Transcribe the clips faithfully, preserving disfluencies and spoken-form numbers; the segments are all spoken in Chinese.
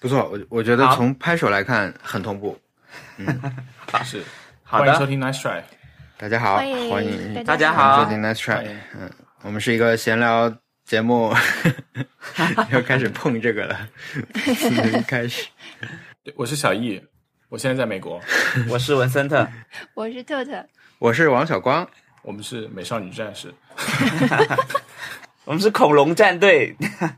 不错，我我觉得从拍手来看很同步。嗯， 是， 好的， 欢迎收听 Nice Try。 大家好， 欢迎欢迎大家好， 收听 Nice Try。嗯，我们是一个闲聊节目，又开始碰这个了，一开始。 对，我是小易，我现在在美国。 我是文森特， 我是特特， 我是王小光， 我们是美少女战士。 我们是恐龙战队。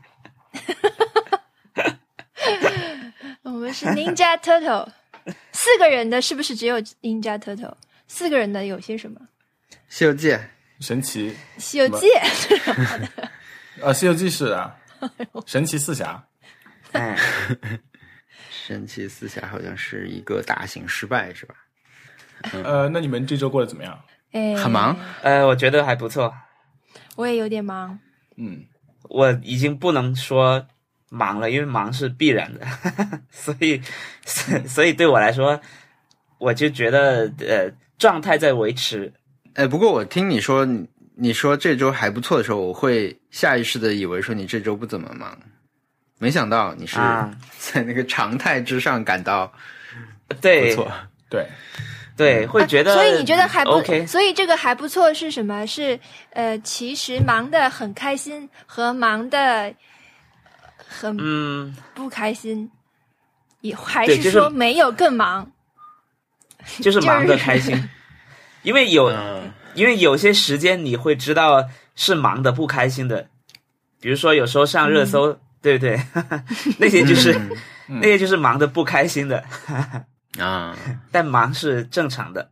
我们是 Ninja Turtle。四个人的是不是只有 Ninja Turtle？ 四个人的有些什么？ 西游记、 神奇、 西游记。 呃，西游记是啊，神奇四侠。 哎， 神奇四侠好像是一个大型失败，是吧？ 呃，那你们这周过得怎么样？ 哎， 很忙。 呃，我觉得还不错。 我也有点忙。 嗯， 我已经不能说忙了，因为忙是必然的，所以所以对我来说，我就觉得呃状态在维持。 哎，不过我听你说你你说这周还不错的时候，我会下意识的以为说你这周不怎么忙，没想到你是在那个常态之上感到对不错， 对对，会觉得、 啊。所以你觉得还不 OK？ 所以这个还不错是什么？是呃，其实忙得很开心和忙得很嗯不开心，也还对就是说没有更忙， 就是忙得开心，因为有、 嗯、 因为有些时间你会知道是忙得不开心的，比如说有时候上热搜，嗯、对不对？那些就是、嗯、那些就是忙得不开心的啊， 但忙是正常的。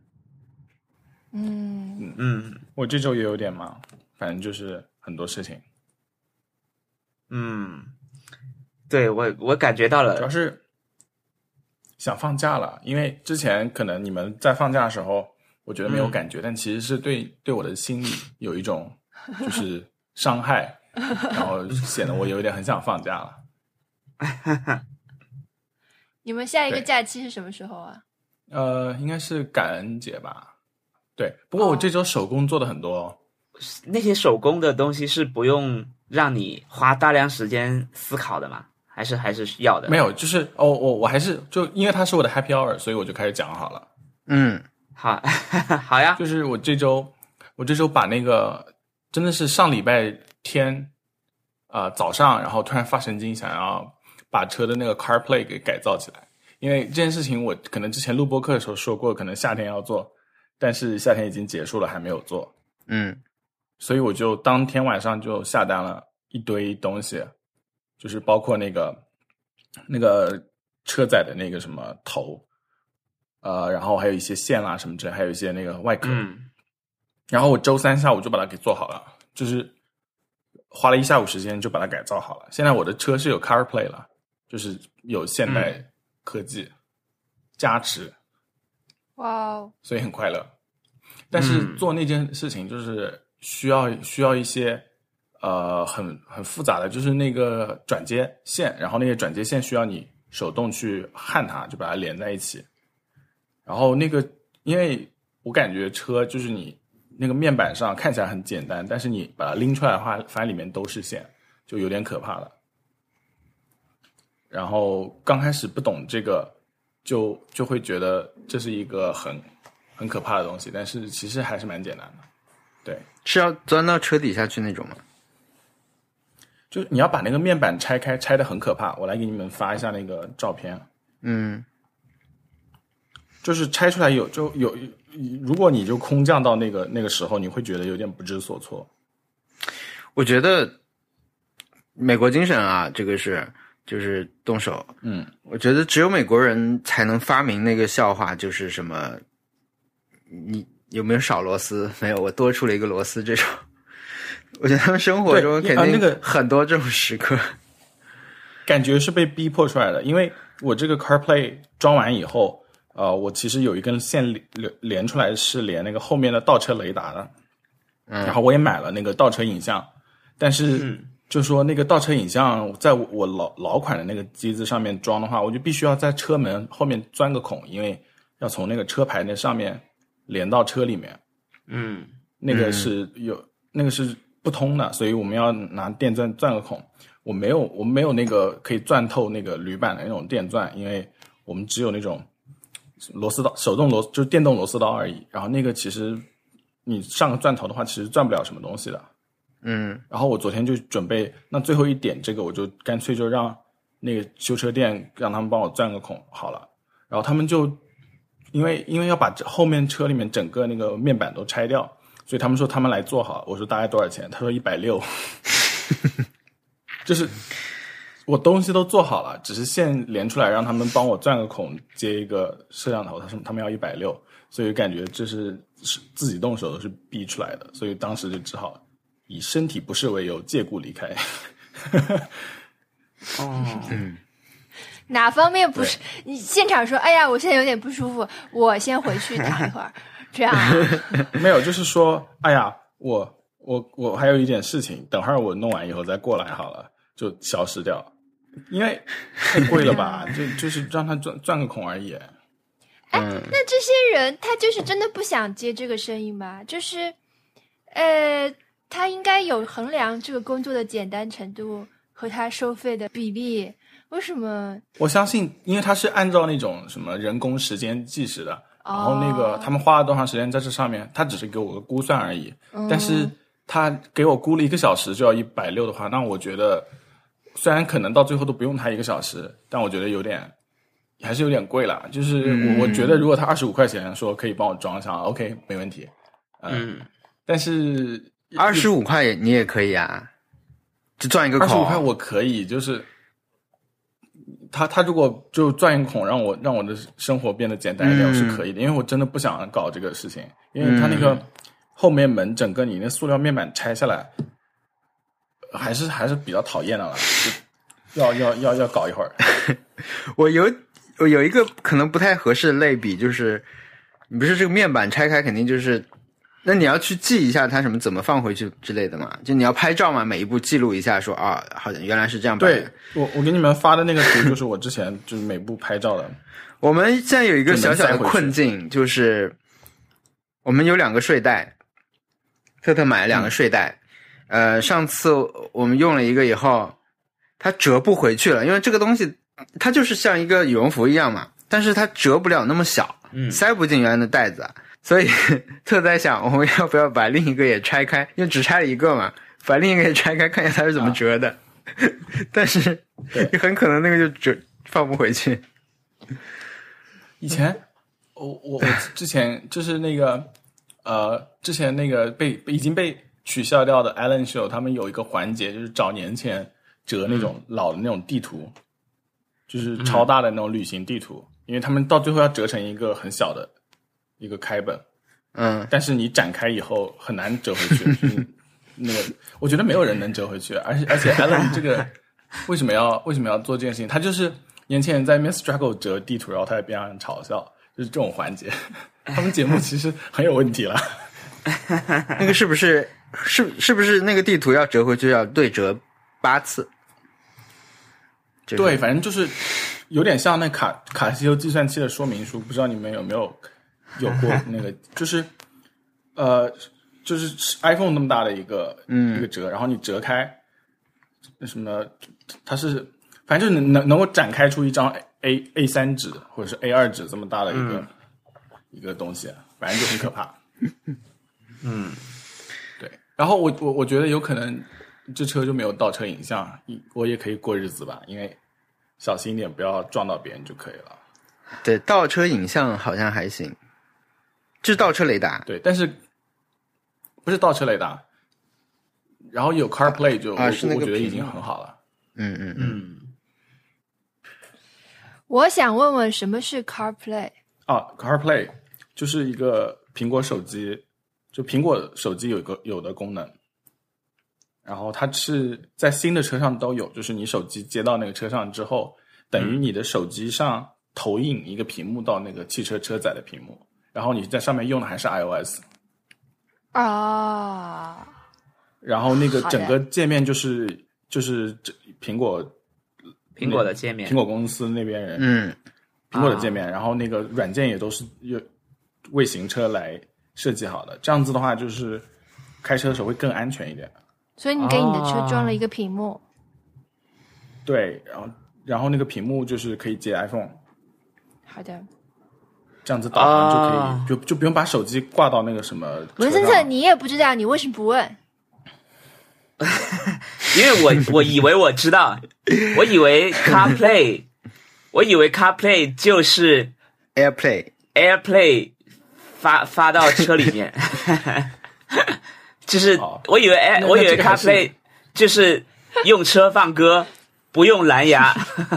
嗯嗯， 我这周也有点忙，反正就是很多事情。 嗯，对，我我感觉到了， 主要是想放假了，因为之前可能你们在放假的时候，我觉得没有感觉，嗯、但其实是对对我的心理有一种就是伤害，然后显得我有点很想放假了。 你们下一个假期是什么时候啊？ 呃，应该是感恩节吧。对，不过我这周手工做的很多哦。 那些手工的东西是不用让你花大量时间思考的吗？还是还是要的？ 没有，就是哦，我我还是就因为它是我的 happy hour， 所以我就开始讲好了。 嗯， 好，好呀。 就是我这周，我这周把那个真的是上礼拜天，呃，早上，然后突然发神经，想要把车的那个 CarPlay 给改造起来。因为这件事情，我可能之前录播课的时候说过，可能夏天要做，但是夏天已经结束了，还没有做。 嗯。 所以我就当天晚上就下单了一堆东西，就是包括那个那个车载的那个什么头，呃，然后还有一些线啦什么之类，还有一些那个外壳。 嗯。 然后我周三下午就把它给做好了，就是花了一下午时间就把它改造好了。现在我的车是有 CarPlay 了，就是有现代科技加持。 哇哦！ 所以很快乐。但是做那件事情就是需要需要一些呃很很复杂的，就是那个转接线，然后那个转接线需要你手动去焊它，就把它连在一起。然后那个，因为我感觉车就是你那个面板上看起来很简单，但是你把它拎出来的话，发现里面都是线，就有点可怕了。然后刚开始不懂这个，就就会觉得这是一个很很可怕的东西，但是其实还是蛮简单的。对， 是要钻到车底下去那种吗？ 就你要把那个面板拆开，拆得很可怕。我来给你们发一下那个照片。 嗯， 就是拆出来有就有，如果你就空降到那个那个时候，你会觉得有点不知所措。 我觉得美国精神啊，这个是就是动手。 嗯， 我觉得只有美国人才能发明那个笑话，就是什么你有没有少螺丝？没有，我多出了一个螺丝这种。我觉得他们生活中肯定很多这种时刻， 感觉是被逼迫出来的。因为我这个 CarPlay 装完以后，呃，我其实有一根线连连出来是连那个后面的倒车雷达的， 嗯， 然后我也买了那个倒车影像，但是就说那个倒车影像在我老老款的那个机子上面装的话，我就必须要在车门后面钻个孔，因为要从那个车牌那上面连到车里面， 嗯， 那个是有、嗯、那个是不通的，所以我们要拿电钻钻个孔。 我没有我们没有那个可以钻透那个铝板的那种电钻，因为我们只有那种螺丝刀，手动螺就是电动螺丝刀而已。然后那个其实你上个钻头的话，其实钻不了什么东西的。 嗯， 然后我昨天就准备，那最后一点这个我就干脆就让那个修车店让他们帮我钻个孔好了。然后他们就因为因为要把后面车里面整个那个面板都拆掉，所以他们说他们来做好。我说大概多少钱？他说一百六。就是我东西都做好了，只是线连出来让他们帮我钻个孔接一个摄像头，他说他们要一百六，所以感觉这是自己动手都是逼出来的，所以当时就只好以身体不适为由借故离开。 哦， 嗯， 哪方面不是？你现场说，哎呀，我现在有点不舒服，我先回去躺一会儿，这样、啊？ 没有，就是说，哎呀，我我我还有一点事情，等会儿我弄完以后再过来好了，就消失掉，因为太贵了吧？就就是让他钻钻个孔而已。 哎，那这些人他就是真的不想接这个生意吗？就是，呃，他应该有衡量这个工作的简单程度和他收费的比例。为什么？ 我相信，因为他是按照那种什么人工时间计时的，然后那个他们花了多长时间在这上面，他只是给我个估算而已。 嗯、 但是他给我估了一个小时就要一百六的话，那我觉得虽然可能到最后都不用他一个小时，但我觉得有点还是有点贵了。就是我、嗯、我觉得如果他二十五块钱说可以帮我装上 ，OK 没问题。嗯，但是二十五块你也可以啊，就钻一个孔。 二十五块我可以，就是他他如果就钻一个孔，让我让我的生活变得简单一点，我是可以的，因为我真的不想搞这个事情，因为他那个后面门整个你那塑料面板拆下来，还是还是比较讨厌的了，要要要要搞一会儿。 我有我有一个可能不太合适的类比，就是你不是这个面板拆开肯定就是。那你要去记一下它什么怎么放回去之类的嘛？就你要拍照嘛，每一步记录一下说，说啊，好像原来是这样摆的。 对，我我给你们发的那个图就是我之前就是每步拍照的。 我们现在有一个小小的困境，就是我们有两个睡袋，特特买了两个睡袋，嗯、呃，上次我们用了一个以后，它折不回去了，因为这个东西它就是像一个羽绒服一样嘛，但是它折不了那么小，嗯，塞不进原来的袋子。所以特在想我们要不要把另一个也拆开，因为只拆了一个嘛，把另一个也拆开看一下它是怎么折的、啊、但是也很可能那个就折放不回去。 以前我我我之前就是那个呃之前那个被已经被取消掉的 Alan Show 他们有一个环节就是找年前折那种老的那种地图、嗯、就是超大的那种旅行地图、嗯、因为他们到最后要折成一个很小的一个开本， 嗯， 但是你展开以后很难折回去。就是那个，我觉得没有人能折回去，而且而且 Alan 这个为什么要为什么要做这件事情？他就是年轻人在 Miss Struggle 折地图，然后他在边上嘲笑，就是这种环节。他们节目其实很有问题了。 那个是不是是是不是那个地图要折回去要对折八次？ 就是、对，反正就是有点像那卡卡西欧计算器的说明书，不知道你们有没有有过那个，就是呃，就是 iPhone 那么大的一个、嗯、一个折，然后你折开什么，它是反正就是能能够展开出一张 A A 三纸或者是 A 二纸这么大的一个、嗯、一个东西，反正就很可怕。嗯，对。然后我我我觉得有可能这车就没有倒车影像，我也可以过日子吧，因为小心一点，不要撞到别人就可以了。 对，倒车影像好像还行。就是倒车雷达， 对，但是不是倒车雷达，然后有 CarPlay 就、 啊、是那个我觉得已经很好了。 嗯嗯嗯。 我想问问什么是 CarPlay？ 啊 ，CarPlay 就是一个苹果手机，就苹果手机有一个有的功能，然后它是在新的车上都有，就是你手机接到那个车上之后，等于你的手机上投影一个屏幕到那个汽车车载的屏幕。然后你在上面用的还是 iOS 啊， 然后那个整个界面就是就是苹果苹果的界面， 苹果公司那边人， 嗯， 苹果的界面，啊、然后那个软件也都是为行车来设计好的，这样子的话就是开车的时候会更安全一点。 所以你给你的车装了一个屏幕。 哦、 对，然后然后那个屏幕就是可以接 iPhone。 好的。 这样子导航就可以，哦、就就不用把手机挂到那个什么。 文森特，你也不知道，你为什么不问？ 因为我我以为我知道，我以为 CarPlay， 我以为 CarPlay 就是 AirPlay AirPlay 发发到车里面，就是我以为 Air, 我以为 CarPlay 就是用车放歌，不用蓝牙。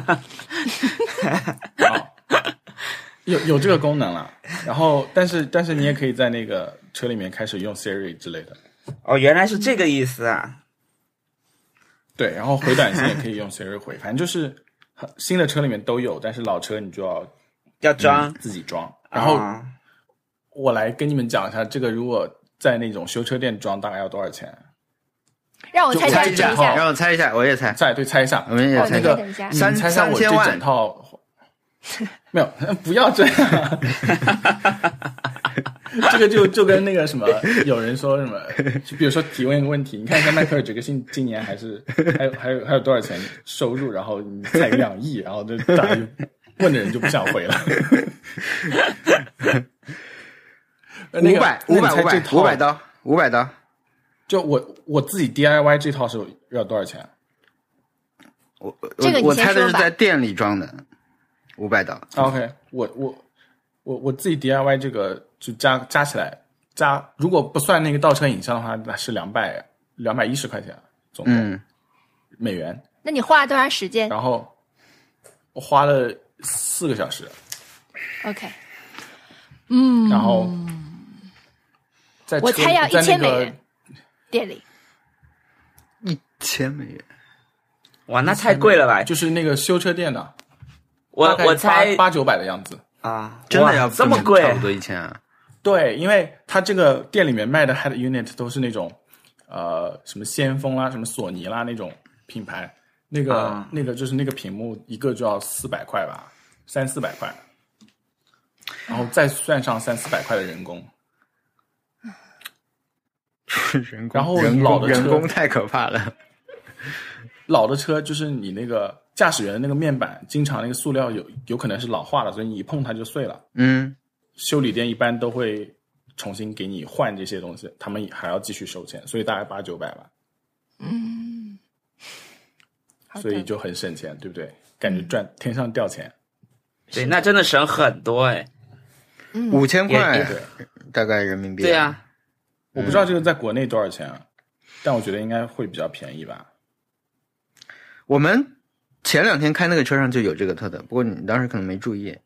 有有这个功能了，然后但是但是你也可以在那个车里面开始用 Siri 之类的。 哦，原来是这个意思啊。 对，然后回短信也可以用 Siri 回，反正就是新的车里面都有，但是老车你就要要装、 嗯、自己装。然后我来跟你们讲一下，这个如果在那种修车店装大概要多少钱？ 让我猜猜一下，让我猜一下，我也猜。 猜对，猜一下， 我们也猜一个。 三猜下我这整套。没有，不要这样。这个就就跟那个什么，有人说什么，就比如说提问一个问题，你看一下迈克尔·杰克逊今年还是还有还有还有多少钱收入，然后你猜两亿，然后就大家问的人就不想回了。 五百五百五百五百刀五百刀， 就我我自己 D I Y 这套是要多少钱？ 我我我猜的是在店里装的。五百刀 ，OK， 我我我我自己 D I Y 这个就加加起来加，如果不算那个倒车影像的话，那是两百两百一十块钱总共、嗯、美元。 那你花了多长时间？ 然后我花了四个小时。 OK， 嗯， 然后在我猜要一千美元，店里一千美元， 哇，那太贵了吧？ 就是那个修车店的。 我我猜八九百的样子啊， 真的要这么贵？ 差不多一千啊。 对，因为它这个店里面卖的 head unit 都是那种呃什么先锋啦、什么索尼啦那种品牌，那个、啊、那个就是那个屏幕一个就要四百块吧，三四百块，然后再算上三四百块的人工。 人工， 然后老的车人工太可怕了。 老的车就是你那个。驾驶员的那个面板经常那个塑料有有可能是老化了，所以你一碰它就碎了。 嗯， 修理店一般都会重新给你换这些东西，他们还要继续收钱，所以大概八九百吧。 嗯， 所以就很省钱，对不对？感觉赚天上掉钱。 对，那真的省很多哎。 嗯，五千块大概人民币。 对啊， 我不知道这个在国内多少钱啊，但我觉得应该会比较便宜吧。 我们。前两天开那个车上就有这个特等，不过你当时可能没注意。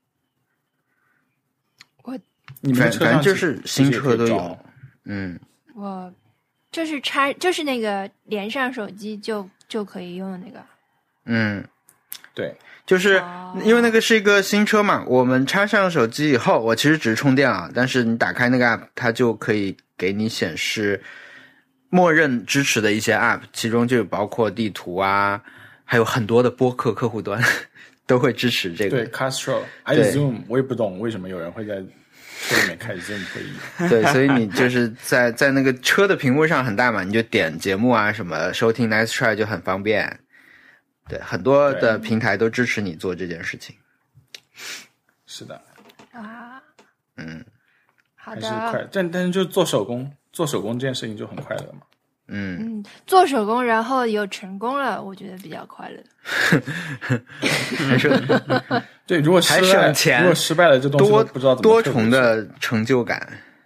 我你们反正就是新车都有，嗯。 我就是插，就是那个连上手机就就可以用的那个。 嗯， 对， 就是因为那个是一个新车嘛，我们插上手机以后，我其实只是充电啊，但是你打开那个 app， 它就可以给你显示默认支持的一些 app， 其中就包括地图啊。还有很多的播客客户端都会支持这个。 对 Castro 还有 Zoom， 我也不懂为什么有人会在车里面开 Zoom 会议。 对，所以你就是在在那个车的屏幕上很大嘛，你就点节目啊什么收听 Nice Try 就很方便。对，很多的平台都支持你做这件事情。 是的。 啊。 嗯。 好的。 还是快，但但是就做手工，做手工这件事情就很快乐嘛。 嗯嗯，做手工然后有成功了，我觉得比较快乐。 还是对，如果还省钱， 如果失败了，这东西都不知道怎么多重的成就感。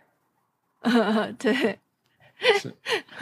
对， 是。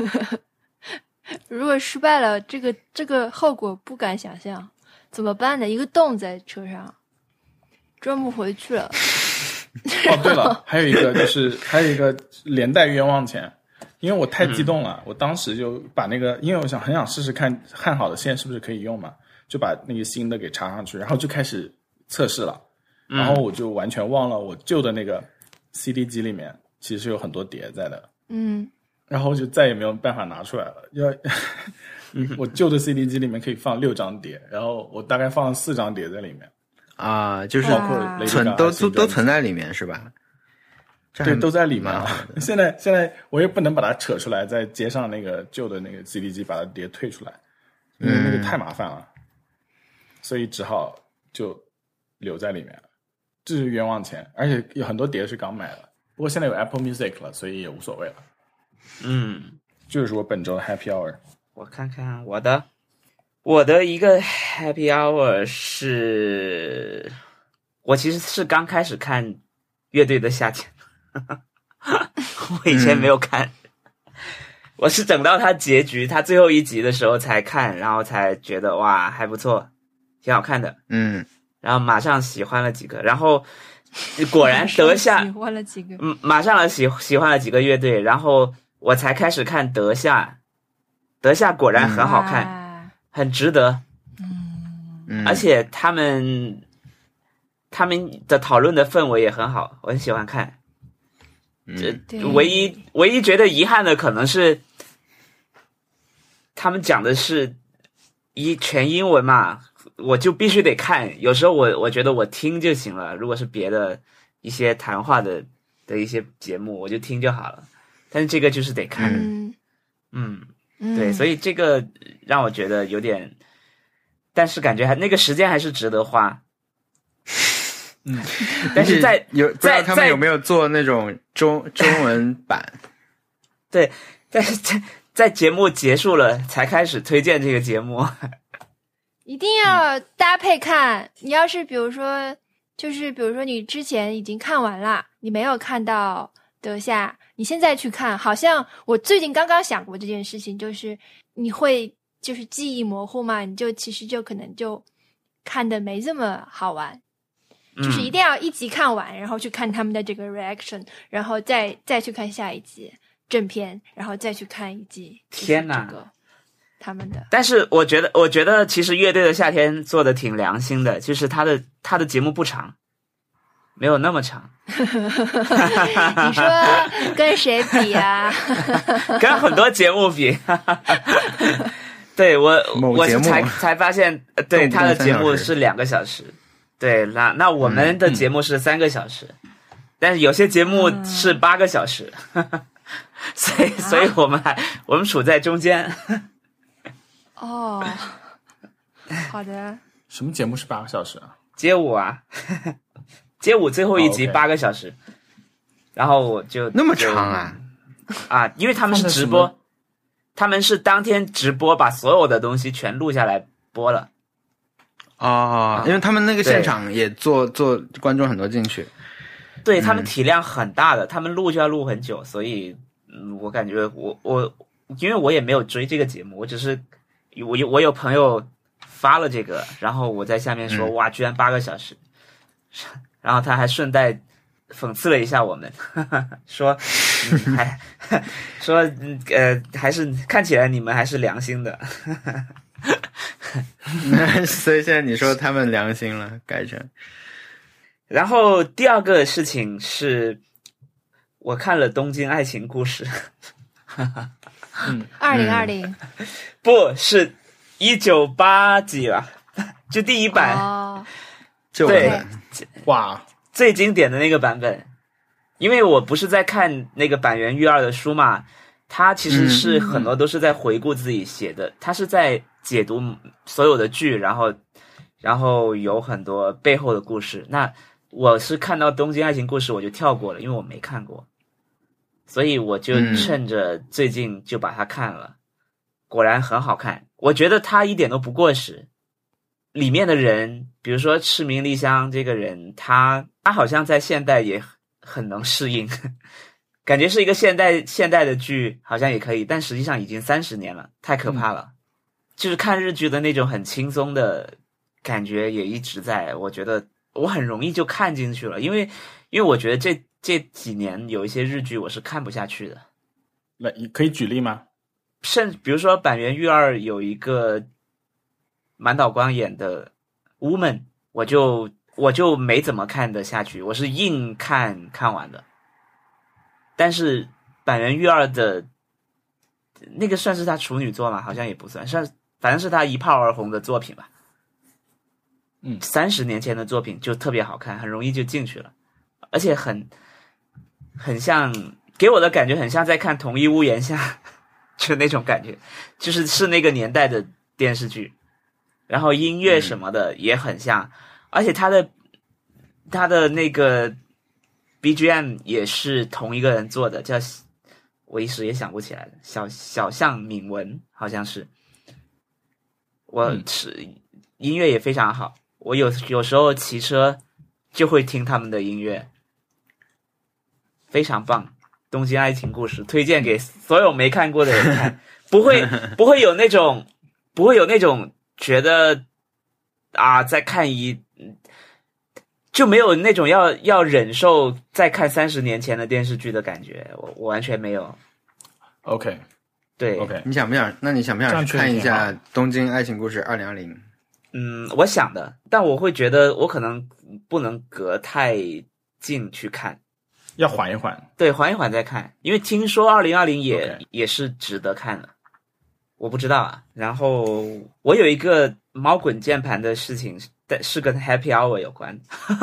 如果失败了，这个这个后果不敢想象，怎么办呢？一个洞在车上，装不回去了。 哦，对了，还有一个就是还有一个连带冤枉钱。因为我太激动了、嗯、我当时就把那个因为我想很想试试看焊好的线是不是可以用嘛，就把那个新的给插上去，然后就开始测试了、嗯、然后我就完全忘了我旧的那个 C D 机里面其实有很多碟在的， 嗯， 然后就再也没有办法拿出来了，要我旧的 C D 机里面可以放六张碟，然后我大概放了四张碟在里面啊，就是存都都都存在里面是吧？ 对，都在里面。现在现在我也不能把它扯出来，再接上那个旧的那个 C D 机，把它碟退出来，因为那个太麻烦了。 所以只好就留在里面了，这是冤枉钱，而且有很多碟是刚买的，不过现在有 Apple Music 了，所以也无所谓了。 嗯， 这就是我本周的 Happy Hour。 我看看我的，我的一个 Happy Hour 是，我其实是刚开始看乐队的夏天，我以前没有看。嗯，我是等到他结局，他最后一集的时候才看，然后才觉得哇还不错，挺好看的。 嗯， 然后马上喜欢了几个，然后果然德夏喜欢了几个， 嗯，马上了喜喜欢了几个乐队，然后我才开始看德夏，德夏果然很好看， 嗯、 很值得。 嗯， 而且他们他们的讨论的氛围也很好，我很喜欢看。这、嗯、唯一唯一觉得遗憾的可能是他们讲的是一全英文嘛，我就必须得看，有时候我我觉得我听就行了，如果是别的一些谈话的的一些节目我就听就好了，但是这个就是得看。 嗯嗯，对，所以这个让我觉得有点，但是感觉还那个时间还是值得花。嗯，但是在有不知道他们有没有做那种中中文版？ 对，但是在在节目结束了才开始推荐这个节目， 一定要搭配看。你要是比如说，就是比如说你之前已经看完了，你没有看到德夏，你现在去看，好像我最近刚刚想过这件事情，就是你会就是记忆模糊嘛，你就其实就可能就看的没这么好玩。就是一定要一集看完，然后去看他们的这个 reaction， 然后再再去看下一集正片，然后再去看一集。 天哪， 这个他们的。 但是我觉得，我觉得其实乐队的夏天做的挺良心的，就是他的他的节目不长，没有那么长。 你说跟谁比啊？ 跟很多节目比。对我，我是才才发现，对他的节目是两个小时。对，那那我们的节目是三个小时，嗯、但是有些节目是八个小时，嗯、所以所以我们还、啊、我们处在中间。 哦，好的。 什么节目是八个小时啊？ 街舞啊，街舞最后一集八个小时， oh, okay. 然后我就那么长啊啊，因为他们是直播，他们是当天直播，把所有的东西全录下来播了。 哦，因为他们那个现场也做做观众很多进去， 对、嗯、他们体量很大的，他们录就要录很久，所以、嗯、我感觉我我因为我也没有追这个节目，我只是我有我有朋友发了这个，然后我在下面说、嗯、哇，居然八个小时，然后他还顺带讽刺了一下我们，呵呵说、嗯、还说呃还是看起来你们还是良心的。呵呵所以现在你说他们良心了，改成。 然后第二个事情是，我看了《东京爱情故事》。 嗯，二零二零， 不是一九八几了，就第一版。 哦， 对， 哇， 最经典的那个版本。因为我不是在看那个板垣裕二的书嘛，他其实是很多都是在回顾自己写的，他、嗯、是在解读所有的剧，然后然后有很多背后的故事。那我是看到东京爱情故事我就跳过了，因为我没看过，所以我就趁着最近就把它看了、嗯、果然很好看，我觉得它一点都不过时。里面的人比如说赤名莉香这个人，他他好像在现代也很能适应，感觉是一个现代现代的剧好像也可以，但实际上已经三十年了，太可怕了、嗯、就是看日剧的那种很轻松的感觉也一直在，我觉得我很容易就看进去了，因为因为我觉得这这几年有一些日剧我是看不下去的。 那可以举例吗？ 甚比如说板垣裕二有一个满岛光演的 Woman， 我就我就没怎么看得下去，我是硬看看完的。但是板垣裕二的那个算是他处女作吗？好像也不算，算反正是他一炮而红的作品吧。 嗯， 三十年前的作品就特别好看，很容易就进去了，而且很很像，给我的感觉很像在看同一屋檐下，就那种感觉，就是是那个年代的电视剧。 然后音乐什么的也很像，嗯、而且他的他的那个 B G M 也是同一个人做的，叫我一时也想不起来了，小小象敏文好像是，我是、嗯、音乐也非常好，我有有时候骑车就会听他们的音乐，非常棒。东京爱情故事推荐给所有没看过的人看，不会不会有那种不会有那种觉得啊在看一就没有那种要要忍受再看三十年前的电视剧的感觉，我我完全没有。 OK， 对 ，OK， 你想不想？那你想不想看一下《东京爱情故事二零二零》？ 嗯，我想的，但我会觉得我可能不能隔太近去看。 要缓一缓， 对，缓一缓再看，因为听说二零二零也、 okay. 也是值得看的，我不知道啊。然后我有一个猫滚键盘的事情，但是跟 Happy Hour 有关，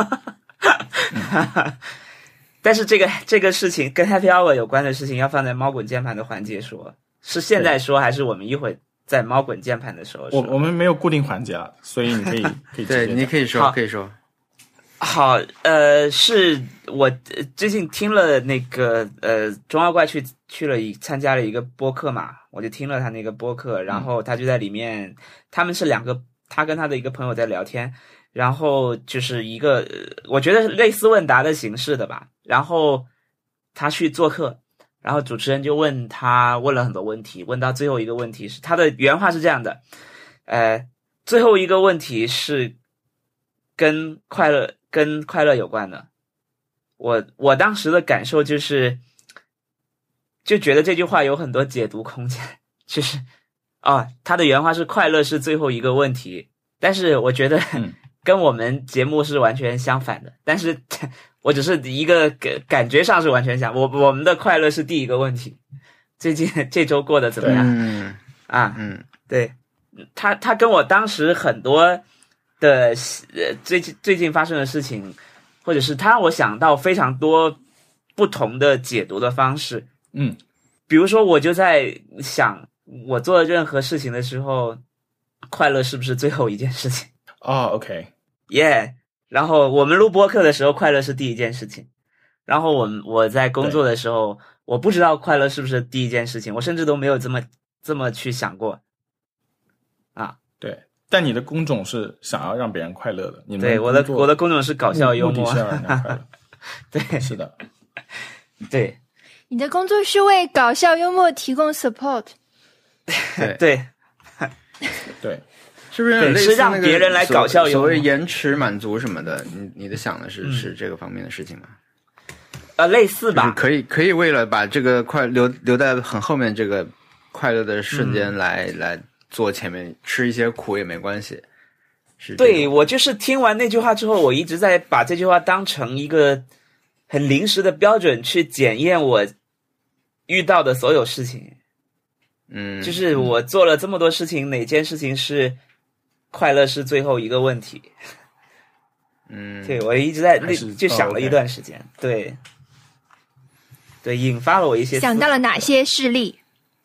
嗯、但是这个这个事情跟 Happy Hour 有关的事情要放在猫滚键盘的环节说，是现在说还是我们一会在猫滚键盘的时候说？ 我我们没有固定环节了，所以你可以可以对，你可以说可以说。 好，呃，是我最近听了那个呃中二怪去去了一参加了一个播客嘛，我就听了他那个播客，然后他就在里面，嗯、他们是两个，他跟他的一个朋友在聊天，然后就是一个我觉得类似问答的形式的吧，然后他去做客，然后主持人就问他问了很多问题，问到最后一个问题是他的原话是这样的，呃，最后一个问题是跟快乐。跟快乐有关的，我我当时的感受就是，就觉得这句话有很多解读空间。就是哦，他的原话是快乐是最后一个问题，但是我觉得跟我们节目是完全相反的。但是我只是一个感觉上是完全相反，我我们的快乐是第一个问题。最近这周过得怎么样？ 嗯啊， 嗯， 对，他他跟我当时很多。的呃，最近最近发生的事情，或者是他让我想到非常多不同的解读的方式。 嗯， 比如说，我就在想，我做任何事情的时候，快乐是不是最后一件事情？ 哦 ，OK， 耶、yeah 。然后我们录播客的时候，快乐是第一件事情。然后我我在工作的时候，我不知道快乐是不是第一件事情，我甚至都没有这么这么去想过。啊， 对。但你的工种是想要让别人快乐的，你们对我的我的工种是搞笑幽默， 目的是让人家快乐。 对， 是的， 对。 你的工作是为搞笑幽默提供 support。 对对对，是不是类似是让别人来搞笑幽默？ 所谓延迟满足什么的，你你的想的是、嗯、是这个方面的事情吗？ 呃，类似吧， 就是、可以可以为了把这个快留留在很后面这个快乐的瞬间来、嗯、来。做前面吃一些苦也没关系，是对我就是听完那句话之后，我一直在把这句话当成一个很临时的标准去检验我遇到的所有事情。 嗯， 就是我做了这么多事情，哪件事情是快乐是最后一个问题？ 嗯， 对我一直在那就想了一段时间， 哦 okay、对，对，引发了我一些想到了哪些事例？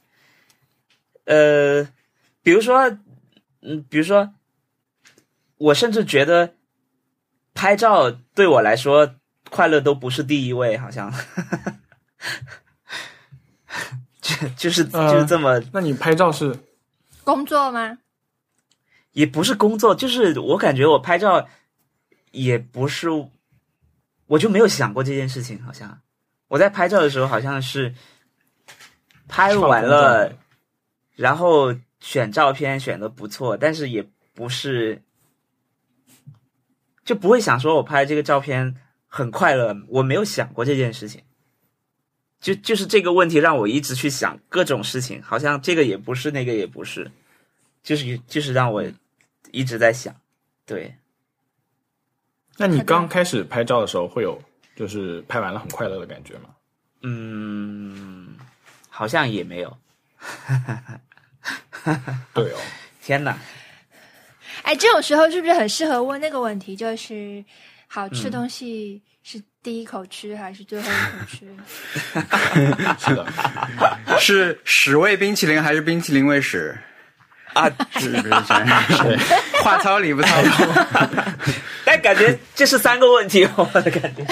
呃。比如说，嗯，比如说，我甚至觉得拍照对我来说，快乐都不是第一位，好像，就就是就是这么、呃。 那你拍照是工作吗？ 也不是工作，就是我感觉我拍照也不是，我就没有想过这件事情。好像我在拍照的时候，好像是拍完了，然后。选照片选的不错，但是也不是，就不会想说我拍这个照片很快乐，我没有想过这件事情。就就是这个问题让我一直去想各种事情，好像这个也不是，那个也不是，就是就是让我一直在想。对。 那你刚开始拍照的时候，会有就是拍完了很快乐的感觉吗？ 嗯，好像也没有。 对哦， 天哪！ 哎，这种时候是不是很适合问那个问题？就是好吃东西是第一口吃还是最后一口吃？ 是的， 是屎味冰淇淋还是冰淇淋味屎？ 啊， 是不是这样？话糙理不糙。 但感觉这是三个问题，我的感觉。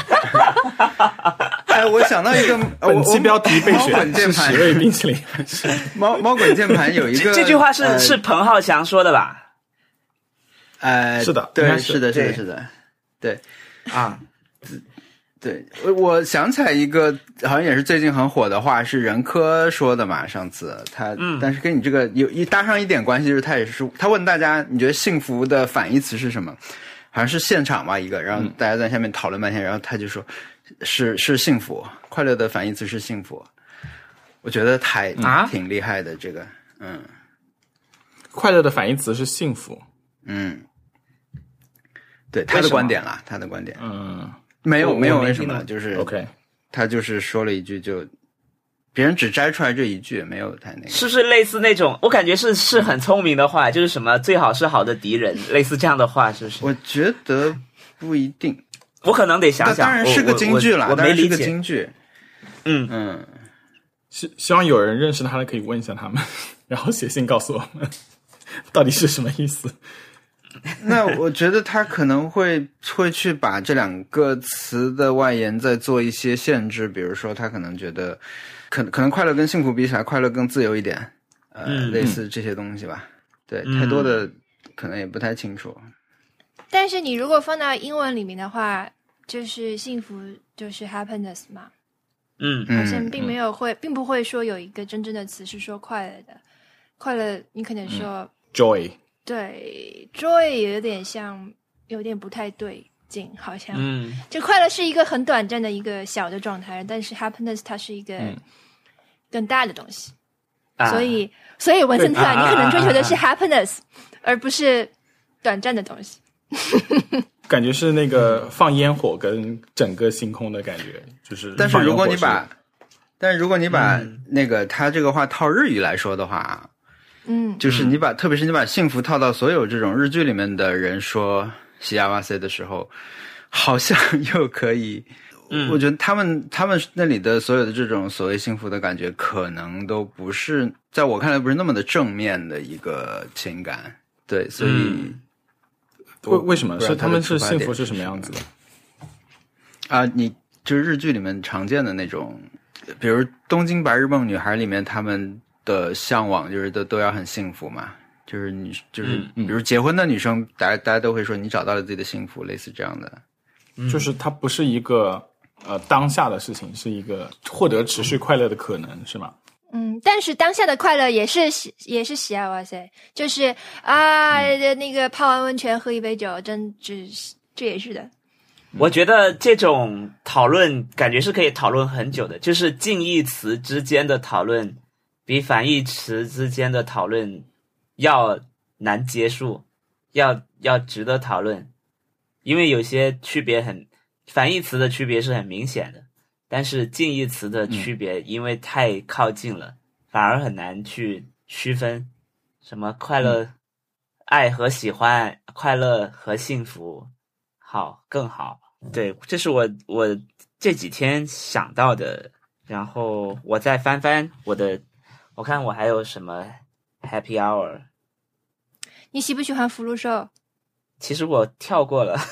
哎，我想到一个， 本期标题备选是喜瑞冰淇淋。 猫猫滚键盘有一个， 这句话是、 呃、 是彭浩翔说的吧？ 呃， 是的， 对， 是是的，是的，是的，对， 啊， 对，我想起来一个，好像也是最近很火的话，是任科说的嘛，上次他， 嗯， 但是跟你这个有一搭上一点关系，就是他也是他问大家，你觉得幸福的反义词是什么？好像是现场吧一个，然后大家在下面讨论半天，然后他就说是是幸福，快乐的反义词是幸福。我觉得还啊挺厉害的，这个，嗯， 快乐的反义词是幸福， 嗯。对他的观点啦，他的观点， 嗯， 没有没有为什么，就是 OK， 他就是说了一句就，别人只摘出来这一句，没有太那个， 是不是类似那种？我感觉是是很聪明的话，就是什么最好是好的敌人，类似这样的话，是不是？ 我觉得不一定， 我可能得想想， 当然是个京剧啦， 我我我没理解， 当然是个京剧， 嗯嗯， 希希望有人认识他的可以问一下他们，然后写信告诉我们到底是什么意思。 那我觉得他可能会会去把这两个词的外延再做一些限制，比如说他可能觉得可可能快乐跟幸福比起来，快乐更自由一点，呃， 嗯、 类似这些东西吧。对， 嗯、 太多的可能也不太清楚。 但是你如果放到英文里面的话，就是幸福就是 happiness 嘛， 嗯， 好像并没有会，并不会说有一个真正的词是说快乐的，快乐你可能说、 嗯、joy。 对 ，joy 有点像，有点不太对劲，好像。 嗯， 就快乐是一个很短暂的一个小的状态，但是 happiness 它是一个更大的东西， 嗯、 所以，所以文森特，你可能追求的是 happiness，、啊、而不是短暂的东西。 感觉是那个放烟火跟整个星空的感觉，就是。 但是如果你把，但是如果你把那个、嗯、他这个话套日语来说的话。 嗯， 就是你把、嗯，特别是你把幸福套到所有这种日剧里面的人说西亚瓦塞的时候，好像又可以，嗯，我觉得他们他们那里的所有的这种所谓幸福的感觉，可能都不是在我看来不是那么的正面的一个情感，对，所以、 嗯、为为什么是他们是幸福是什么样子的？ 啊，你就是日剧里面常见的那种，比如《东京白日梦女孩》里面他们。的向往就是都都要很幸福嘛，就是你就是比如结婚的女生，大家大家都会说你找到了自己的幸福，类似这样的。 就是它不是一个呃当下的事情，是一个获得持续快乐的可能，是吗？ 嗯，但是当下的快乐也是也是喜爱哇塞，就是啊、嗯，那个泡完温泉喝一杯酒，真只这也是的。 我觉得这种讨论感觉是可以讨论很久的，就是近义词之间的讨论。比反义词之间的讨论要难结束，要要值得讨论，因为有些区别很，反义词的区别是很明显的，但是近义词的区别因为太靠近了，嗯、反而很难去区分，什么快乐、嗯、爱和喜欢，快乐和幸福，好更好，对，这是我我这几天想到的，然后我再翻翻我的。我看我还有什么 Happy Hour？ 你喜不喜欢福禄寿？ 其实我跳过了，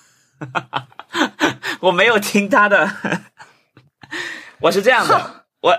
我没有听他的。我是这样的，我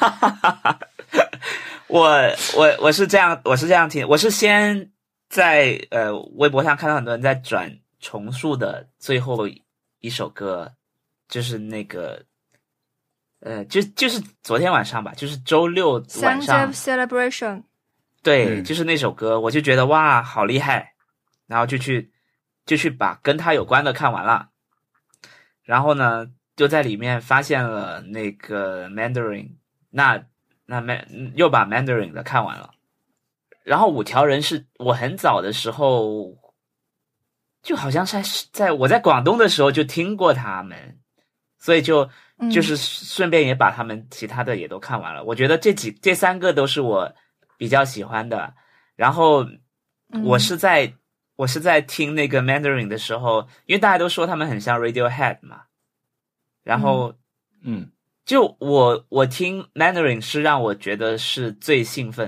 我我我是这样，我是这样听，我是先在呃微博上看到很多人在转重塑的最后一首歌，就是那个。呃，就就是昨天晚上吧，就是周六晚上 Songs of Celebration， 对、 嗯， 就是那首歌，我就觉得哇，好厉害，然后就去就去把跟他有关的看完了，然后呢，就在里面发现了那个 Mandarin， 那那 Man 又把 Mandarin 的看完了，然后五条人是我很早的时候，就好像在在我在广东的时候就听过他们，所以就。就是顺便也把他们其他的也都看完了，我觉得这几这三个都是我比较喜欢的。然后我是在、嗯、我是在听那个 Mandarin 的时候，因为大家都说他们很像 Radiohead 嘛，然后嗯， 就我我听 Mandarin 是让我觉得是最兴奋的，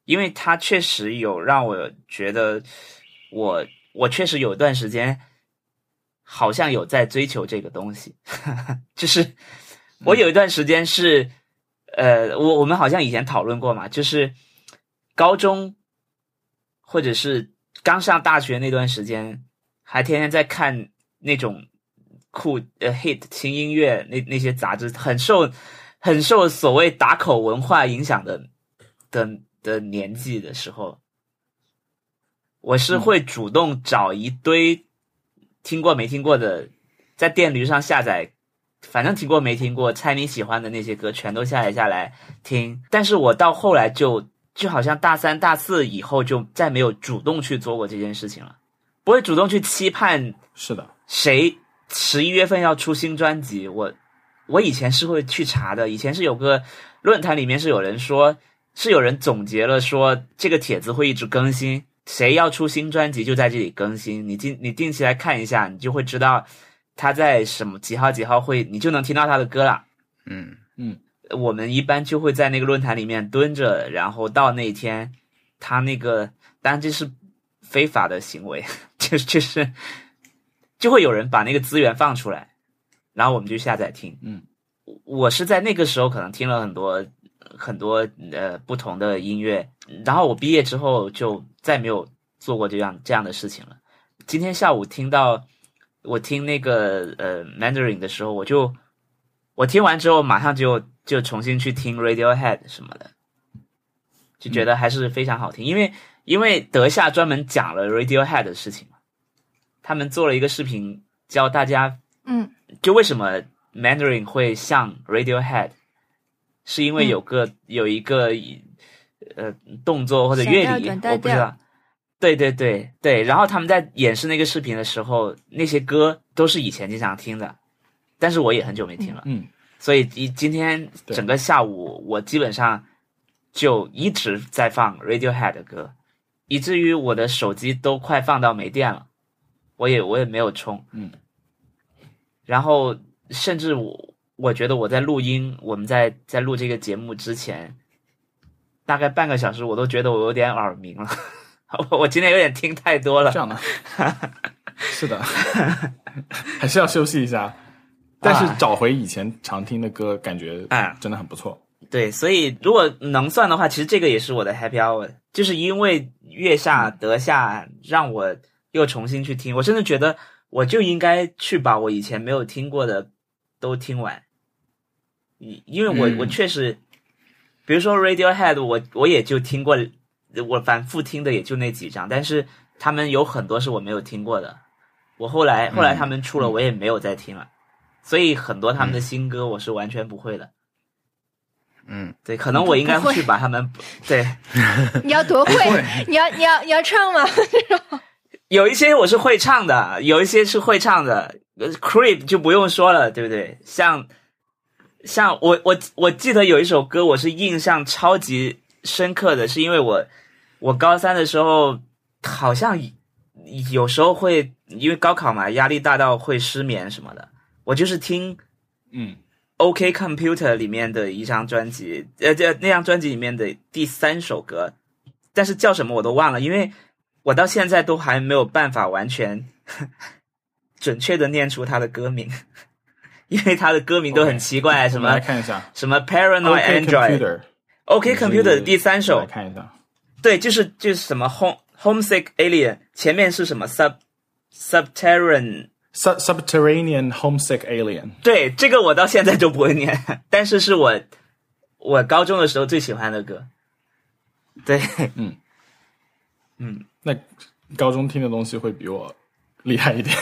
因为它确实有让我觉得我我确实有段时间好像有在追求这个东西，就是我有一段时间是呃我我们好像以前讨论过嘛，就是高中或者是刚上大学那段时间，还天天在看那种酷呃 hit 轻音乐那那些杂志，很受很受所谓打口文化影响的的的年纪的时候，我是会主动找一堆听过没听过的，在电驴上下载，反正听过没听过，猜你喜欢的那些歌全都下载下来听。但是我到后来就就好像大三大四以后就再没有主动去做过这件事情了，不会主动去期盼是的谁十一月份要出新专辑。我我以前是会去查的，以前是有个论坛里面是有人说，是有人总结了说这个帖子会一直更新，谁要出新专辑就在这里更新，你定你定期来看一下，你就会知道他在什么几号几号会，你就能听到他的歌了。 嗯嗯， 我们一般就会在那个论坛里面蹲着，然后到那一天他那个，当然这是非法的行为，就就是就会有人把那个资源放出来，然后我们就下载听。 嗯， 我是在那个时候可能听了很多很多呃不同的音乐，然后我毕业之后就再没有做过这样这样的事情了。今天下午听到我听那个呃 Mandarin 的时候，我就我听完之后马上就就重新去听 Radiohead 什么的，就觉得还是非常好听。因为因为德夏专门讲了 Radiohead 的事情嘛，他们做了一个视频教大家， 嗯， 就为什么 Mandarin 会像 Radiohead， 是因为有个、嗯、有一个呃动作或者乐理，我不知道。对对对对，然后他们在演示那个视频的时候，那些歌都是以前经常听的，但是我也很久没听了。 嗯， 所以今天整个下午我基本上就一直在放 Radiohead 的歌，以至于我的手机都快放到没电了，我也我也没有充。 嗯， 然后甚至我我觉得我在录音，我们在在录这个节目之前，大概半个小时，我都觉得我有点耳鸣了。我今天有点听太多了。 这样的，是的，还是要休息一下。但是找回以前常听的歌，感觉真的很不错。 对，所以如果能算的话，其实这个也是我的 happy hour， 就是因为月下德夏让我又重新去听，我真的觉得我就应该去把我以前没有听过的都听完。因为我、嗯、我确实，比如说 Radiohead， 我我也就听过。我反复听的也就那几张，但是他们有很多是我没有听过的，我后来后来他们出了我也没有再听了、嗯、所以很多他们的新歌我是完全不会的。 嗯， 对，可能我应该去把他们对你要多会你要你要你要唱吗？ 有一些我是会唱的，有一些是会唱的 Creep 就不用说了，对不对？像像我我我记得有一首歌我是印象超级深刻的，是因为我我高三的时候好像有时候会因为高考嘛，压力大到会失眠什么的，我就是听嗯 OK Computer 里面的一张专辑，呃这那张专辑里面的第三首歌，但是叫什么我都忘了，因为我到现在都还没有办法完全准确的念出它的歌名，因为它的歌名都很奇怪， okay, 什么来看一下什么 Paranoid OK Android Computer。OK Computer 的第三首， 来看一下， 对，就是就是什么 home homesick alien， 前面是什么 sub subterranean sub subterranean homesick alien， 对，这个我到现在都不会念，但是是我我高中的时候最喜欢的歌。对， 嗯嗯， 那高中听的东西会比我厉害一点，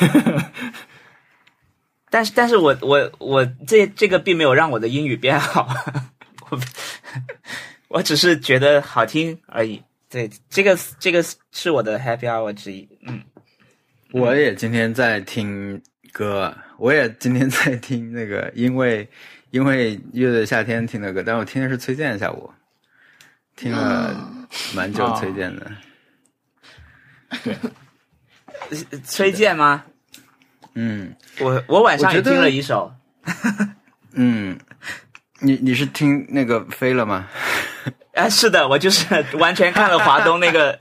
但是但是我我我这这个并没有让我的英语变好。我, 我只是觉得好听而已。对，这个这个是我的 happy hour 之一。嗯， 我也今天在听歌，我也今天在听那个，因为因为乐队夏天听的歌，但我听的是崔健下午，听了蛮久崔健的。 对， 崔健吗？ 嗯， 我我晚上也听了一首。 嗯。你你是听那个飞了吗？ 啊，是的，我就是完全看了华东那个，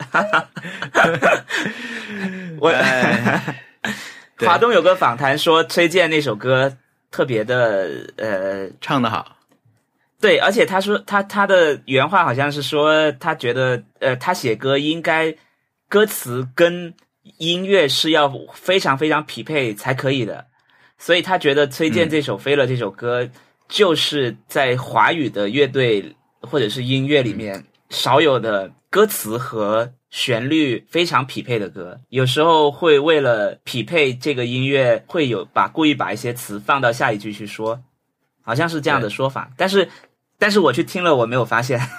我、哎、华东有个访谈说崔健那首歌特别的呃唱得好， 对，而且他说他他的原话好像是说他觉得呃他写歌应该歌词跟音乐是要非常非常匹配才可以的，所以他觉得崔健这首《飞了》这首歌就是在华语的乐队或者是音乐里面少有的歌词和旋律非常匹配的歌，有时候会为了匹配这个音乐会有把故意把一些词放到下一句去说，好像是这样的说法，但是但是我去听了我没有发现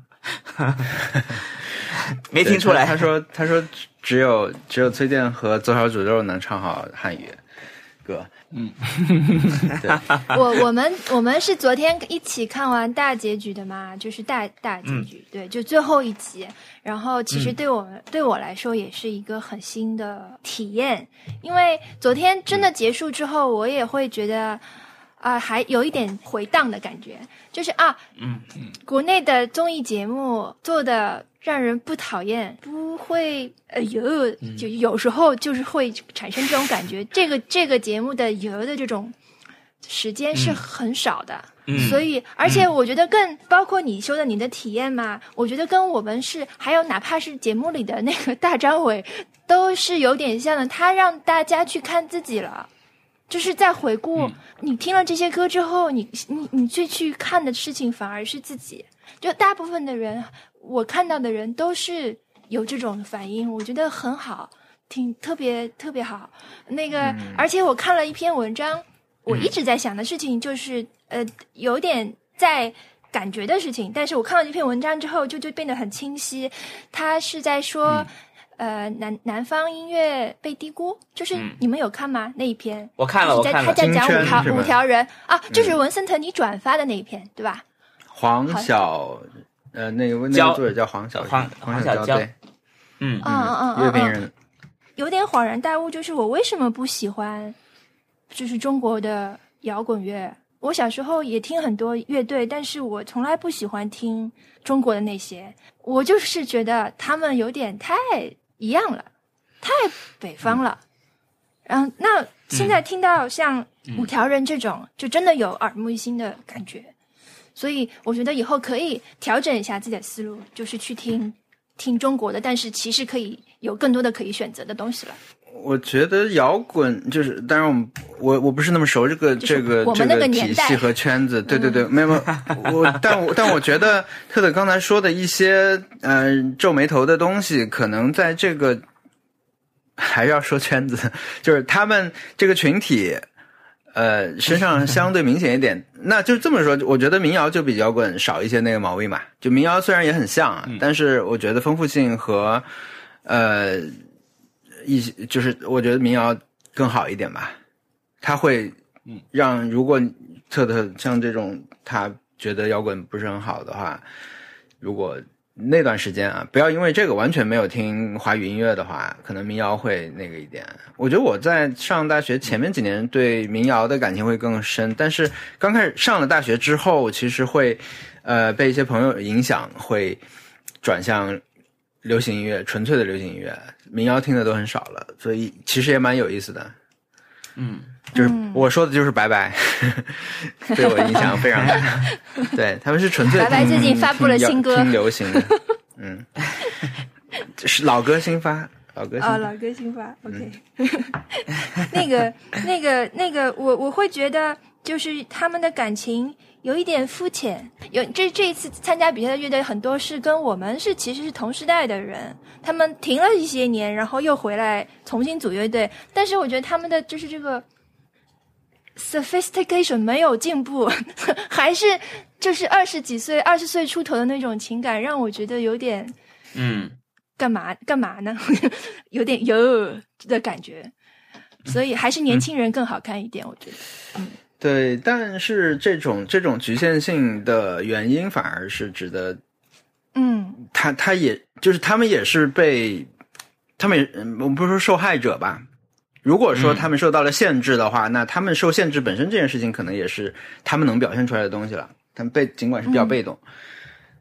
没听出来。 他说他说只有只有崔健和左小诅咒能唱好汉语歌。 嗯， 对， 我我们我们是昨天一起看完大结局的嘛，就是大大结局，嗯、对，就最后一集。然后其实对我们、嗯、对我来说也是一个很新的体验，因为昨天真的结束之后，我也会觉得啊、呃，还有一点回荡的感觉，就是啊， 嗯嗯， 国内的综艺节目做的让人不讨厌，不会呃有就有时候就是会产生这种感觉。这个这个节目的有的这种时间是很少的， 嗯、 所以而且我觉得更包括你说的你的体验嘛，我觉得跟我们是还有哪怕是节目里的那个大张伟都是有点像的，他让大家去看自己了。就是在回顾、嗯、你听了这些歌之后，你你你最去看的事情反而是自己。就大部分的人，我看到的人都是有这种反应，我觉得很好，挺特别特别好。那个、嗯，而且我看了一篇文章，我一直在想的事情就是，呃，有点在感觉的事情，但是我看了这篇文章之后，就就变得很清晰。他是在说。嗯呃，南南方音乐被低估，就是你们有看吗？嗯、那一篇我看了，我看了。 他在讲五条五条人啊，就是文森特你转发的那一篇， 嗯、 对吧？ 黄小，呃，那个那个作者叫黄小黄黄小娇， 嗯嗯嗯嗯， 乐评人， 有点恍然大悟，就是我为什么不喜欢，就是中国的摇滚乐。我小时候也听很多乐队，但是我从来不喜欢听中国的那些，我就是觉得他们有点太一样了，太北方了。然后那现在听到像五条人这种，就真的有耳目一新的感觉。所以我觉得以后可以调整一下自己的思路，就是去听听中国的，但是其实可以有更多的可以选择的东西了。 我觉得摇滚就是，当然我们我我不是那么熟这个、就是、这个我们那个这个体系和圈子，对对对，没有没有，我但我但我觉得特特刚才说的一些呃皱眉头的东西，可能在这个还是要说圈子，就是他们这个群体呃身上相对明显一点。那就这么说，我觉得民谣就比摇滚少一些那个毛病嘛。就民谣虽然也很像啊， 嗯、 但是我觉得丰富性和呃。一就是我觉得民谣更好一点吧，他会让如果特特像这种他觉得摇滚不是很好的话，如果那段时间啊，不要因为这个完全没有听华语音乐的话，可能民谣会那个一点。我觉得我在上大学前面几年对民谣的感情会更深，但是刚开始上了大学之后，其实会呃被一些朋友影响，会转向流行音乐，纯粹的流行音乐，民谣听的都很少了，所以其实也蛮有意思的。 嗯， 就是我说的就是白白，嗯、对我影响非常大。对，他们是纯粹白白最近发布了新歌， 听流行的，嗯，是老歌新发，老歌新发哦，老歌新发 ，OK 嗯。那个、那个、那个，我我会觉得，就是他们的感情有一点肤浅。有这这一次参加比赛的乐队很多是跟我们是其实是同时代的人，他们停了一些年，然后又回来重新组乐队，但是我觉得他们的就是这个 sophistication 没有进步，还是就是二十几岁、二十岁出头的那种情感，让我觉得有点嗯， 干嘛干嘛呢？有点有的感觉，所以还是年轻人更好看一点，我觉得。嗯。 对，但是这种这种局限性的原因反而是值得， 嗯， 他他也就是他们也是被，他们也我们不是说受害者吧？如果说他们受到了限制的话，嗯、那他们受限制本身这件事情可能也是他们能表现出来的东西了。他们被尽管是比较被动，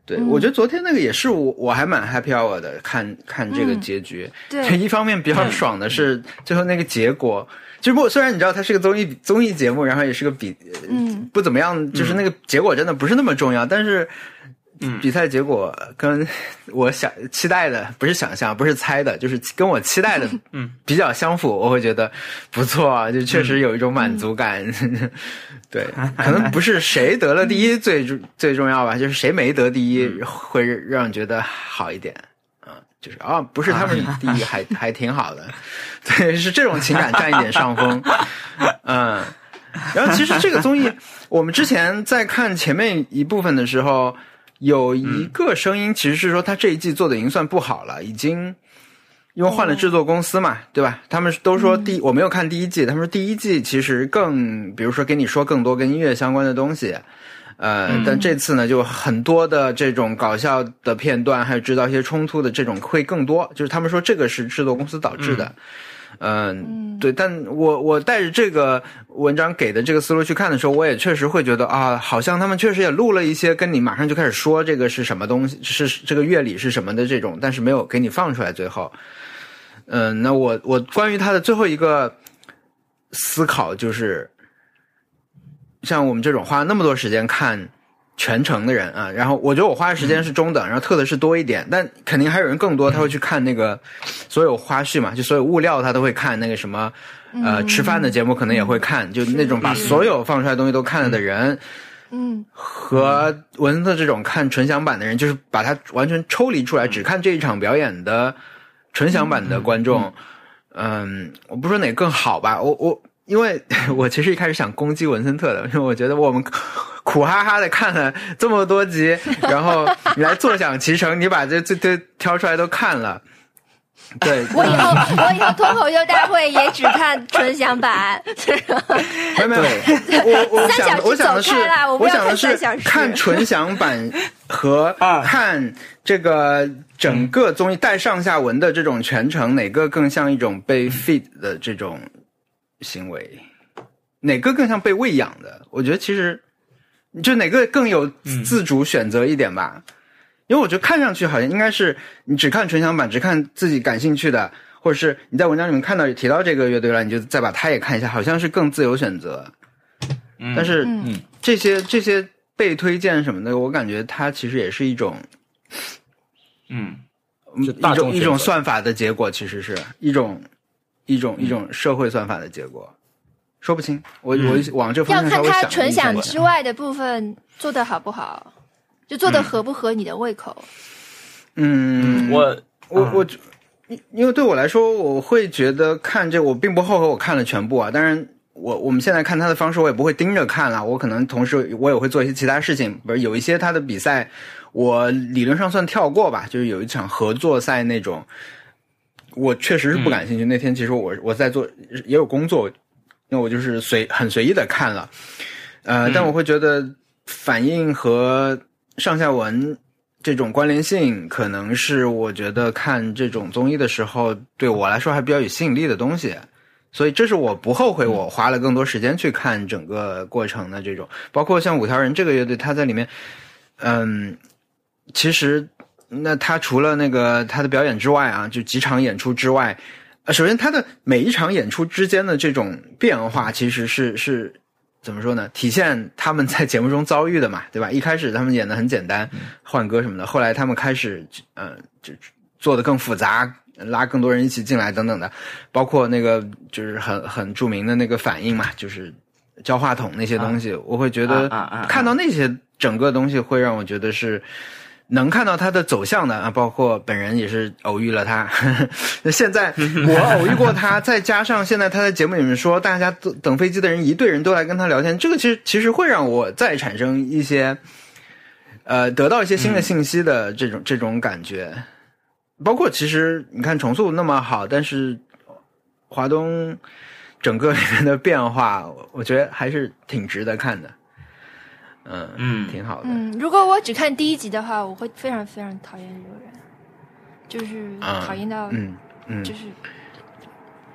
对、嗯、我觉得昨天那个也是我我还蛮 happy hour 的，看看这个结局、嗯、 对， 一方面比较爽的是最后那个结果，就是不虽然你知道它是个综艺综艺节目，然后也是个比嗯不怎么样，就是那个结果真的不是那么重要，但是嗯，比赛结果跟我想期待的不是想象，不是猜的，就是跟我期待的嗯比较相符，我会觉得不错啊，就确实有一种满足感。嗯、对，可能不是谁得了第一最最重要吧，就是谁没得第一会让人觉得好一点。嗯，就是啊、哦，不是他们第一还还挺好的，对，是这种情感占一点上风。嗯，然后其实这个综艺，我们之前在看前面一部分的时候。有一个声音其实是说他这一季做的已经算不好了，已经因为换了制作公司嘛，对吧？他们都说第、嗯、我没有看第一季，他们说第一季其实更比如说给你说更多跟音乐相关的东西，呃、嗯、但这次呢就很多的这种搞笑的片段还有制造一些冲突的这种会更多，就是他们说这个是制作公司导致的。嗯嗯、呃，对，但我我带着这个文章给的这个思路去看的时候，我也确实会觉得啊，好像他们确实也录了一些跟你马上就开始说这个是什么东西，是这个乐理是什么的这种，但是没有给你放出来最后。嗯、呃，那我我关于他的最后一个思考就是，像我们这种花那么多时间看全程的人啊，然后我觉得我花的时间是中等，然后特的是多一点，但肯定还有人更多，他会去看那个所有花絮嘛，就所有物料他都会看，那个什么呃吃饭的节目可能也会看，就那种把所有放出来的东西都看了的人，嗯，和文森特这种看纯享版的人，就是把它完全抽离出来，只看这一场表演的纯享版的观众，嗯，我不说哪个更好吧，我我因为我其实一开始想攻击文森特的，因为我觉得我们苦哈哈的看了这么多集，然后你来坐享其成，你把这这这挑出来都看了。对， 我以后我以后脱口秀大会也只看纯享版。 没有没有，我我想我想的是我想的是看纯享版和看这个整个综艺带上下文的这种全程，哪个更像一种被 feed 的这种行为，哪个更像被喂养的？我觉得其实就哪个更有自主选择一点吧。嗯，因为我觉得看上去好像应该是你只看纯享版，只看自己感兴趣的，或者是你在文章里面看到提到这个乐队了，你就再把它也看一下，好像是更自由选择。嗯，但是嗯，这些这些被推荐什么的，我感觉它其实也是一种， 嗯， 一种一种算法的结果，其实是一种一种一种社会算法的结果。说不清，我我往这方向稍微想一下。 要看它纯享之外的部分做得好不好，就做得合不合你的胃口。 嗯， 我我我，因为对我来说，我会觉得看这，我并不后悔我看了全部啊。当然，我我们现在看他的方式，我也不会盯着看了，我可能同时我也会做一些其他事情。不是有一些他的比赛，我理论上算跳过吧，就是有一场合作赛那种，我确实是不感兴趣。嗯、那天其实我我在做也有工作。因为我就是随很随意的看了，呃，但我会觉得反应和上下文这种关联性，可能是我觉得看这种综艺的时候对我来说还比较有吸引力的东西，所以这是我不后悔我花了更多时间去看整个过程的这种，包括像五条人这个乐队，他在里面，嗯，其实那他除了那个他的表演之外啊，就几场演出之外。首先他的每一场演出之间的这种变化其实是是怎么说呢，体现他们在节目中遭遇的嘛，对吧？一开始他们演的很简单，换歌什么的，后来他们开始呃就做的更复杂，拉更多人一起进来等等的，包括那个就是很很著名的那个反应嘛，就是交话筒那些东西，啊、我会觉得看到那些整个东西会让我觉得是能看到他的走向的啊，包括本人也是偶遇了他。那现在我偶遇过他，再加上现在他在节目里面说，大家等飞机的人一队人都来跟他聊天，这个其实其实会让我再产生一些呃得到一些新的信息的这种、嗯、这种感觉。包括其实你看重塑那么好，但是华东整个里面的变化，我觉得还是挺值得看的。嗯嗯，挺好的。 嗯，如果我只看第一集的话，我会非常非常讨厌这个人，就是讨厌到，嗯嗯，就是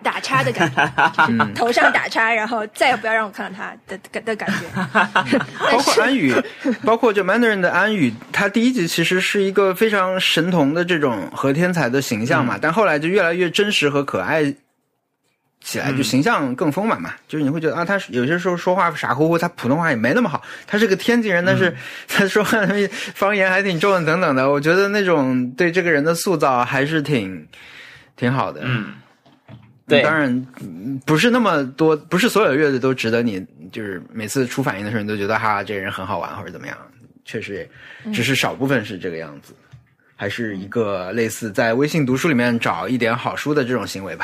打叉的感觉，就是头上打叉，然后再也不要让我看到他的的的感觉。 包括安宇，包括就 Mandarin 的安宇，他第一集其实是一个非常神童的这种和天才的形象嘛，嗯、但后来就越来越真实和可爱起来，就形象更丰满嘛。嗯、就是你会觉得啊，他有些时候说话傻乎乎，他普通话也没那么好，他是个天津人，但是他说话方言还挺重的等等的。我觉得那种对这个人的塑造还是挺挺好的。 嗯。对， 当然不是那么多，不是所有乐队都值得你就是每次出反应的时候你都觉得哈这人很好玩或者怎么样，确实只是少部分是这个样子，嗯、还是一个类似在微信读书里面找一点好书的这种行为吧。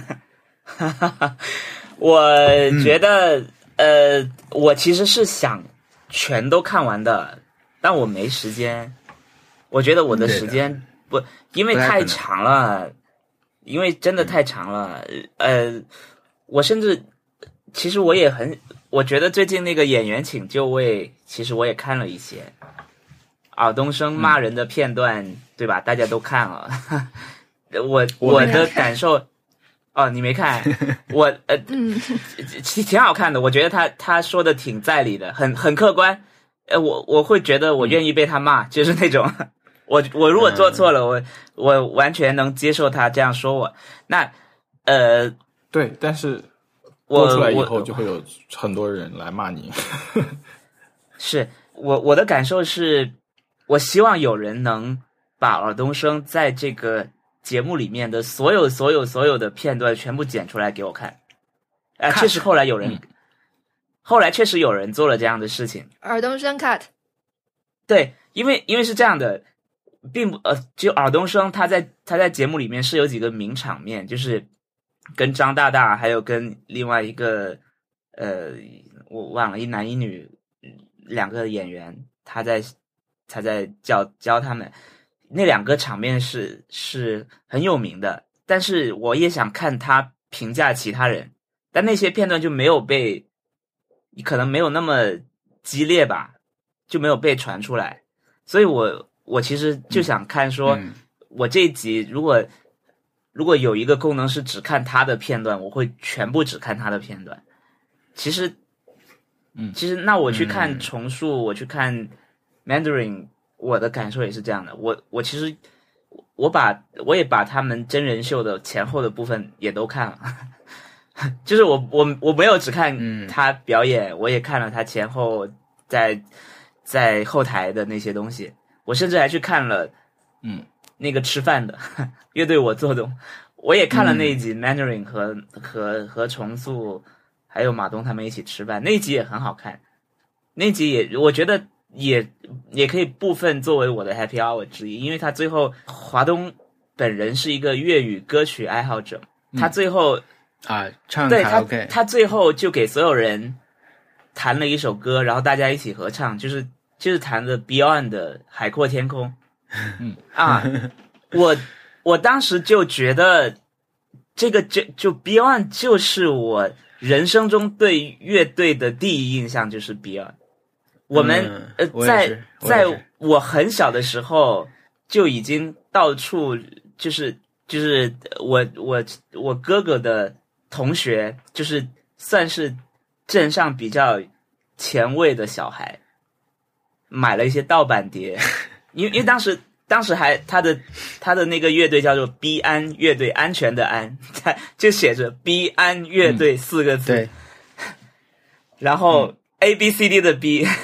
我觉得、嗯、呃，我其实是想全都看完的，但我没时间。我觉得我的时间不，因为太长了。因为真的太长了，呃，我甚至其实我也很，我觉得最近那个演员请就位，其实我也看了一些，尔冬升骂人的片段，嗯、对吧？大家都看了，我我的感受，哦，你没看，我呃， 嗯， 挺挺好看的，我觉得他他说的挺在理的，很很客观，呃，我我会觉得我愿意被他骂，就是那种。我我如果做错了，嗯、我我完全能接受他这样说我。那呃， 对，但是播出来以后就会有很多人来骂你。 是我我的感受是，我希望有人能把尔冬升在这个节目里面的所有所有所有的片段全部剪出来给我看。啊、呃，确实后来有人，嗯、后来确实有人做了这样的事情。 尔冬升 cut。 对，因为因为是这样的。并不呃，就尔冬升他在他在节目里面是有几个名场面，就是跟张大大还有跟另外一个呃我忘了一男一女两个演员，他在他在教教他们，那两个场面是是很有名的，但是我也想看他评价其他人，但那些片段就没有被，可能没有那么激烈吧，就没有被传出来，所以我。我其实就想看说，嗯、我这一集如果如果有一个功能是只看他的片段，我会全部只看他的片段。其实， 嗯， 其实那我去看重塑，嗯、我去看 Mandarin， 我的感受也是这样的。我我其实我把我也把他们真人秀的前后的部分也都看了，就是我我我没有只看他表演，嗯、我也看了他前后在在后台的那些东西。我甚至还去看了， 嗯， 那个吃饭的乐队我做东，我也看了那一集 Mandarin 和、嗯、和和重塑还有马东他们一起吃饭，那一集也很好看，那一集也我觉得也也可以部分作为我的 Happy Hour 之一，因为他最后华东本人是一个粤语歌曲爱好者， 嗯、 他最后啊唱对他 OK 他最后就给所有人弹了一首歌，然后大家一起合唱，就是。就是弹的 Beyond 的海阔天空， 嗯啊，我我当时就觉得这个就就 Beyond 就是我人生中对乐队的第一印象就是 Beyond。我们、 嗯、 呃在在我很小的时候就已经到处就是就是我我我哥哥的同学就是算是镇上比较前卫的小孩。买了一些盗版碟，因为因为当时当时还他的他的那个乐队叫做 B 安乐队，安全的安，就写着 B 安乐队四个字， 嗯、对， 然后、嗯、A B C D 的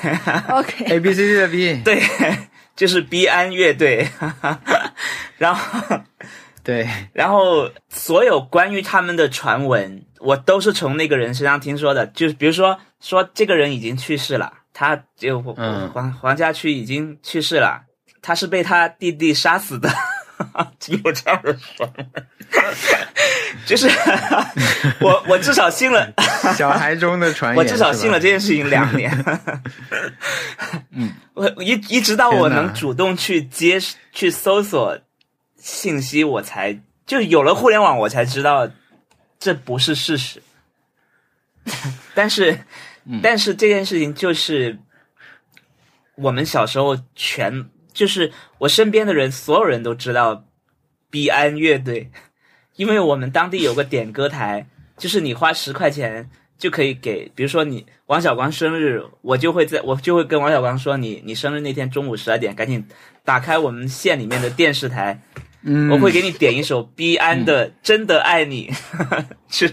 B，OK，A B C D 的 B， 对，就是 B 安乐队，然后对， 然后所有关于他们的传闻，我都是从那个人身上听说的，就是比如说说这个人已经去世了。他就黄黄家驹已经去世了，他是被他弟弟杀死的，有这样的说，就是我我至少信了小孩中的传言， 我至少信了这件事情两年， 嗯， 我一一直到我能主动去接去搜索信息，我才就有了互联网，我才知道这不是事实，但是。但是这件事情就是我们小时候全就是我身边的人所有人都知道 B 安乐队， 因为我们当地有个点歌台，就是你花十块钱就可以给，比如说你王小光生日，我就会在我就会跟王小光说，你你生日那天中午十二点，赶紧打开我们县里面的电视台， 嗯， 我会给你点一首毕安的《真的爱你》，是。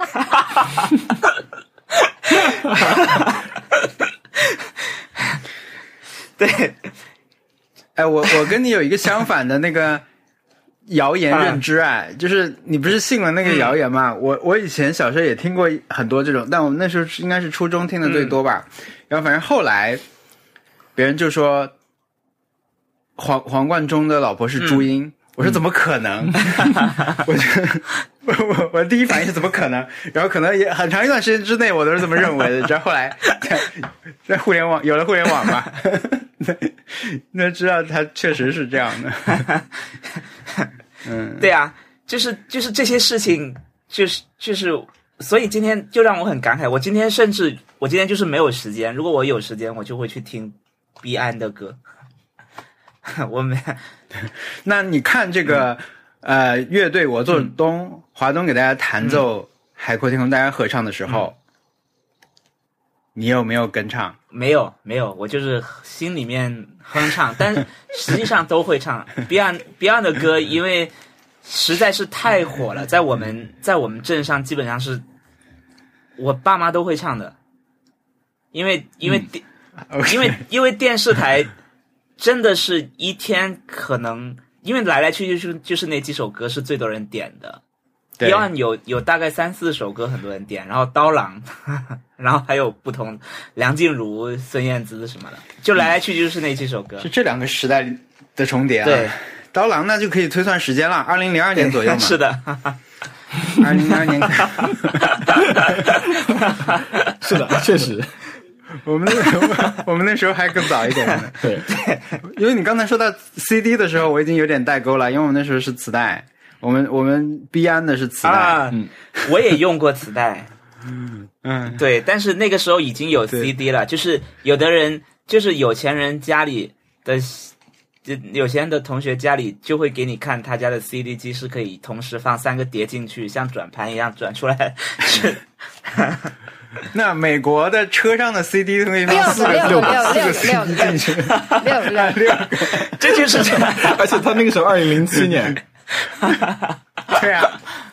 对， 哎，我我跟你有一个相反的那个谣言认知哎，就是你不是信了那个谣言吗？嗯、我我以前小时候也听过很多这种，但我们那时候应该是初中听的最多吧。嗯、然后反正后来别人就说黄黄贯中的老婆是朱茵。嗯我说怎么可能？我就我我我第一反应是怎么可能？然后可能也很长一段时间之内我都是这么认为的，直到后来在在互联网有了互联网嘛，那知道他确实是这样的。嗯， 对啊，就是就是这些事情，就是就是，所以今天就让我很感慨。我今天甚至我今天就是没有时间，如果我有时间，我就会去听毕安的歌。我没， 那你看这个、嗯、呃乐队我做东、嗯、华东给大家弹奏《海阔天空》，大家合唱的时候、嗯，你有没有跟唱？ 没有，没有，我就是心里面哼唱，但实际上都会唱。Beyond Beyond 的歌，因为实在是太火了，在我们在我们镇上基本上是我爸妈都会唱的，因为因为、嗯 okay. 因为因为电视台。真的是一天可能，因为来来去去就是就是那几首歌是最多人点的。Beyond 有有大概三四首歌很多人点，然后刀郎，呵呵然后还有不同梁静茹、孙燕姿什么的，就来来去去就是那几首歌。 是这两个时代的重叠啊。 对， 刀郎那就可以推算时间了，二零零二年左右嘛。 是的， 二零零二年。 是的，确实。 我们那我们那时候还更早一点呢。 对， 因为你刚才说到 C D 的时候，我已经有点代沟了，因为我们那时候是磁带，我们我们毕安的是磁带， 啊嗯、我也用过磁带。 嗯， 对，但是那个时候已经有 C D 了，就是有的人就是有钱人家里的，有钱人的同学家里就会给你看他家的 C D 机是可以同时放三个碟进去，像转盘一样转出来。是。 那美国的车上的 C D 可以放四个六个四个 C D 进去， 六六六个， 这就是这样。 而且他那个时候二零零七年， 对啊，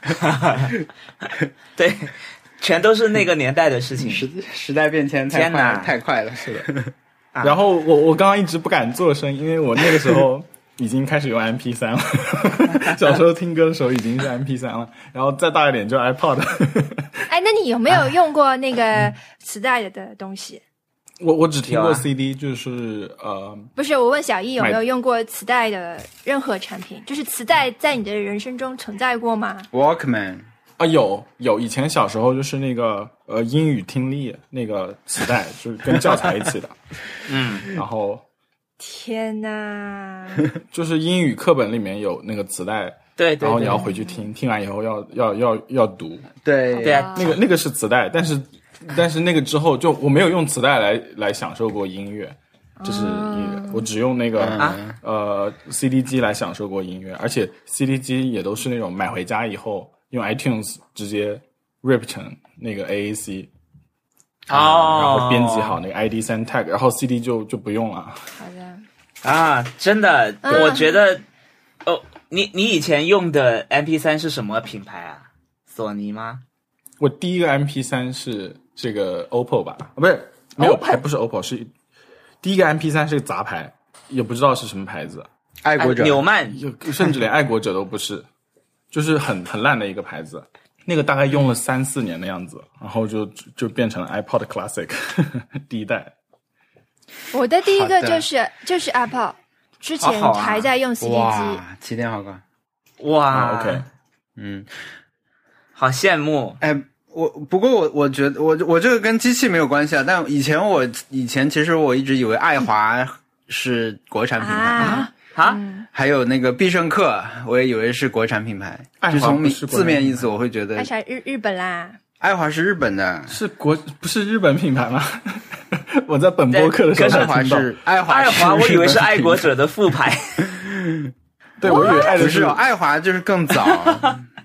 对，全都是那个年代的事情。 时时代变迁太快太快了，是的。 然后我我刚刚一直不敢做声，因为我那个时候已经开始用 M P 三 了，小时候听歌的时候已经是 M P 三 了，然后再大一点就 iPod。 哎，那你有没有用过那个磁带的东西？ 我我只听过 C D，、啊、就是呃， 不是，我问小易有没有用过磁带的任何产品？就是磁带在你的人生中存在过吗 ？Walkman 啊，有有，以前小时候就是那个呃英语听力那个磁带，就是跟教材一起的， 嗯， 然后天哪， 就是英语课本里面有那个磁带。 对， 对， 对， 然后你要回去听，听完以后要要要要读。 对对啊， 那个那个是磁带，但是但是那个之后就我没有用磁带来来享受过音乐，就是我只用那个、 嗯、 呃 C D 机来享受过音乐，而且 C D 机也都是那种买回家以后用 iTunes 直接 rip 成那个 A A C， 哦、 嗯，然后编辑好那个 I D 三 tag， 然后 C D 就就不用了。 好的啊，真的，嗯、我觉得哦。你你以前用的 M P 三 是什么品牌啊？索尼吗？ 我第一个 M P 三 是这个 O P P O 吧？啊，不是，没有，还不是 O P P O， 是第一个 M P 三 是个杂牌，也不知道是什么牌子。 爱国者、 纽曼， 甚至连爱国者都不是，就是很很烂的一个牌子。那个大概用了三四年的样子，然后就就变成了 iPod Classic 第一代。 我的第一个就是就是 Apple。之前还在用 C D 机， 哇，起点好高， 哇、 啊、，OK， 嗯， 好羡慕。 哎，我不过我我觉得我我这个跟机器没有关系啊，但以前我以前其实我一直以为爱华是国产品牌啊，啊还有那个必胜客，我也以为是国产品牌，就从字面意思我会觉得， 爱华日日本啦， 爱华是日本的， 是国不是日本品牌吗？我在本播客的时候才听到， 爱华爱华，我以为是爱国者的副牌。 对，我以为爱的是爱华就是更早。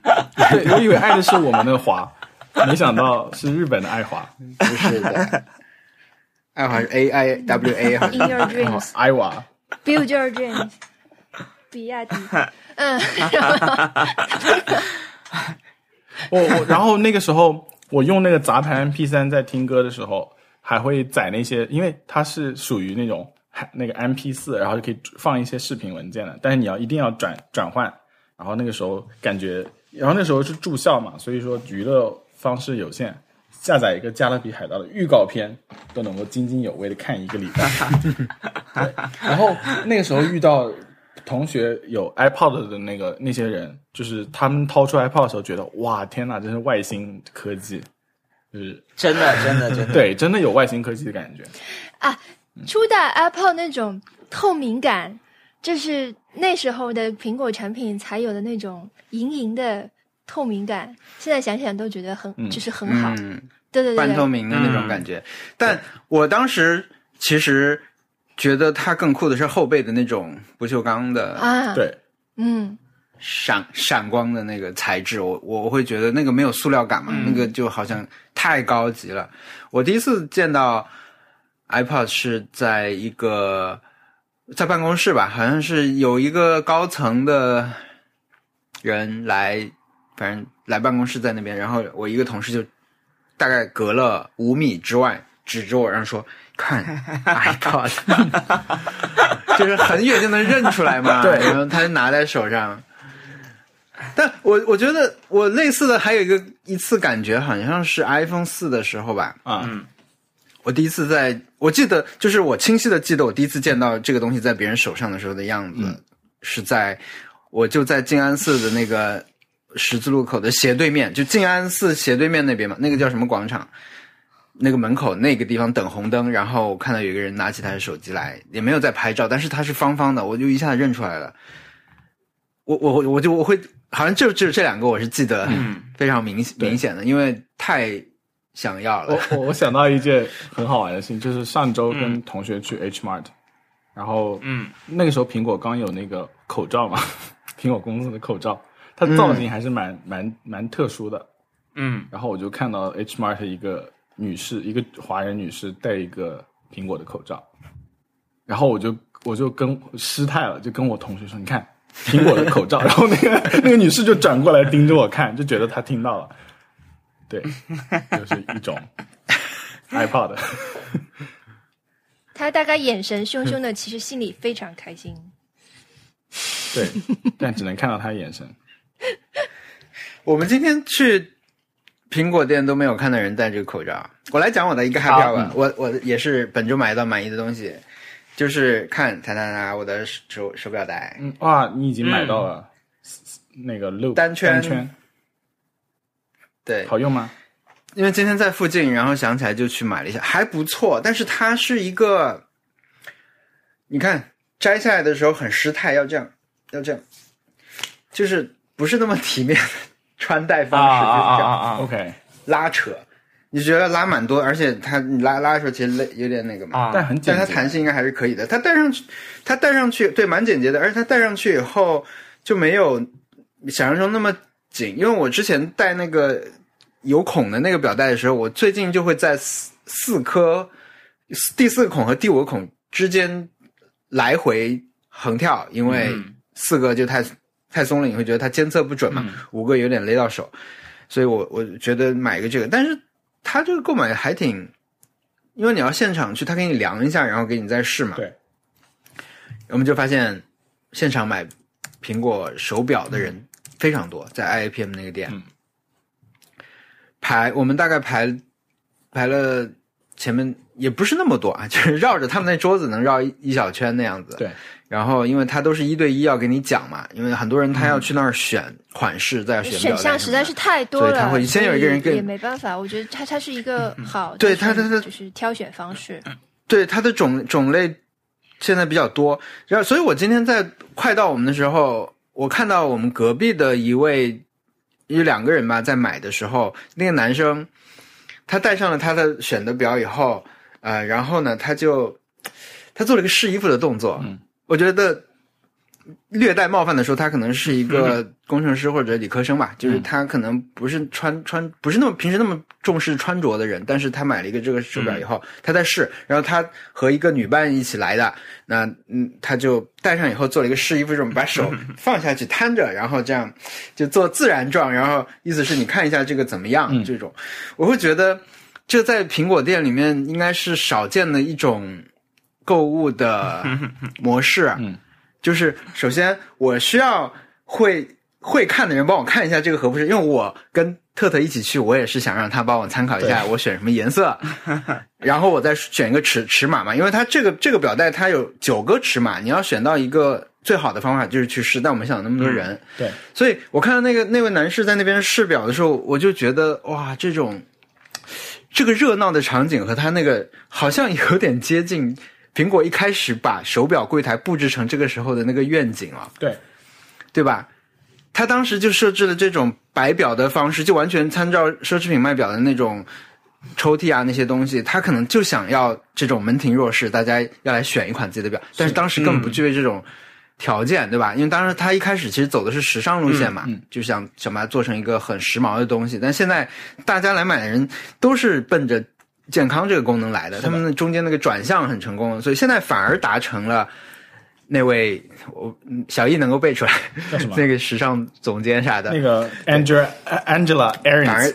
对，我以为爱的是我们的华，没想到是日本的爱华。 不是的，爱华是 A I W A 好 In your dreams， 爱华 build your dreams， 比亚迪。嗯， 我我然后那个时候我用那个杂盘 M P 三 在听歌的时候，还会载那些，因为它是属于那种那个 M P 四， 然后就可以放一些视频文件的，但是你要一定要转转换。然后那个时候感觉，然后那时候是住校嘛，所以说娱乐方式有限，下载一个加勒比海盗的预告片都能够津津有味的看一个礼拜。对，然后那个时候遇到同学有 iPod 的那个那些人，就是他们掏出 iPod 的时候觉得哇天哪，真是外星科技，就是真的真的真的对，真的有外星科技的感觉啊。初代 iPod 那种透明感，就是那时候的苹果产品才有的那种莹莹的透明感，现在想想都觉得很、嗯、就是很好。 嗯， 对对对， 半透明的那种感觉。嗯、但我当时其实觉得它更酷的是后背的那种不锈钢的啊， 对， 嗯， 闪闪光的那个材质，我我会觉得那个没有塑料感嘛、嗯，那个就好像太高级了。我第一次见到 iPod 是在一个在办公室吧，好像是有一个高层的人来，反正来办公室在那边，然后我一个同事就大概隔了五米之外指着我，然后说看 iPod， 就是很远就能认出来嘛。 对， 然后他就拿在手上。但我我觉得我类似的还有一个一次感觉，好像是 iPhone 四的时候吧。 啊，嗯， 我第一次在，我记得就是我清晰的记得我第一次见到这个东西在别人手上的时候的样子，嗯、是在我就在静安寺的那个十字路口的斜对面，就静安寺斜对面那边嘛，那个叫什么广场？那个门口那个地方等红灯，然后看到有一个人拿起他的手机来，也没有在拍照，但是他是方方的，我就一下子认出来了。我我我就我会好像就就这两个我是记得非常明、嗯、明显的，因为太想要了。 我我想到一件很好玩的事情，就是上周跟同学去 H Mart，、嗯、然后嗯，那个时候苹果刚有那个口罩嘛，苹果公司的口罩，它造型还是蛮、嗯、蛮蛮特殊的。嗯，然后我就看到 H Mart 一个女士，一个华人女士戴一个苹果的口罩，然后我就我就跟失态了，就跟我同学说：“你看苹果的口罩。”然后那个那个女士就转过来盯着我看，就觉得她听到了。对，就是一种 iPod。 她大概眼神凶凶的，其实心里非常开心。 对，但只能看到她眼神。 我们今天去苹果店都没有看到人戴这个口罩。我来讲我的一个 happy hour 吧、嗯、我我也是本周买到满意的东西，就是看谈谈啊我的手手表带。 嗯，哇，你已经买到了、嗯、那个 loop 单圈， 单圈， 对， 好用吗？ 因为今天在附近，然后想起来就去买了一下，还不错。但是它是一个，你看摘下来的时候很失态，要这样，要这样，就是不是那么体面的穿戴方式， 啊、 就是这样。 啊啊啊 OK， 拉扯，你觉得拉蛮多，而且它你拉拉的时候其实累，有点那个嘛。 啊，但很简洁， 但它弹性应该还是可以的。它戴上去，它戴上去对蛮简洁的，而且它戴上去以后就没有想象中那么紧。因为我之前戴那个有孔的那个表带的时候，我最近就会在四四颗第四个孔和第五个孔之间来回横跳，因为四个就太、嗯、太松了，你会觉得它监测不准嘛，嗯、五个有点勒到手，所以我我觉得买一个这个，但是它这个购买还挺，因为你要现场去，他给你量一下，然后给你再试嘛。 对， 我们就发现现场买苹果手表的人非常多，在 I A P M 那个店。嗯，排我们大概排排了前面也不是那么多啊，就是绕着他们那桌子能绕一一小圈那样子。 对， 然后因为他都是一对一要给你讲嘛，因为很多人他要去那儿选款式，再、嗯、选选项实在是太多了， 所以他会先有一个人跟也没办法。我觉得他他是一个好， 对他他他就是挑选方式， 对他的种种类现在比较多。然后，所以我今天在快到我们的时候，我看到我们隔壁的一位。有两个人吧，在买的时候，那个男生他戴上了他的选的表以后，呃，然后呢，他就他做了一个试衣服的动作。嗯，我觉得略带冒犯的说，他可能是一个工程师或者理科生吧，嗯、就是他可能不是穿穿不是那么平时那么重视穿着的人，但是他买了一个这个手表以后，嗯、他在试，然后他和一个女伴一起来的，那嗯，他就戴上以后做了一个试衣服这种，把手放下去摊着，然后这样就做自然状，然后意思是你看一下这个怎么样，嗯、这种，我会觉得这在苹果店里面应该是少见的一种购物的模式。 嗯。 就是首先我需要会会看的人帮我看一下这个合不合适，因为我跟特特一起去，我也是想让他帮我参考一下我选什么颜色，然后我再选一个尺尺码嘛，因为它这个这个表带它有九个尺码，你要选到一个最好的方法就是去试，但我们想有那么多人， 嗯、对， 所以我看到那个那位男士在那边试表的时候，我就觉得哇，这种这个热闹的场景和他那个好像有点接近苹果一开始把手表柜台布置成这个时候的那个愿景了， 对， 对吧？他当时就设置了这种摆表的方式，就完全参照奢侈品卖表的那种抽屉啊那些东西，他可能就想要这种门庭若市，大家要来选一款自己的表，但是当时根本不具备这种条件，嗯、对吧？因为当时他一开始其实走的是时尚路线嘛， 嗯嗯、 就想想把它做成一个很时髦的东西，但现在大家来买的人都是奔着健康这个功能来的，的他们中间那个转向很成功，所以现在反而达成了那位我小易能够背出来那个时尚总监啥的， 那个 Angela Angela Ahrens，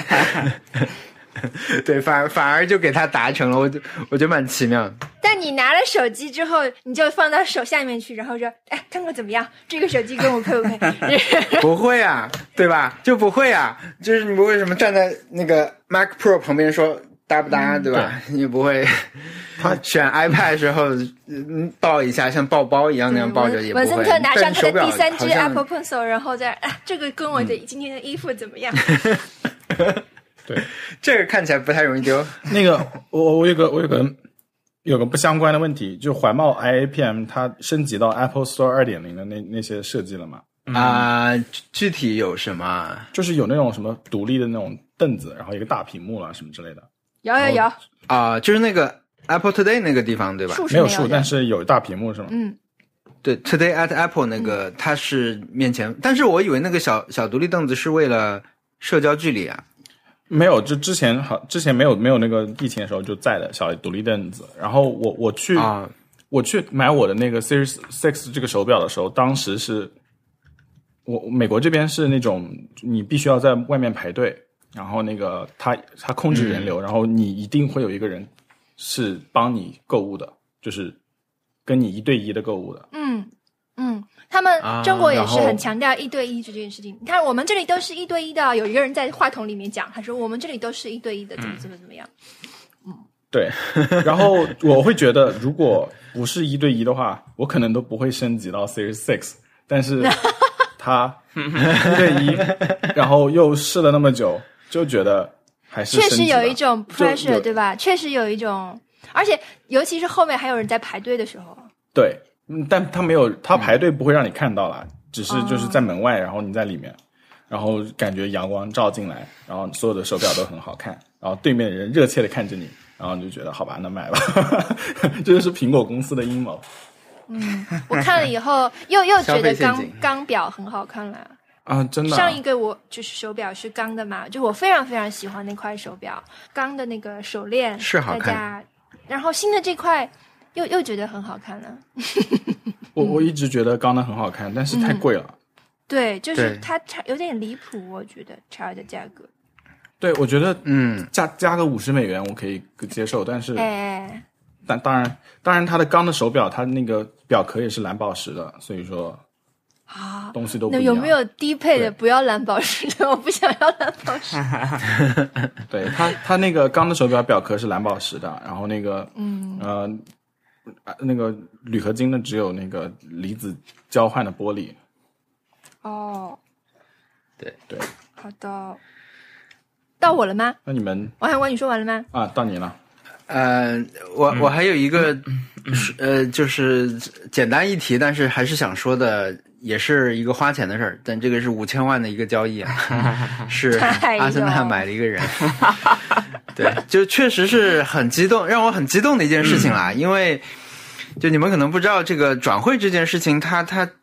对，反而反而就给他达成了，我就我觉得蛮奇妙。 但你拿了手机之后，你就放到手下面去，然后说：“哎，看看怎么样？这个手机跟我配不配？” 不会啊，对吧？就不会啊，就是你不会什么站在那个 Mac Pro 旁边说搭不搭，嗯、对吧？对，你不会。他选 iPad 的时候，嗯，抱一下，像抱包一样那样抱着也不会。 文森特拿上他的第三支 Apple Pencil， 然后再，哎，这个跟我的今天的衣服怎么样？ 对， 这个看起来不太容易丢。 那个，我我有个我有个有个不相关的问题，就怀抱 I A P M 它升级到 Apple Store 二点零 的那那些设计了吗？ 啊、呃，具体有什么？ 就是有那种什么独立的那种凳子，然后一个大屏幕了什么之类的。 有有有啊、呃，就是那个 Apple Today 那个地方对吧？ 没有树，但是有大屏幕是吗？ 嗯， 对 ，Today at Apple 那个、嗯、它是面前，但是我以为那个小小独立凳子是为了社交距离啊。 没有，就之前好，之前没有没有那个疫情的时候就在的小独立凳子。然后我我去、啊、我去买我的那个 Series Six 这个手表的时候，当时是我美国这边是那种你必须要在外面排队，然后那个他他控制人流、嗯，然后你一定会有一个人是帮你购物的，就是跟你一对一的购物的。 嗯嗯。他们中国也是很强调一对一这件事情。你看，我们这里都是一对一的。有一个人在话筒里面讲，他说我们这里都是一对一的，怎么怎么怎么样。 嗯，对。然后我会觉得，如果不是一对一的话，我可能都不会升级到 Series Six。但是他一对一，然后又试了那么久，就觉得还是确实有一种 pressure， 对吧？确实有一种，而且尤其是后面还有人在排队的时候。 对。嗯，但他没有，他排队不会让你看到啦、嗯、只是就是在门外，然后你在里面，然后感觉阳光照进来，然后所有的手表都很好看，然后对面的人热切的看着你，然后你就觉得好吧，那买吧。这就是苹果公司的阴谋。 嗯，我看了以后又又觉得钢钢表很好看了啊，真的、啊。 上一个我就是手表是钢的嘛，就我非常非常喜欢那块手表，钢的那个手链是好看， 然后新的这块。又又觉得很好看了。 我我一直觉得钢的很好看，但是太贵了。 嗯、对，就是它差有点离谱，我觉得差的价格。 对，我觉得嗯，加加个五十美元我可以接受，但是， 哎， 但当然当然它的钢的手表，它那个表壳也是蓝宝石的，所以说啊， 东西都不一样。 那有没有低配的不要蓝宝石的？我不想要蓝宝石。 对，它它那个钢的手表表壳是蓝宝石的，然后那个嗯呃。那个铝合金的只有那个离子交换的玻璃。 哦， 对对， 好的，到我了吗？ 那你们王小光，你说完了吗？ 啊，到你了。 呃，我我还有一个、嗯、呃，就是简单一提，但是还是想说的，也是一个花钱的事儿，但这个是五千万的一个交易啊，是阿森纳买了一个人。对，就确实是很激动，让我很激动的一件事情啦。嗯、因为就你们可能不知道，这个转会这件事情，它它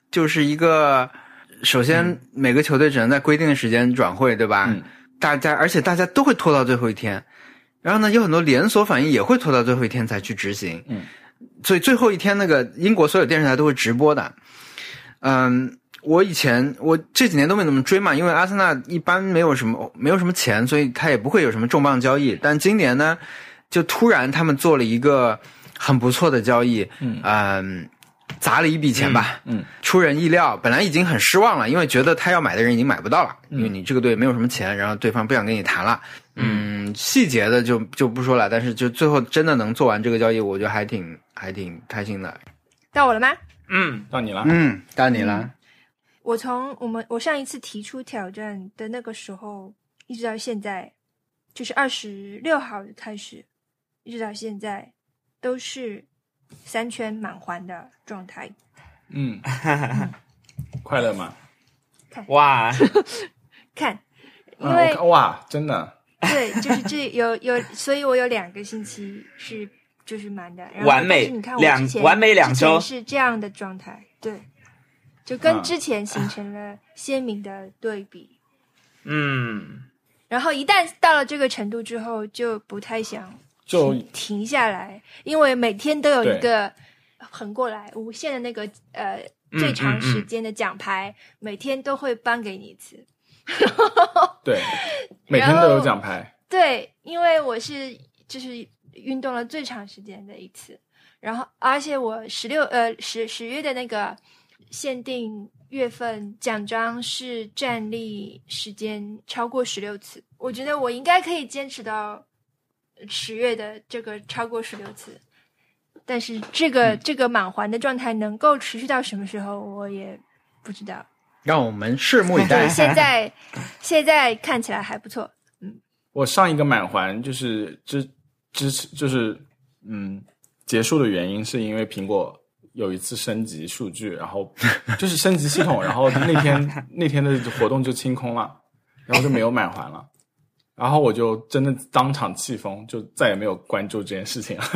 就是一个，首先每个球队只能在规定的时间转会，对吧？ 嗯， 大家而且大家都会拖到最后一天，然后呢，有很多连锁反应也会拖到最后一天才去执行。 嗯， 所以最后一天那个英国所有电视台都会直播的。嗯，我以前我这几年都没怎么追嘛，因为阿森纳一般没有什么没有什么钱，所以他也不会有什么重磅交易。但今年呢，就突然他们做了一个很不错的交易， 嗯嗯，砸了一笔钱吧， 嗯，嗯出人意料。本来已经很失望了，因为觉得他要买的人已经买不到了，因为你这个队没有什么钱，然后对方不想跟你谈了。嗯，细节的就就不说了，但是就最后真的能做完这个交易，我觉得还挺还挺开心的。 到我了吗？ 嗯， 到你了。 嗯，到你了。 嗯、我从我们我上一次提出挑战的那个时候，一直到现在，就是二十六号开始，一直到现在都是三圈满环的状态。 嗯，快乐吗？ 看哇， 看，因为、 嗯、哇，真的。 对，就是这有有，所以我有两个星期是就是满的，然后完美， 你看我两之前完美两周是这样的状态，对，就跟之前形成了鲜明的对比。 嗯， 然后一旦到了这个程度之后，就不太想就停下来，因为每天都有一个横过来无限的那个呃最长时间的奖牌，嗯嗯嗯每天都会颁给你一次。 对，每天都有奖牌。 对，因为我是就是运动了最长时间的一次，然后而且我十六呃十十月的那个限定月份奖章是站立时间超过十六次，我觉得我应该可以坚持到十月的这个超过十六次，但是这个、嗯、这个满环的状态能够持续到什么时候，我也不知道。 让我们拭目以待。 对，现在现在看起来还不错。嗯， 我上一个满环就是支支持就是嗯结束的原因是因为苹果有一次升级数据，然后就是升级系统，然后那天那天的活动就清空了，然后就没有满环了，然后我就真的当场气疯，就再也没有关注这件事情了。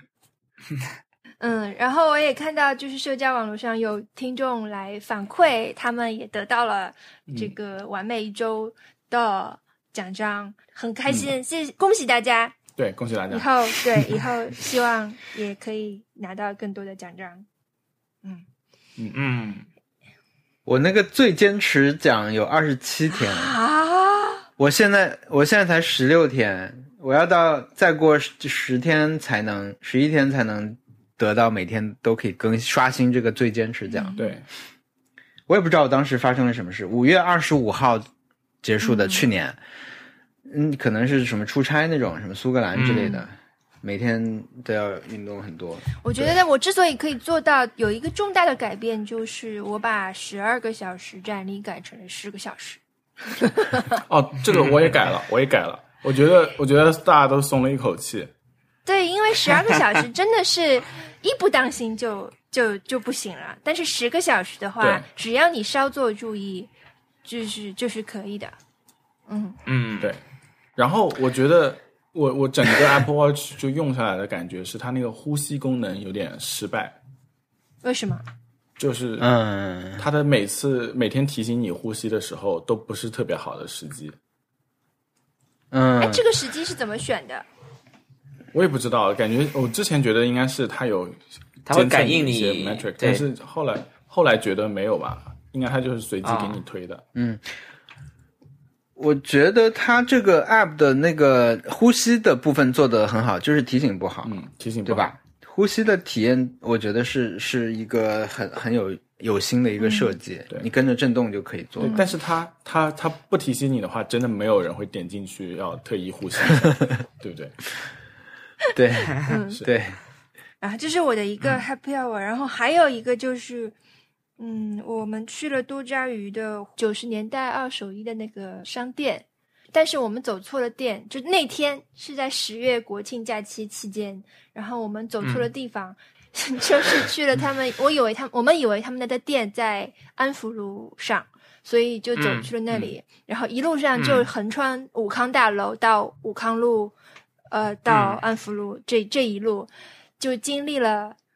嗯，然后我也看到，就是社交网络上有听众来反馈，他们也得到了这个完美一周的奖章，嗯、很开心，谢、嗯、恭喜大家！ 对，恭喜大家！ 以后对以后希望也可以拿到更多的奖章。嗯嗯嗯， 我那个最坚持奖有二十七天啊！ 我现在我现在才十六天，我要到再过十天才能，十一天才能。得到每天都可以更刷新这个最坚持奖。 对， 我也不知道我当时发生了什么事。五月二十五号结束的，去年，嗯，可能是什么出差那种，什么苏格兰之类的，嗯、每天都要运动很多。 我觉得我之所以可以做到，有一个重大的改变，就是我把十二个小时站立改成了十个小时。 哦，这个我也改了，我也改了。我觉得，我觉得大家都松了一口气。 对，因为十二个小时真的是一不当心就就就不行了，但是十个小时的话，只要你稍作注意，就是就是可以的。嗯嗯， 对。然后我觉得我我整个 Apple Watch 就用下来的感觉是它那个呼吸功能有点失败。 为什么？ 就是嗯， 它的每次每天提醒你呼吸的时候都不是特别好的时机。 嗯， 哎，这个时机是怎么选的？ 我也不知道，感觉我之前觉得应该是它有它会感应你一些 metric， 但是后来后来觉得没有吧，应该它就是随机给你推的。 哦、嗯，我觉得它这个 app 的那个呼吸的部分做得很好，就是提醒不好， 嗯，提醒不好，对吧？呼吸的体验，我觉得是是一个很很有有心的一个设计， 嗯、对， 你跟着震动就可以做。 但是它它它不提醒你的话，真的没有人会点进去要特意呼吸，对不对？ 对， 嗯， 对， 啊，这是我的一个 happy hour，、嗯、然后还有一个就是，嗯，我们去了多抓鱼的九十年代二手衣的那个商店，但是我们走错了店，就那天是在十月国庆假期期间，然后我们走错了地方，嗯、就是去了他们，我以为他们，我们以为他们的店在安福路上，所以就走去了那里，嗯、然后一路上就横穿武康大楼到武康路。呃，到安福路、嗯、这这一路，就经历了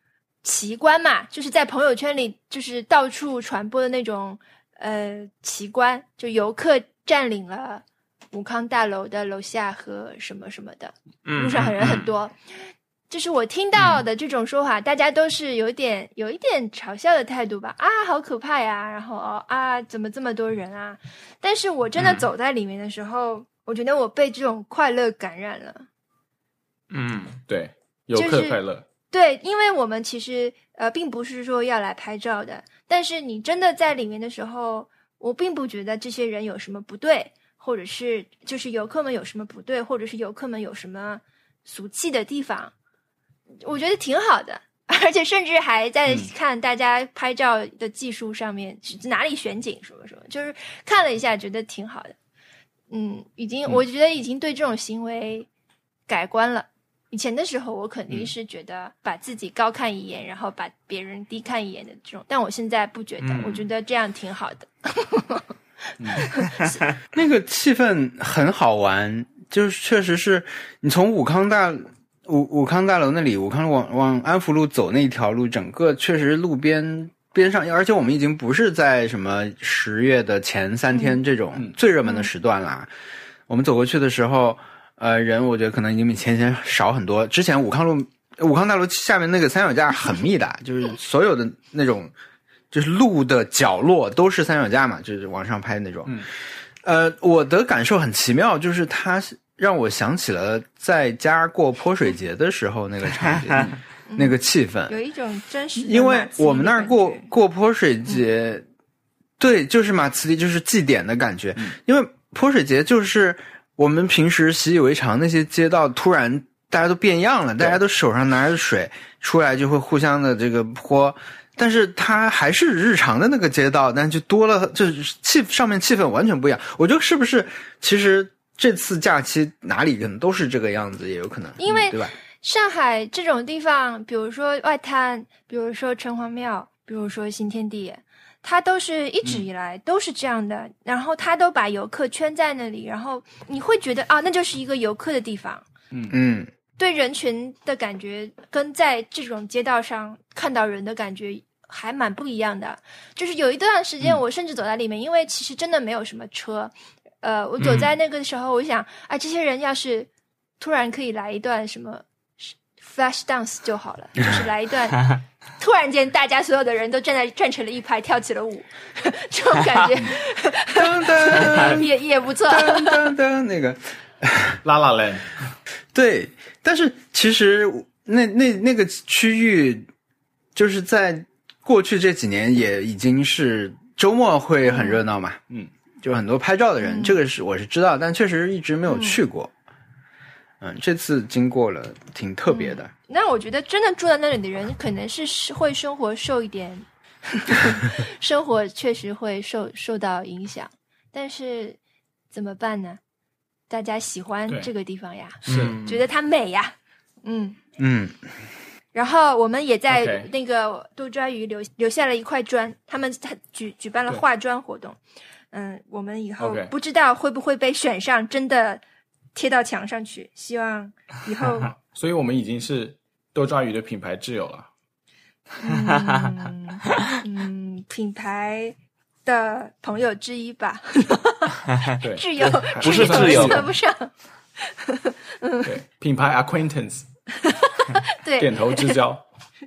奇观嘛，就是在朋友圈里就是到处传播的那种呃奇观，就游客占领了武康大楼的楼下和什么什么的，路上人很多。嗯嗯就是我听到的这种说法，嗯、大家都是有点有一点嘲笑的态度吧，啊，好可怕呀，然后哦啊，怎么这么多人啊？但是我真的走在里面的时候，嗯、我觉得我被这种快乐感染了。 嗯，对，游客快乐。就是对，因为我们其实呃并不是说要来拍照的，但是你真的在里面的时候，我并不觉得这些人有什么不对，或者是就是游客们有什么不对，或者是游客们有什么俗气的地方。我觉得挺好的，而且甚至还在看大家拍照的技术上面、嗯、哪里选景什么什么，就是看了一下觉得挺好的。嗯，已经、嗯、我觉得已经对这种行为改观了。以前的时候我肯定是觉得把自己高看一眼、嗯、然后把别人低看一眼的这种，但我现在不觉得、嗯、我觉得这样挺好的。 嗯、那个气氛很好玩，就是确实是你从武康大武武康大楼那里，武康往往安福路走那一条路，整个确实路边边上，而且我们已经不是在什么十月的前三天这种最热门的时段啦。嗯、我们走过去的时候，呃，人我觉得可能已经比前天少很多。之前武康路武康大楼下面那个三脚架很密的，就是所有的那种就是路的角落都是三脚架嘛，就是往上拍那种。嗯、呃，我的感受很奇妙，就是它让我想起了在家过泼水节的时候那个场景，嗯、那个气氛， 有一种真实的。 因为我们那儿过过泼水节，嗯、对，就是马茨利，就是祭典的感觉。嗯、因为泼水节就是我们平时习以为常那些街道，突然大家都变样了，大家都手上拿着水出来就会互相的这个泼，但是它还是日常的那个街道，但就多了，就是气上面气氛完全不一样。我觉得是不是其实这次假期哪里可能都是这个样子，也有可能， 因为对吧？ 上海这种地方，比如说外滩，比如说城隍庙，比如说新天地，它都是一直以来都是这样的，嗯、然后它都把游客圈在那里，然后你会觉得啊，那就是一个游客的地方。 嗯嗯， 对人群的感觉跟在这种街道上看到人的感觉还蛮不一样的。就是有一段时间，我甚至走在里面，嗯、因为其实真的没有什么车。呃，我走在那个时候，我想，嗯、啊，这些人要是突然可以来一段什么 flash dance 就好了，就是来一段，突然间大家所有的人都站在站成了一排，跳起了舞，这种感觉， 噔噔也也不错， 噔噔噔，那个拉拉嘞， 对，但是其实那那那个区域，就是在过去这几年也已经是周末会很热闹嘛，嗯。嗯就很多拍照的人，嗯、这个是我是知道，但确实一直没有去过。嗯，嗯这次经过了，挺特别的。嗯、 那我觉得真的住在那里的人，可能是会生活受一点，生活确实会受受到影响。但是怎么办呢？大家喜欢这个地方呀， 是觉得它美呀，嗯嗯。 然后我们也在那个多抓鱼留留下了一块砖，他们举举办了画砖活动。嗯，我们以后不知道会不会被选上，真的贴到墙上去。希望以后， 所以我们已经是多抓鱼的品牌挚友了。 嗯, 嗯，品牌的朋友之一吧。 对， 挚友不是挚友， 算不上。 嗯，对，品牌 acquaintance， 对， 点头之交。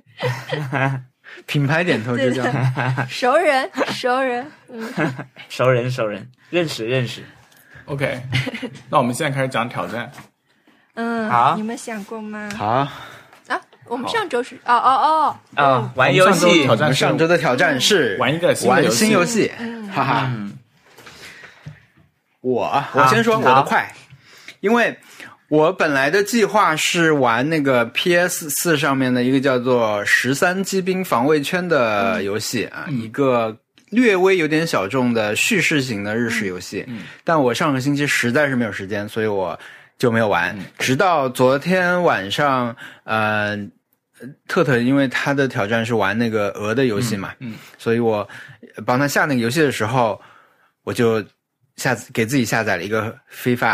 品牌点头之交， 熟人，熟人，嗯， 熟人，熟人，认识，认识。 OK， 那我们现在开始讲挑战。 嗯， 好， 你们想过吗？ 好啊，我们上周是哦哦哦啊，玩游戏。 挑战上周的挑战是玩一个玩新游戏，哈哈。我我先说我的快，因为我本来的计划是玩那个 P S 四 上面的一个叫做十三机兵防卫圈的游戏啊，嗯、一个略微有点小众的叙事型的日式游戏。嗯、但我上个星期实在是没有时间，所以我就没有玩。嗯、直到昨天晚上，呃，特特因为他的挑战是玩那个鹅的游戏嘛，嗯嗯、所以我帮他下那个游戏的时候，我就下给自己下载了一个非法。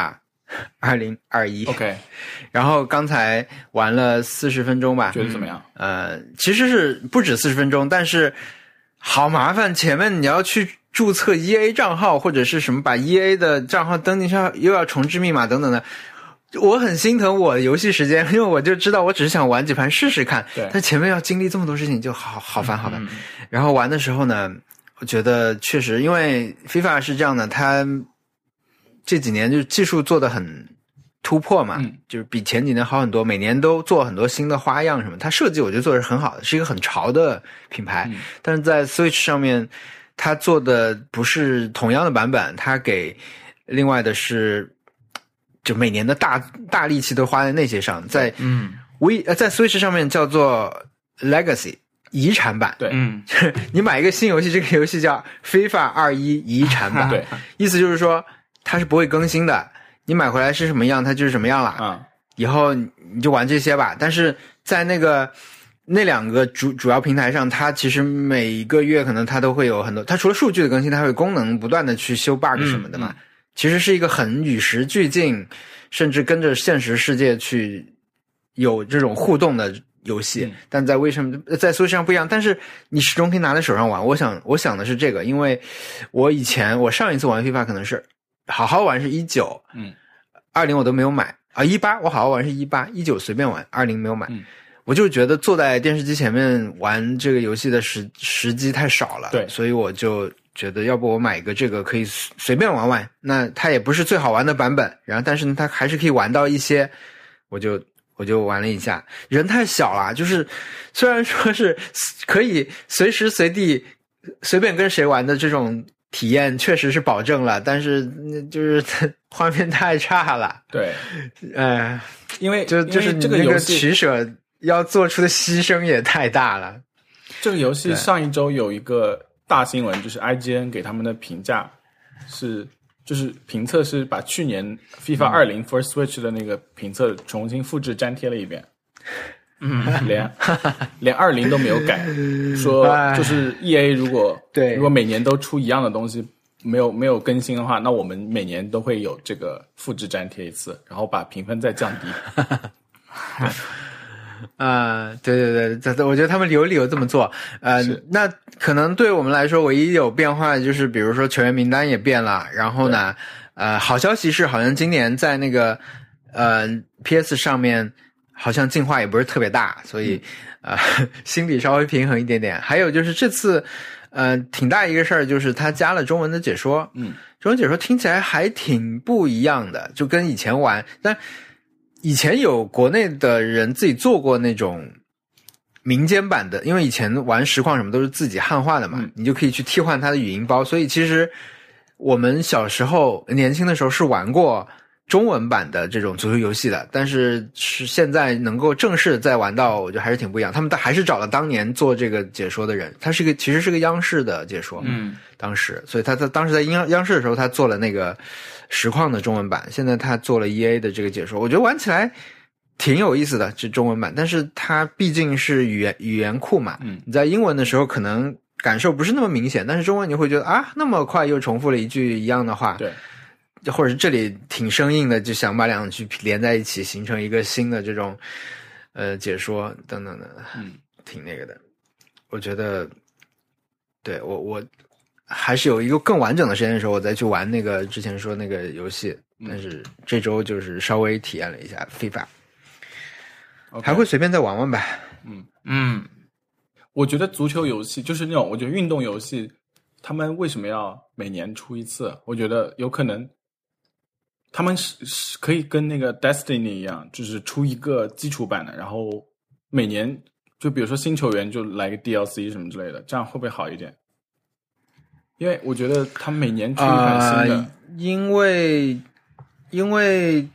二零二一 OK， 然后刚才玩了四十分钟吧， 觉得怎么样？ 呃，其实是不止四十分钟，但是好麻烦，前面你要去注册 E A 账号或者是什么，把 E A 的账号登进去，又要重置密码等等的。我很心疼我的游戏时间，因为我就知道我只是想玩几盘试试看，但前面要经历这么多事情，就好好烦好烦。嗯、然后玩的时候呢，我觉得确实，因为 FIFA 是这样的，它这几年就技术做得很突破嘛，嗯、就是比前几年好很多，每年都做很多新的花样什么。它设计我觉得做的是很好的，是一个很潮的品牌，嗯、但是在 Switch 上面，它做的不是同样的版本，它给另外的是。就每年的大大力气都花在那些上，在嗯 ，We 呃在 Switch 上面叫做 Legacy 遗产版， 对，嗯， 你买一个新游戏，这个游戏叫 FIFA 二一遗产版， 对， 意思就是说它是不会更新的，你买回来是什么样，它就是什么样了，啊、嗯，以后你就玩这些吧。但是在那个那两个主主要平台上，它其实每一个月可能它都会有很多，它除了数据的更新，它会功能不断的去修 bug 什么的嘛。嗯嗯其实是一个很与时俱进，甚至跟着现实世界去有这种互动的游戏，嗯、但在为什么在 Switch 上不一样？但是你始终可以拿在手上玩。我想，我想的是这个，因为我以前我上一次玩 FIFA 可能是好好玩是一九，嗯，二零我都没有买啊，一八我好好玩是一八，一九随便玩，二零没有买。嗯我就觉得坐在电视机前面玩这个游戏的时时机太少了， 对， 所以我就觉得要不我买一个这个可以随便玩玩，那它也不是最好玩的版本，然后但是呢它还是可以玩到一些，我就我就玩了一下，人太小了，就是虽然说是可以随时随地随便跟谁玩的这种体验确实是保证了，但是就是画面太差了， 对， 呃， 因为就就是这个游戏取舍。要做出的牺牲也太大了。 这个游戏上一周有一个大新闻，就是 I G N 给他们的评价是，就是评测是把去年 FIFA 二零 for Switch 的那个评测重新复制粘贴了一遍，嗯，连连二零都没有改，说就是 E A 如果对如果每年都出一样的东西，没有没有更新的话，那我们每年都会有这个复制粘贴一次，然后把评分再降低。对啊、呃，对对对，我觉得他们有理由这么做。呃，那可能对我们来说，唯一有变化的就是，比如说球员名单也变了。然后呢，呃，好消息是，好像今年在那个呃 P S 上面，好像进化也不是特别大，所以、嗯、呃心理稍微平衡一点点。还有就是这次呃挺大一个事儿，就是他加了中文的解说。嗯，中文解说听起来还挺不一样的，就跟以前玩，但。以前有国内的人自己做过那种民间版的，因为以前玩实况什么都是自己汉化的嘛，嗯、你就可以去替换它的语音包，所以其实我们小时候年轻的时候是玩过中文版的这种足球游戏的，但是是现在能够正式再玩到，我觉得还是挺不一样。他们还是找了当年做这个解说的人，他是个其实是个央视的解说，嗯，当时，所以他在当时在央央视的时候，他做了那个实况的中文版，现在他做了 E A 的这个解说，我觉得玩起来挺有意思的，这中文版，但是它毕竟是语言语言库嘛，嗯，你在英文的时候可能感受不是那么明显，但是中文你会觉得啊，那么快又重复了一句一样的话， 对。 或者是这里挺生硬的，就想把两句连在一起，形成一个新的这种呃解说等等的，嗯，挺那个的。我觉得，对我我还是有一个更完整的时间的时候，我再去玩那个之前说那个游戏。但是这周就是稍微体验了一下 FIFA， 还会随便再玩玩吧。 嗯嗯，我觉得足球游戏就是那种，我觉得运动游戏，他们为什么要每年出一次？我觉得有可能。他们是是可以跟那个 Destiny 一样，就是出一个基础版的，然后每年就比如说新球员就来个 D L C 什么之类的，这样会不会好一点？因为我觉得他们每年出一款新的， 呃、因为因为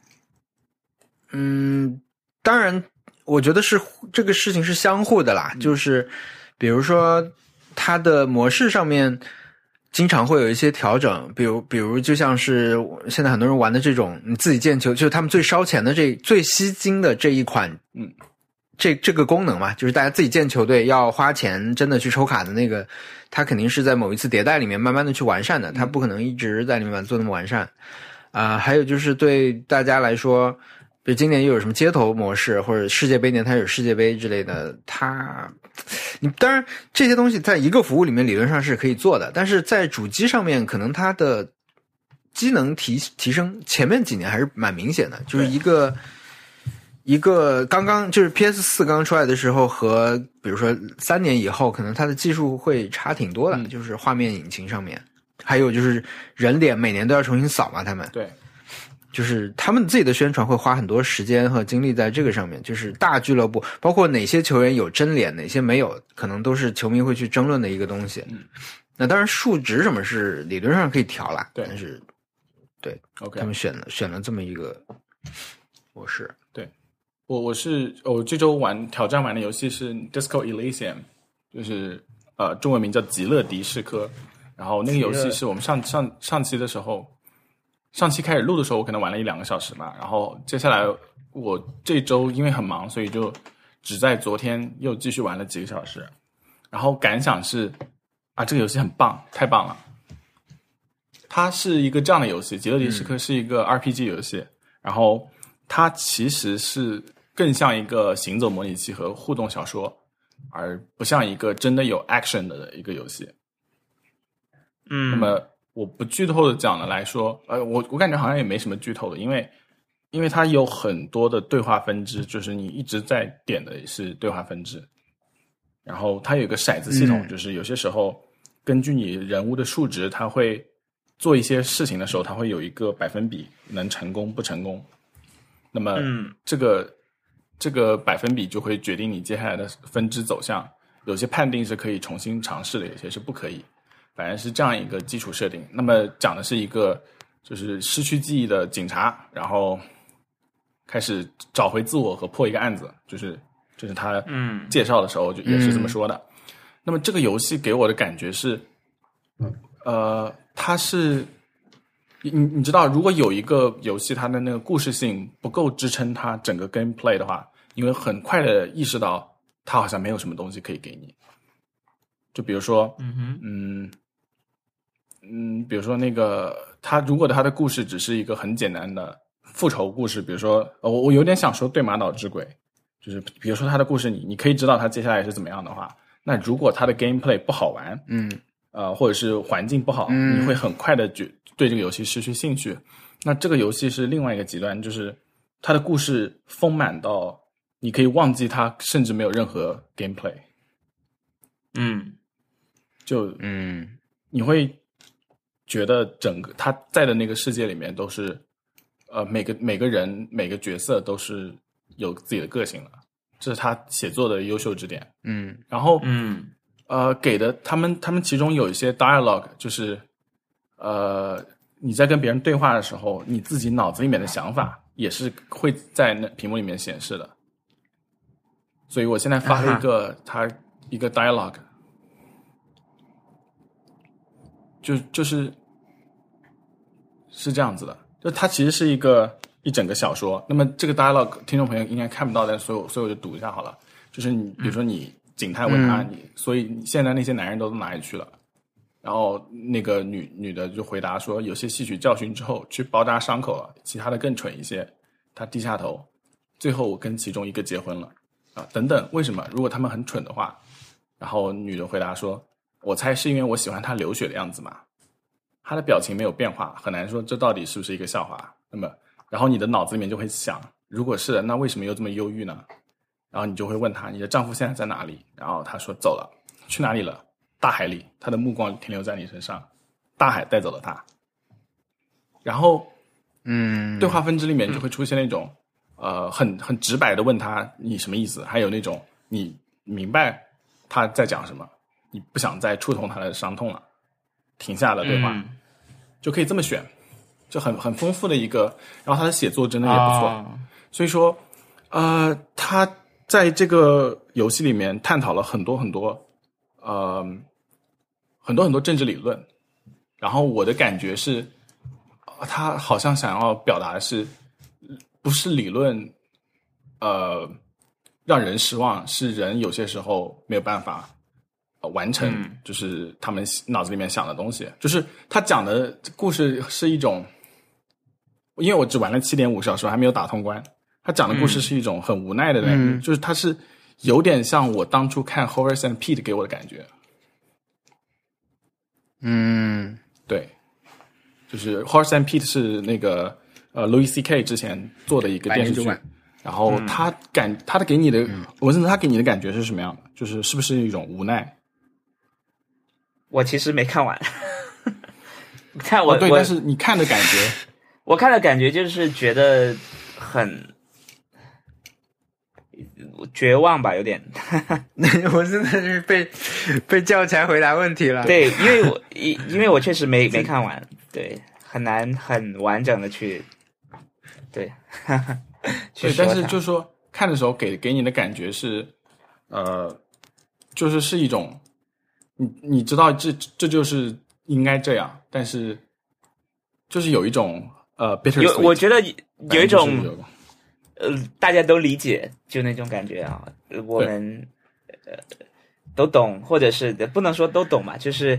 嗯，当然我觉得是这个事情是相互的啦，嗯、就是比如说它的模式上面。经常会有一些调整，比如比如就像是现在很多人玩的这种你自己建球，就是他们最烧钱的这最吸金的这一款，嗯，这这个功能嘛，就是大家自己建球队要花钱真的去抽卡的那个，它肯定是在某一次迭代里面慢慢的去完善的，它不可能一直在里面做那么完善。 啊、呃，还有就是对大家来说，比如今年又有什么街头模式，或者世界杯年它有世界杯之类的，它，你当然这些东西在一个服务里面理论上是可以做的，但是在主机上面可能它的机能提提升前面几年还是蛮明显的，就是一个一个刚刚就是 P S 四 刚刚出来的时候和比如说三年以后，可能它的技术会差挺多的，嗯、就是画面引擎上面，还有就是人脸每年都要重新扫嘛，他们对。 就是他们自己的宣传会花很多时间和精力在这个上面，就是大俱乐部包括哪些球员有真脸哪些没有，可能都是球迷会去争论的一个东西。 嗯， 那当然数值什么是理论上可以调啦， 对， 但是对 OK 他们选了选了这么一个模式。 对，我我是我这周玩挑战玩的游戏是 Disco Elysium， 就是呃中文名叫极乐迪士科，然后那个游戏是我们上上上期的时候。上期开始录的时候我可能玩了一两个小时吧，然后接下来我这周因为很忙，所以就只在昨天又继续玩了几个小时，然后感想是啊这个游戏很棒，太棒了。它是一个这样的游戏，极乐迪士科是一个 R P G 游戏、嗯、然后它其实是更像一个行走模拟器和互动小说，而不像一个真的有 action 的一个游戏。 嗯， 那么我不剧透的讲的来说，呃，我我感觉好像也没什么剧透的，因为因为它有很多的对话分支，就是你一直在点的是对话分支，然后它有一个骰子系统、嗯、就是有些时候根据你人物的数值，它会做一些事情的时候，它会有一个百分比能成功不成功，那么这个、嗯、这个百分比就会决定你接下来的分支走向，有些判定是可以重新尝试的，有些是不可以，反正是这样一个基础设定。那么讲的是一个就是失去记忆的警察，然后开始找回自我和破一个案子，就是就是他介绍的时候就也是这么说的、嗯、那么这个游戏给我的感觉是呃，它是你你知道如果有一个游戏它的那个故事性不够支撑它整个 gameplay 的话，你会很快的意识到它好像没有什么东西可以给你。就比如说嗯哼嗯嗯，比如说那个他如果他的故事只是一个很简单的复仇故事，比如说呃我我有点想说对马岛之鬼，就是比如说他的故事你你可以知道他接下来是怎么样的话，那如果他的 gameplay 不好玩， 嗯呃或者是环境不好、嗯、你会很快的觉对这个游戏失去兴趣。那这个游戏是另外一个极端，就是他的故事丰满到你可以忘记他甚至没有任何 gameplay。 嗯就嗯你会觉得整个他在的那个世界里面都是呃每个每个人每个角色都是有自己的个性的，这是他写作的优秀之点。 嗯然后嗯呃给的他们他们其中有一些 dialogue， 就是呃你在跟别人对话的时候，你自己脑子里面的想法也是会在那屏幕里面显示的。所以我现在发了一个他、uh-huh. 一个 dialogue， 就就是是这样子的，就它其实是一个一整个小说。那么这个 dialogue 听众朋友应该看不到，但所以我所以我就读一下好了。就是你比如说你警探问他、嗯、你所以你现在那些男人都到哪里去了，然后那个女女的就回答说有些吸取教训之后去包扎伤口了，其他的更蠢一些，他低下头，最后我跟其中一个结婚了啊等等。为什么？如果他们很蠢的话，然后女的回答说我猜是因为我喜欢他流血的样子嘛。他的表情没有变化，很难说这到底是不是一个笑话。那么然后你的脑子里面就会想，如果是的，那为什么又这么忧郁呢？然后你就会问他你的丈夫现在在哪里，然后他说走了。去哪里了？大海里。他的目光停留在你身上，大海带走了他。然后嗯， 对话分支里面就会出现那种、嗯、呃很很直白的问他你什么意思，还有那种你明白他在讲什么，你不想再触痛他的伤痛了，停下了对话、嗯、就可以这么选，就很很丰富的一个。然后他的写作真的也不错、哦、所以说呃他在这个游戏里面探讨了很多很多呃很多很多政治理论。然后我的感觉是他好像想要表达的是不是理论呃让人失望，是人有些时候没有办法完成就是他们脑子里面想的东西、嗯、就是他讲的故事是一种因为我只玩了七点五小时，还没有打通关。他讲的故事是一种很无奈的感觉， 嗯、 就是他是有点像我当初看 Horace and Pete 给我的感觉。 嗯， 对，就是 Horace and Pete 是那个呃 Louis C K 之前做的一个电视剧，然后他感、嗯、他的给你的文森特他给你的感觉是什么样的？就是是不是一种无奈？ 我其实没看完，看我、 哦、对， 我但是你看的感觉， 我看的感觉就是觉得很绝望吧，有点。 我真的是被被叫起来回答问题了。 对，因为我因因为我确实没没看完，对，很难很完整的去，对， 对，但是就是说看的时候给给你的感觉是，呃，就是是一种，你你知道这这就是应该这样，但是就是有一种呃 bitter sweet， 有我觉得有一种。 有呃，大家都理解，就那种感觉啊，我们呃都懂，或者是不能说都懂嘛，就是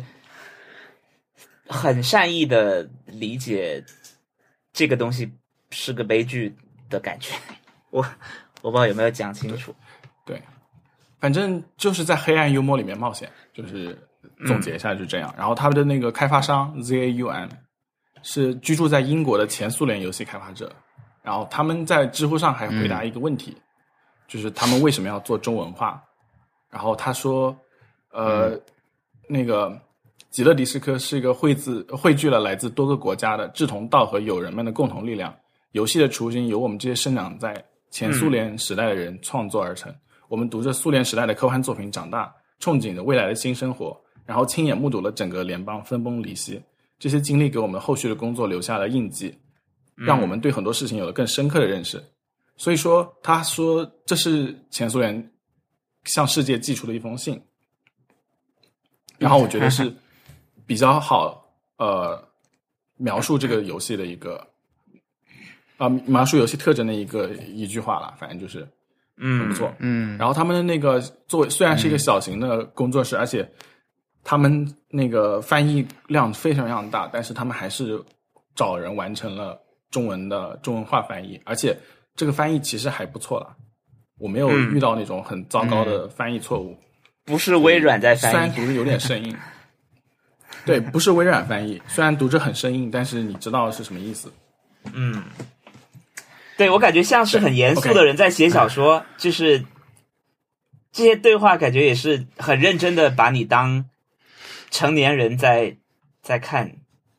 很善意的理解这个东西是个悲剧的感觉。我我不知道有没有讲清楚。 对，对反正就是在黑暗幽默里面冒险，就是总结一下就这样。嗯、然后他们的那个开发商 Z A U M 是居住在英国的前苏联游戏开发者。然后他们在知乎上还回答一个问题、嗯、就是他们为什么要做中文化。然后他说呃、嗯、那个极乐迪斯科是一个汇自汇聚了来自多个国家的志同道合友人们的共同力量，游戏的雏形由我们这些生长在前苏联时代的人创作而成、嗯、我们读着苏联时代的科幻作品长大，憧憬着未来的新生活，然后亲眼目睹了整个联邦分崩离析，这些经历给我们后续的工作留下了印记，让我们对很多事情有了更深刻的认识、嗯、所以说他说这是前苏联向世界寄出的一封信，然后我觉得是比较好呃描述这个游戏的一个啊、呃、描述游戏特征的一个一句话啦，反正就是很不错。 嗯， 然后他们的那个作为虽然是一个小型的工作室、嗯、而且他们那个翻译量非常非常大，但是他们还是找人完成了中文的中文化翻译，而且这个翻译其实还不错啦，我没有遇到那种很糟糕的翻译错误、嗯、 不是微软在翻译， 虽然读着有点生硬对，不是微软翻译，虽然读着很生硬，但是你知道是什么意思。 嗯，对，我感觉像是很严肃的人在写小说、okay. 就是这些对话感觉也是很认真的把你当成年人在在看。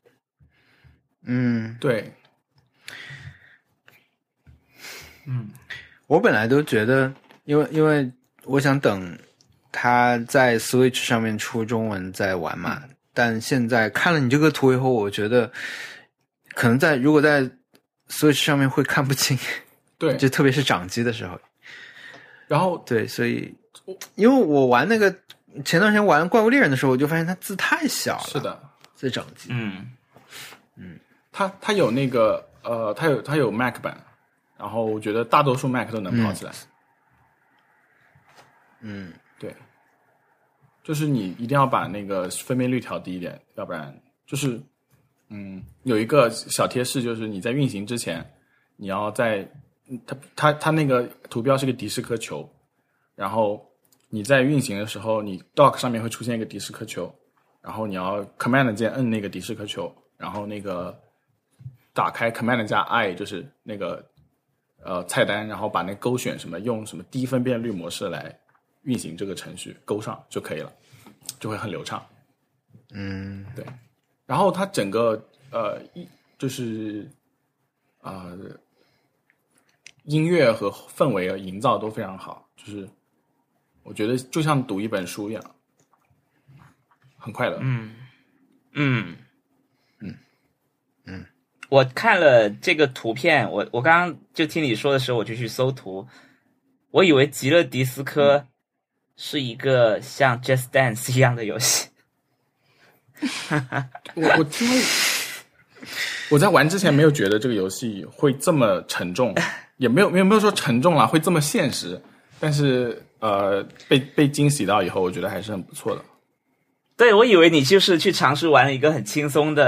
嗯， 对。 嗯， 我本来都觉得，因为因为我想等他在 Switch 上面出中文再玩嘛、嗯，但现在看了你这个图以后，我觉得可能在如果在 Switch 上面会看不清， 对， 就特别是掌机的时候。 然后对，所以因为我玩那个前段时间玩怪物猎人的时候，我就发现它字太小了， 是的， 在掌机， 嗯嗯，它它有那个呃，它有它有 Mac 版。然后我觉得大多数 Mac 都能跑起来。 嗯， 对，就是你一定要把那个分辨率调低一点，要不然就是嗯，有一个小贴士，就是你在运行之前，你要在它它它那个图标是个迪斯科球，然后你在运行的时候，你 dock 上面会出现一个迪斯科球，然后你要 command 键摁那个迪斯科球，然后那个打开 command 加 I 就是那个呃，菜单，然后把那勾选什么，用什么低分辨率模式来运行这个程序，勾上就可以了，就会很流畅。 嗯， 对。然后它整个呃一就是呃音乐和氛围营造都非常好，就是我觉得就像读一本书一样，很快乐。 嗯嗯嗯嗯。 我看了这个图片，我我刚刚就听你说的时候，我就去搜图，我以为极乐迪斯科是一个像 Just Dance 一样的游戏。 我我听我在玩之前没有觉得这个游戏会这么沉重，也没有没有没有说沉重啦，会这么现实，但是呃被被惊喜到以后，我觉得还是很不错的。 对，我以为你就是去尝试玩了一个很轻松的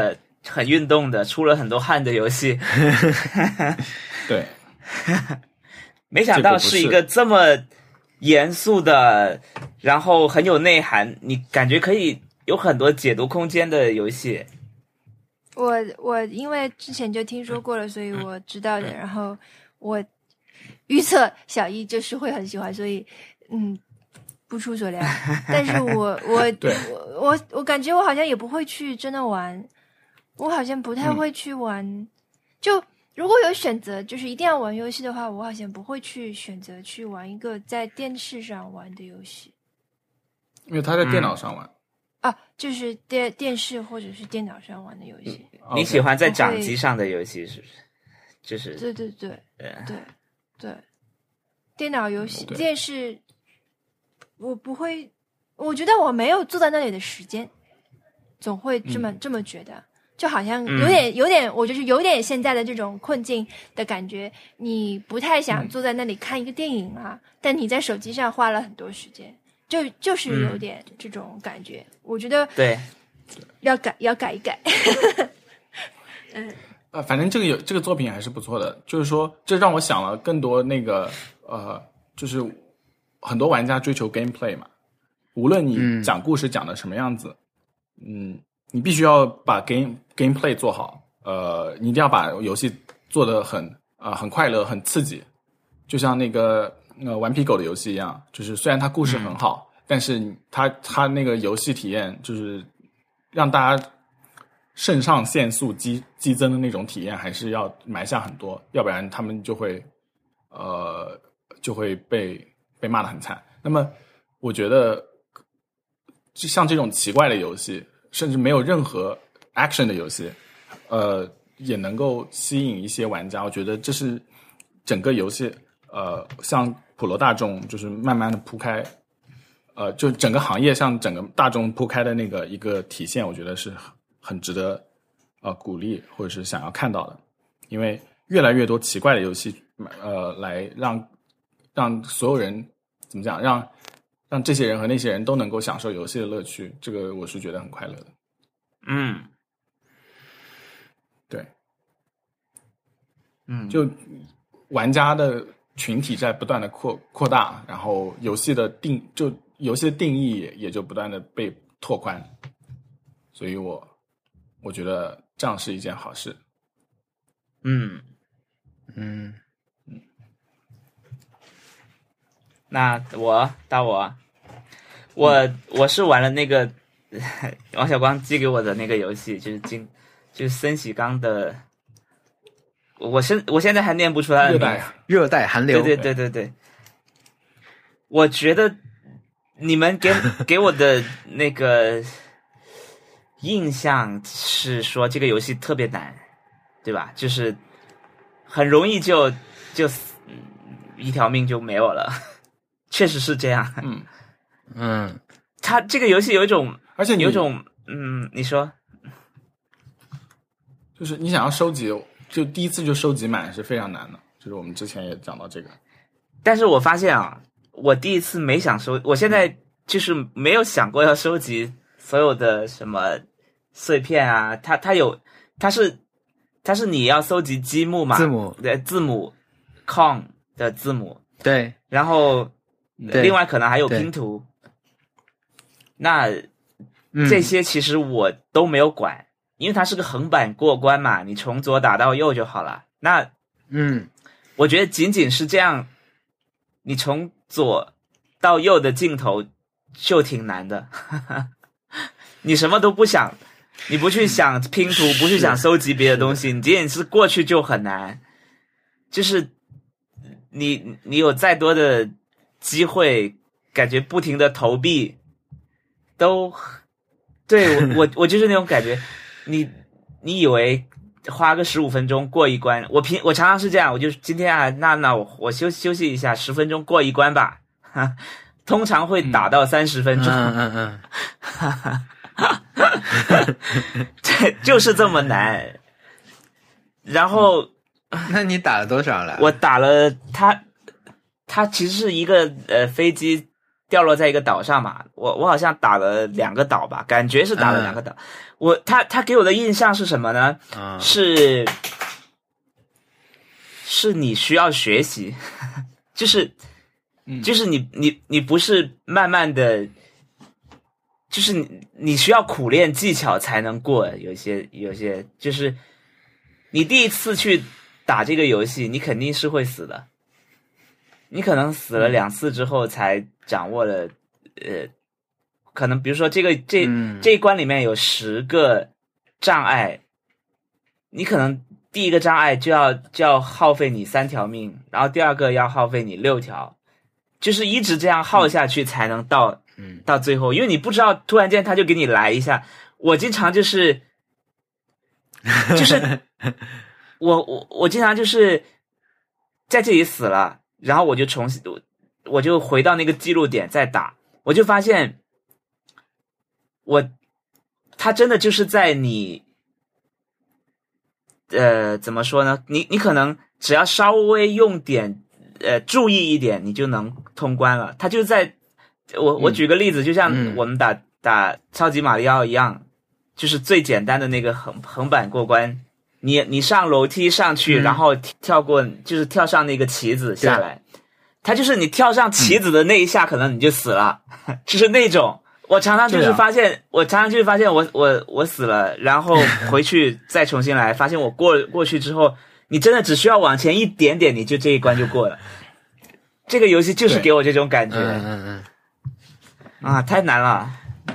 很运动的，出了很多汗的游戏。 对， 没想到是一个这么严肃的，然后很有内涵，你感觉可以有很多解读空间的游戏。 我我因为之前就听说过了，所以我知道的。然后我预测小易就是会很喜欢，所以嗯，不出所料。但是我我我我我感觉我好像也不会去真的玩，我好像不太会去玩。嗯、就如果有选择，就是一定要玩游戏的话，我好像不会去选择去玩一个在电视上玩的游戏， 因为他在电脑上玩。嗯啊，就是电电视或者是电脑上玩的游戏。 你喜欢在掌机上的游戏是不是？就是对对对对对对，电脑游戏、电视，我不会，我觉得我没有坐在那里的时间，总会这么、嗯、这么觉得，就好像有点、嗯、有点，我就是有点现在的这种困境的感觉。你不太想坐在那里看一个电影啊，嗯、但你在手机上花了很多时间。就就是有点这种感觉，嗯、我觉得对， 要改要改一改。 嗯，呃，反正这个有这个作品还是不错的，就是说这让我想了更多那个呃，就是很多玩家追求 gameplay 嘛，无论你讲故事讲的什么样子，嗯，嗯你必须要把 game gameplay 做好，呃，你一定要把游戏做得很啊、呃、很快乐很刺激，就像那个。呃，顽皮狗的游戏一样，就是虽然它故事很好，嗯、但是它它那个游戏体验就是让大家肾上腺素激激增的那种体验，还是要埋下很多，要不然他们就会呃就会被被骂得很惨。那么我觉得，就像这种奇怪的游戏，甚至没有任何 action 的游戏，呃，也能够吸引一些玩家。我觉得这是整个游戏呃像。普罗大众就是慢慢的铺开，呃，就整个行业向整个大众铺开的那个一个体现，我觉得是很值得呃鼓励或者是想要看到的，因为越来越多奇怪的游戏，呃，来让让所有人怎么讲，让让这些人和那些人都能够享受游戏的乐趣，这个我是觉得很快乐的。 嗯， 对， 嗯， 就玩家的。群体在不断的扩扩大，然后游戏的定就游戏的定义也也就不断的被拓宽，所以我我觉得这样是一件好事。 嗯嗯嗯，那我到我，我、嗯、我是玩了那个王小光寄给我的那个游戏，就是金就是森喜刚的。我现我现在还念不出来的名字， 热带寒流。 对对对对对，我觉得你们给给我的那个印象是说这个游戏特别难，对吧？就是很容易就就一条命就没有了，确实是这样。 嗯嗯， 它这个游戏有一种， 而且有一种嗯，你说， 就是你想要收集。就第一次就收集满是非常难的，就是我们之前也讲到这个。 但是我发现啊，我第一次没想收，我现在就是没有想过要收集所有的什么碎片啊。它它有，它是它是你要搜集积木嘛？ 字母对，字母 con 的字母对， 然后另外可能还有拼图。那、嗯、这些其实我都没有管。因为它是个横版过关嘛，你从左打到右就好了。那， 嗯， 我觉得仅仅是这样，你从左到右的镜头就挺难的。你什么都不想，你不去想拼图，不去想收集别的东西，你仅仅是过去就很难。就是你你有再多的机会，感觉不停的投币，都对我我我就是那种感觉。你你以为花个十五分钟过一关？我平我常常是这样，我就今天啊，那那我我休休息一下，十分钟过一关吧。哈，通常会打到三十分钟。 嗯嗯嗯， 哈哈，对，就是这么难。然后， 嗯、那你打了多少了？ 我打了它，它其实是一个呃飞机掉落在一个岛上嘛，我我好像打了两个岛吧，感觉是打了两个岛。嗯、我他他给我的印象是什么呢？嗯、是是你需要学习，就是就是你你你不是慢慢的，就是你你需要苦练技巧才能过。有些有些就是你第一次去打这个游戏，你肯定是会死的。你可能死了两次之后才掌握了，呃，可能比如说这个这、嗯、这一关里面有十个障碍，你可能第一个障碍就要就要耗费你三条命，然后第二个要耗费你六条，就是一直这样耗下去才能到、嗯、到最后，因为你不知道突然间他就给你来一下。我经常就是就是我我我经常就是在这里死了。然后我就重新，我就回到那个记录点再打，我就发现，我，他真的就是在你，呃，怎么说呢？你你可能只要稍微用点，呃，注意一点，你就能通关了。他就在，我我举个例子，就像我们打、嗯、打超级马里奥一样，就是最简单的那个横横版过关。你你上楼梯上去、嗯，然后跳过，就是跳上那个旗子下来，它就是你跳上旗子的那一下，可能你就死了，嗯、就是那种。我常常就是发现，我常常就是发现我我我死了，然后回去再重新来，发现我过过去之后，你真的只需要往前一点点，你就这一关就过了。这个游戏就是给我这种感觉， 嗯嗯嗯， 啊，太难了。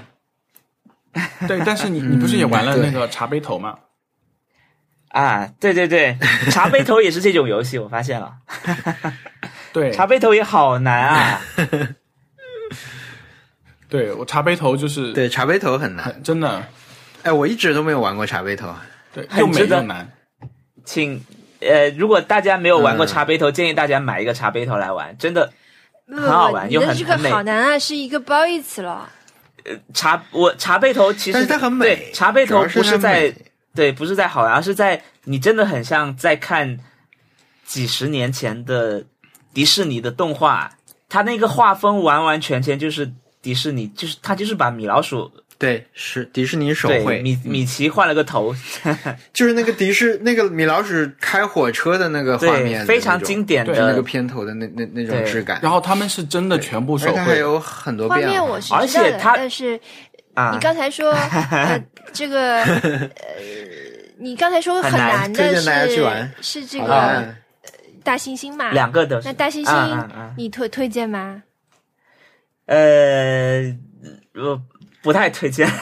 对，但是你你不是也玩了那个茶杯头吗？ 啊，对对对，茶杯头也是这种游戏，我发现了。 对， 茶杯头也好难啊。 对，我茶杯头就是对茶杯头很难， 很真的。 哎，我一直都没有玩过茶杯头。 对，又美又难。 请呃，如果大家没有玩过茶杯头，嗯、建议大家买一个茶杯头来玩，真的很好玩，又很这个好难啊，是一个褒义词了。 呃，茶我茶杯头其实但是它很美， 对，茶杯头不是在。对，不是在好玩，而是在你真的很像在看几十年前的迪士尼的动画，它那个画风完完全全就是迪士尼，就是它就是把米老鼠， 对，是迪士尼手绘， 米米奇换了个头， 就是那个迪士那个米老鼠开火车的那个画面， 非常经典的那个片头的那那那种质感。 然后他们是真的全部手绘， 它还有很多变化。 画面我是知道的， 而且它但是。你刚才说、呃、这个呃，你刚才说很难的是难去玩是这个、呃、大猩猩嘛？ 两个都是。 那大猩猩、啊啊啊、你推推荐吗？ 呃，我不太推荐。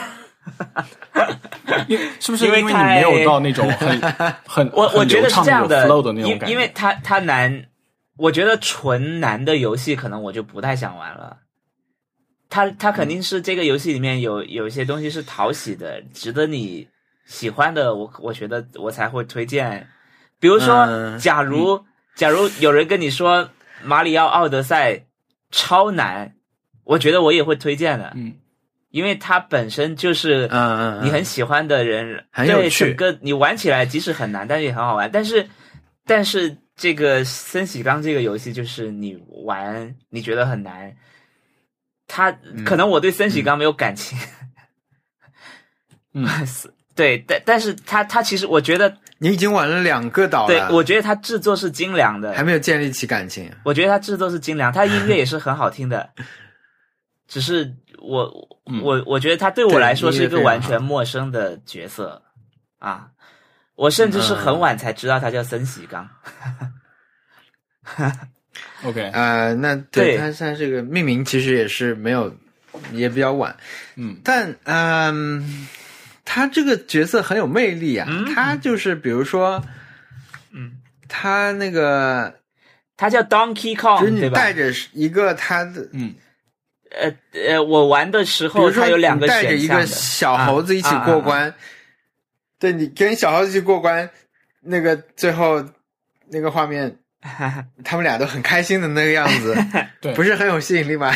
是不是因为你没有到那种很很我我觉得是这样的， 的那种感觉， 因因为它它难，我觉得纯难的游戏可能我就不太想玩了。它它肯定是这个游戏里面有有一些东西是讨喜的，值得你喜欢的，我我觉得我才会推荐。比如说，嗯、假如、嗯、假如有人跟你说马里奥奥德赛超难，我觉得我也会推荐的。 嗯， 因为它本身就是嗯你很喜欢的人， 嗯、很有趣。 对，整个你玩起来即使很难，但是也很好玩。但是但是这个森喜刚这个游戏就是你玩你觉得很难。他可能我对森喜刚没有感情， 嗯， 对，但但是他他其实我觉得你已经玩了两个岛了， 对，我觉得他制作是精良的， 还没有建立起感情。 我觉得他制作是精良，他音乐也是很好听的，只是我我我觉得他对我来说是一个完全陌生的角色啊，我甚至是很晚才知道他叫森喜刚。 OK， 呃，那对他他这个命名其实也是没有，也比较晚， 嗯， 但嗯、呃，他这个角色很有魅力啊， 嗯、 他就是比如说， 嗯， 他那个他叫 Donkey Kong， 就是你带着一个他的， 嗯， 呃呃，我玩的时候他有两个选项的， 带着一个小猴子一起过关，啊啊啊啊对你跟小猴子一起过关，那个最后那个画面。他们俩都很开心的那个样子， 对， 不是很有吸引力吧？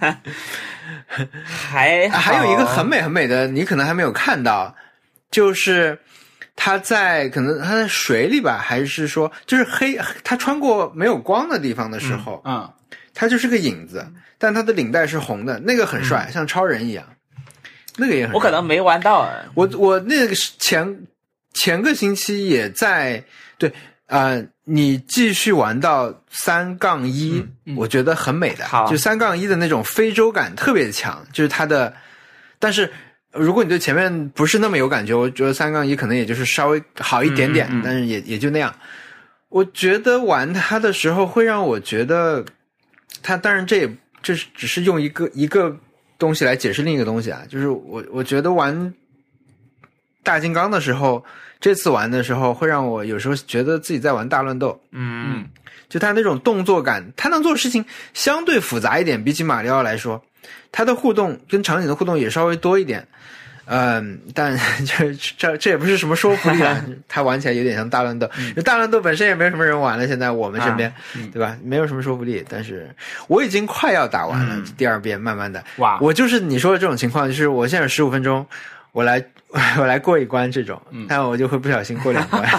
还还有一个很美很美的，你可能还没有看到，就是他在可能他在水里吧，还是说就是黑，他穿过没有光的地方的时候， 嗯，嗯他就是个影子，但他的领带是红的，那个很帅，嗯、像超人一样。那个也很帅。 我可能没玩到。 我我那个前前个星期也在对呃，你继续玩到三杠一，我觉得很美的，就三杠一的那种非洲感特别强，就是它的，但是。如果你对前面不是那么有感觉，我觉得三杠一可能也就是稍微好一点点，嗯嗯嗯但是也也就那样。我觉得玩它的时候会让我觉得，它当然这也这只是用一个一个东西来解释另一个东西啊，就是我我觉得玩大金刚的时候，这次玩的时候会让我有时候觉得自己在玩大乱斗， 嗯， 就它那种动作感，它能做的事情相对复杂一点，比起马里奥来说。它的互动跟场景的互动也稍微多一点，嗯，但这这这也不是什么说服力啊，它玩起来有点像大乱斗。嗯、大乱斗本身也没有什么人玩了，现在我们身边，啊嗯、对吧？没有什么说服力。但是我已经快要打完了，嗯、第二遍慢慢的。 哇！ 我就是你说的这种情况，就是我现在有十五分钟，我来我来过一关这种，嗯、但我就会不小心过两关。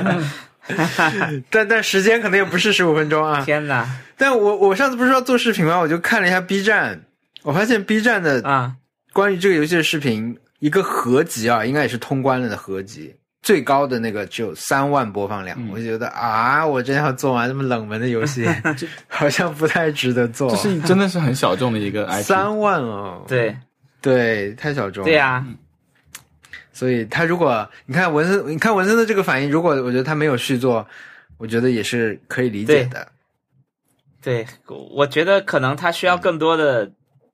但但时间可能也不是十五分钟啊！ 天哪！ 但我我上次不是要做视频吗？我就看了一下 B 站。我发现 B 站的啊，关于这个游戏的视频，一个合集啊，应该也是通关了的合集，最高的那个只有三万播放量。嗯、我就觉得啊，我真要做完这么冷门的游戏，好像不太值得做。 这是真的是很小众的一个 I P， 三万哦， 对对，太小众了。 对呀、啊， 所以他如果你看文森，你看文森的这个反应，如果我觉得他没有续作，我觉得也是可以理解的。 对，对我觉得可能他需要更多的。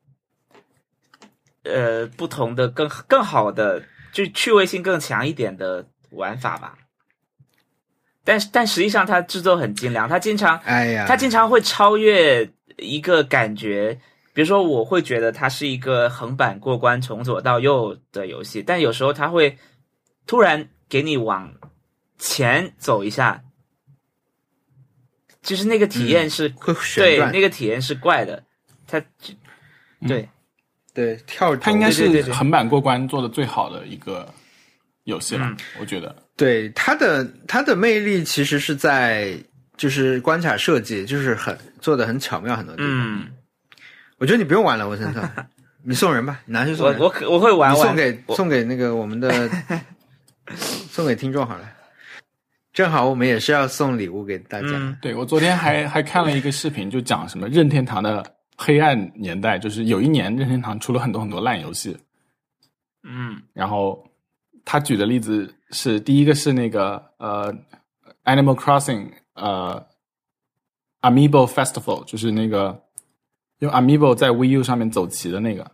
呃，不同的更更好的，就趣味性更强一点的玩法吧。但但实际上，它制作很精良，它经常， 哎呀， 它经常会超越一个感觉。比如说，我会觉得它是一个横版过关从左到右的游戏，但有时候它会突然给你往前走一下，就是那个体验是、 嗯、会对那个体验是怪的，它对。嗯对，跳它应该是横版过关做的最好的一个游戏了，嗯、我觉得。 对，它的它的魅力其实是在就是关卡设计，就是很做的很巧妙很多地方。 嗯， 我觉得你不用玩了，我身上，你送人吧，你拿去送人。 我我我会玩， 你送给送给那个我们的送给听众好了。正好我们也是要送礼物给大家。 嗯、对，我昨天还还看了一个视频，就讲什么任天堂的。黑暗年代，就是有一年任天堂出了很多很多烂游戏， 嗯， 然后他举的例子是第一个是那个呃 Animal Crossing 呃 Amiibo Festival， 就是那个用 Amiibo 在 Wii U 上面走棋的那个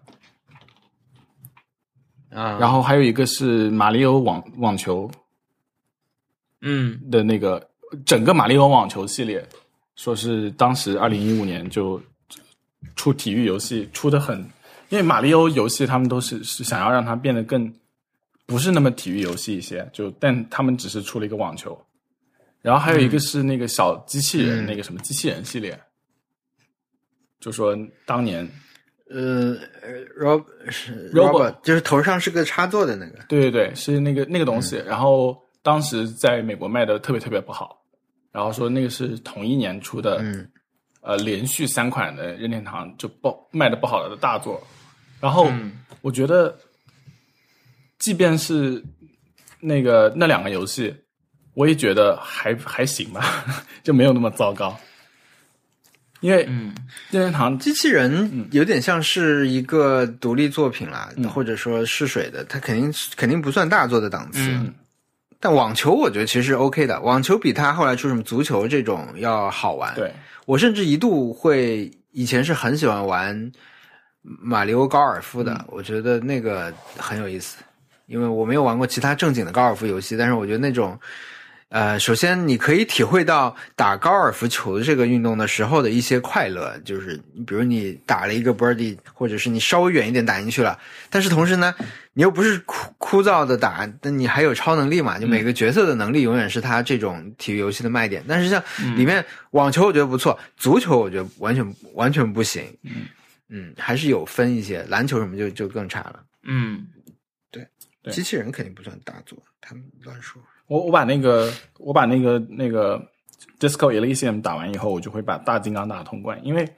啊， 然后还有一个是马里奥网网球， 嗯的那个整个马里奥网球系列，说是当时二零一五年就。出体育游戏出的很，因为马里奥游戏他们都是是想要让它变得更不是那么体育游戏一些，就但他们只是出了一个网球，然后还有一个是那个小机器人，嗯、那个什么机器人系列，就说当年呃 ，Rob Robot 就是头上是个插座的那个， 对对对，是那个那个东西，嗯、然后当时在美国卖的特别特别不好，然后说那个是同一年出的， 嗯。 呃，连续三款的任天堂就不卖的不好的大作，然后我觉得，即便是那个那两个游戏，我也觉得还还行吧，就没有那么糟糕。因为嗯， 任天堂机器人有点像是一个独立作品啦， 嗯、 或者说试水的，它肯定肯定不算大作的档次。 嗯、 但网球我觉得其实 OK 的，网球比它后来出什么足球这种要好玩。 对。 我甚至一度会，以前是很喜欢玩马里奥高尔夫的， 嗯、 我觉得那个很有意思，因为我没有玩过其他正经的高尔夫游戏，但是我觉得那种，呃，首先你可以体会到打高尔夫球这个运动的时候的一些快乐，就是比如你打了一个 birdie， 或者是你稍微远一点打进去了，但是同时呢，你又不是枯枯燥的打，但你还有超能力嘛，就每个角色的能力永远是他这种体育游戏的卖点。但是像里面网球我觉得不错，足球我觉得完全完全不行， 嗯嗯，还是有分一些，篮球什么就就更差了。 嗯， 对，机器人肯定不算大作，他们乱说。 我我把那个我把那个那个 Disco Elysium 打完以后，我就会把大金刚打通关，因为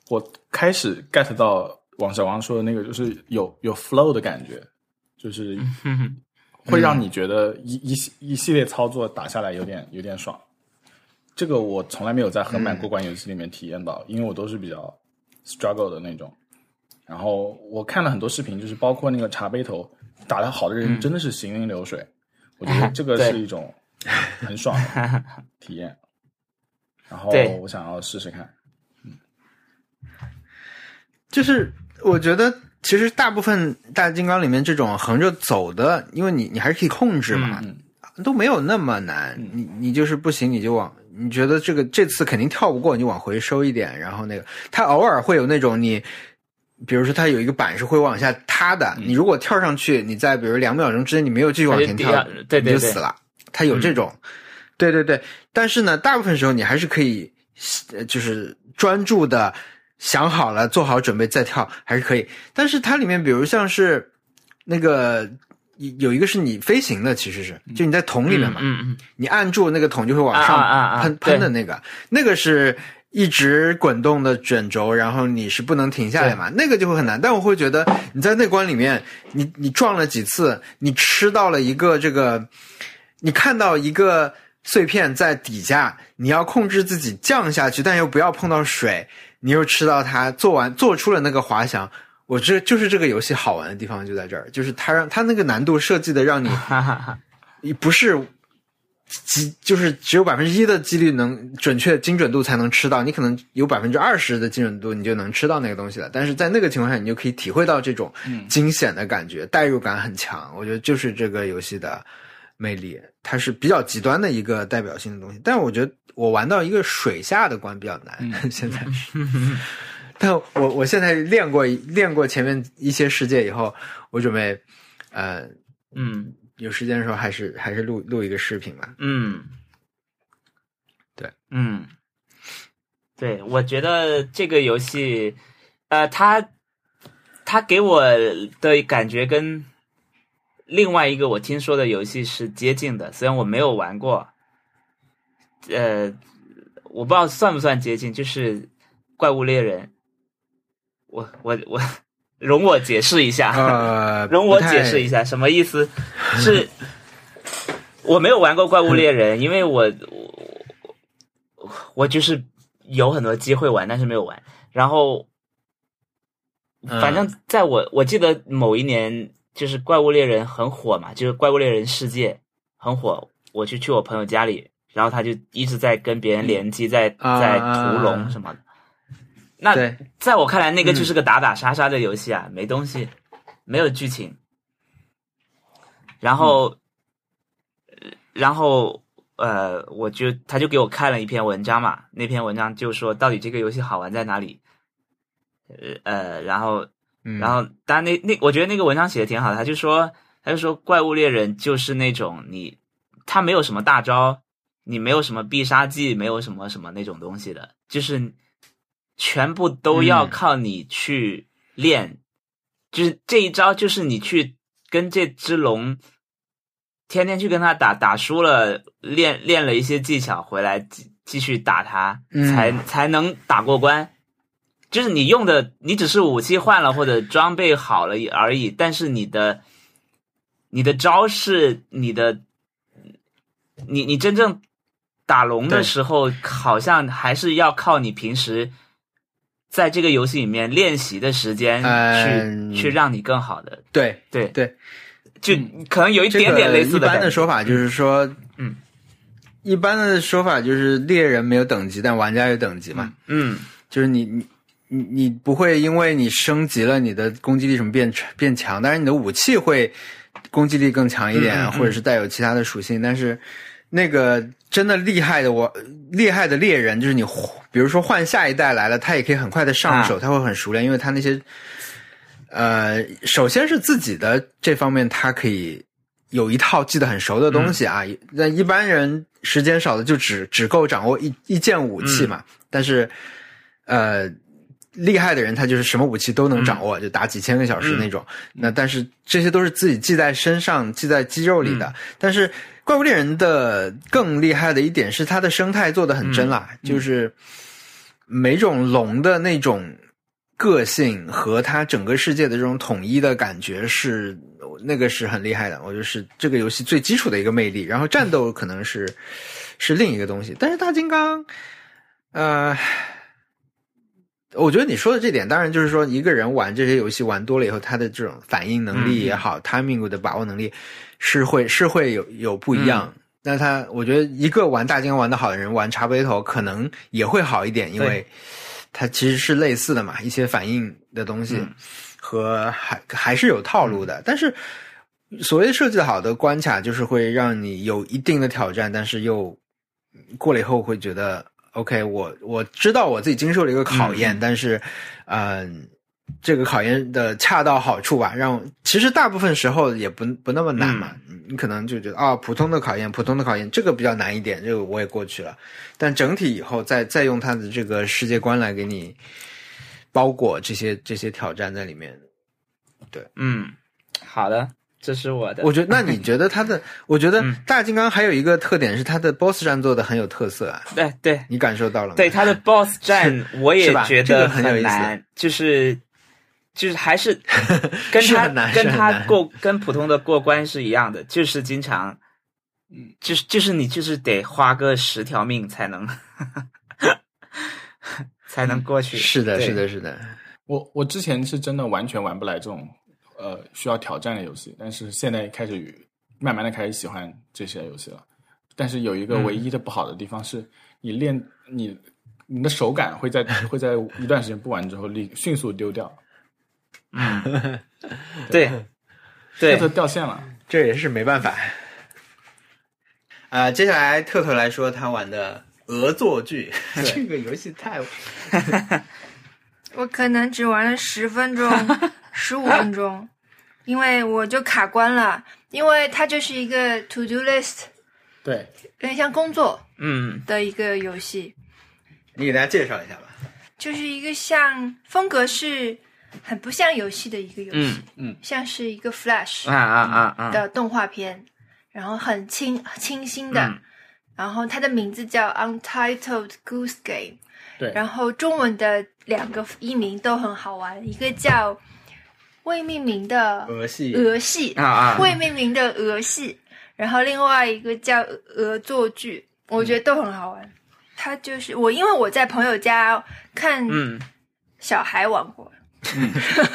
我开始 get 到王小光说的那个，就是有有 flow 的感觉，就是会让你觉得一、嗯、一一系列操作打下来有点有点爽。这个我从来没有在横版过关游戏里面体验到，嗯、因为我都是比较 struggle 的那种。然后我看了很多视频，就是包括那个茶杯头打得好的人真的是行云流水，嗯、我觉得这个是一种很爽的体验。然后我想要试试看。嗯， 就是我觉得其实大部分大金刚里面这种横着走的，因为你你还是可以控制嘛，嗯、都没有那么难。嗯、你你就是不行你就往。你觉得这个这次肯定跳不过，你就往回收一点，然后那个它偶尔会有那种你，比如说它有一个板是会往下塌的，嗯、你如果跳上去，你在比如两秒钟之内你没有继续往前跳， 对对对， 你就死了。它有这种，嗯、对对对，但是呢，大部分时候你还是可以，就是专注的想好了做好准备再跳，还是可以。但是它里面比如像是那个。有一个是你飞行的，其实是就你在桶里面嘛， 嗯嗯嗯、 你按住那个桶就会往上喷、啊啊啊、喷的那个，那个是一直滚动的卷轴，然后你是不能停下来嘛，那个就会很难。但我会觉得你在那关里面，你你撞了几次，你吃到了一个这个，你看到一个碎片在底下，你要控制自己降下去，但又不要碰到水，你又吃到它，做完做出了那个滑翔。我这就是这个游戏好玩的地方就在这儿，就是它让它那个难度设计的让你不是几就是只有百分之一的几率能准确精准度才能吃到，你可能有百分之二十的精准度你就能吃到那个东西了。但是在那个情况下，你就可以体会到这种惊险的感觉，代入感很强。我觉得就是这个游戏的魅力，它是比较极端的一个代表性的东西。但是我觉得我玩到一个水下的关比较难，嗯、现在是。但我我现在练过练过前面一些世界以后，我准备呃嗯有时间的时候还是还是录录一个视频吧。 嗯， 对， 嗯，对，我觉得这个游戏，呃，它它给我的感觉跟另外一个我听说的游戏是接近的，虽然我没有玩过，呃，我不知道算不算接近，就是怪物猎人。我我我，容我解释一下， 呃， 容我解释一下什么意思？是，我没有玩过怪物猎人，因为我我我就是有很多机会玩，但是没有玩。然后，反正在我我记得某一年，就是怪物猎人很火嘛，就是怪物猎人世界很火，我就去我朋友家里，然后他就一直在跟别人联机，在在屠龙什么的。那在我看来，那个就是个打打杀杀的游戏啊，嗯、没东西，没有剧情。然后，嗯、然后呃，我就他就给我看了一篇文章嘛，那篇文章就说到底这个游戏好玩在哪里？呃，然后， 嗯、 然后当然那那我觉得那个文章写的挺好的，他就说他就说怪物猎人就是那种你他没有什么大招，你没有什么必杀技，没有什么什么那种东西的，就是。全部都要靠你去练，嗯、就是这一招就是你去跟这只龙天天去跟他打，打输了练练了一些技巧回来继继续打他， 嗯、 才才能打过关。就是你用的你只是武器换了或者装备好了而已，但是你的你的招式你的你你真正打龙的时候好像还是要靠你平时在这个游戏里面练习的时间去、嗯、去让你更好的。 对对对， 就可能有一点点类似的、 这个、一般的说法就是说， 嗯， 一般的说法就是猎人没有等级，但玩家有等级嘛。 嗯， 就是你你你你不会因为你升级了你的攻击力什么变变强，但是你的武器会攻击力更强一点， 嗯嗯嗯或者是带有其他的属性，但是那个真的厉害的我厉害的猎人，就是你比如说换下一代来了，他也可以很快的上手，啊、他会很熟练，因为他那些呃，首先是自己的这方面他可以有一套记得很熟的东西啊，那、嗯、一般人时间少的就只只够掌握一一件武器嘛，嗯、但是呃。厉害的人他就是什么武器都能掌握，嗯、就打几千个小时那种。嗯、那但是这些都是自己记在身上、记在肌肉里的。嗯、但是怪物猎人的更厉害的一点是它的生态做得很真啦，嗯、就是每种龙的那种个性和它整个世界的这种统一的感觉是那个是很厉害的，我觉得是这个游戏最基础的一个魅力。然后战斗可能是是另一个东西，但是大金刚，呃，我觉得你说的这点，当然就是说一个人玩这些游戏玩多了以后，他的这种反应能力也好、嗯、timing 的把握能力是会是会有有不一样。嗯，那他我觉得一个玩大金刚玩得好的人玩茶杯头可能也会好一点，因为它其实是类似的嘛，一些反应的东西和还还是有套路的。嗯，但是所谓设计好的关卡就是会让你有一定的挑战，但是又过了以后会觉得 OK， 我我知道我自己经受了一个考验，嗯，但是嗯、呃这个考验的恰到好处吧，让其实大部分时候也不不那么难嘛。嗯，你可能就觉得啊、哦，普通的考验，普通的考验，这个比较难一点，这个我也过去了。但整体以后再再用它的这个世界观来给你包裹这些这些挑战在里面。对， 嗯，好的，这是我的。 我觉得，那你觉得它的？我觉得大金刚还有一个特点是它的 boss 战做的很有特色啊。 对对， 你感受到了吗？ 对，它的 boss 战我也觉得很难， 这个、很就是。就是还是跟他跟他过跟普通的过关是一样的，就是经常，嗯，就是就是你就是得花个十条命才能才能过去。 嗯、是的，是的，是的。 我我之前是真的完全玩不来这种呃需要挑战的游戏，但是现在开始慢慢的开始喜欢这些游戏了。但是有一个唯一的不好的地方是，你练你你的手感会在会在一段时间不玩之后立迅速丢掉。 嗯，对，对， 特特掉线了， 这也是没办法。啊、呃，接下来特特来说他玩的俄作剧，这个游戏太…… 我可能只玩了十分钟、十五分钟，因为我就卡关了，因为它就是一个 to do list， 对， 有点像工作嗯的一个游戏。 你给大家介绍一下吧。 就是一个像风格是。很不像游戏的一个游戏， 嗯嗯， 像是一个 Flash 啊啊啊的动画片，然后很清清新的、嗯，然后它的名字叫 Untitled Goose Game， 对， 然后中文的两个译名都很好玩，一个叫未命名的俄戏， 俄戏啊啊， 未命名的俄戏，然后另外一个叫俄作剧，我觉得都很好玩。嗯、它就是我，因为我在朋友家看小孩玩过。嗯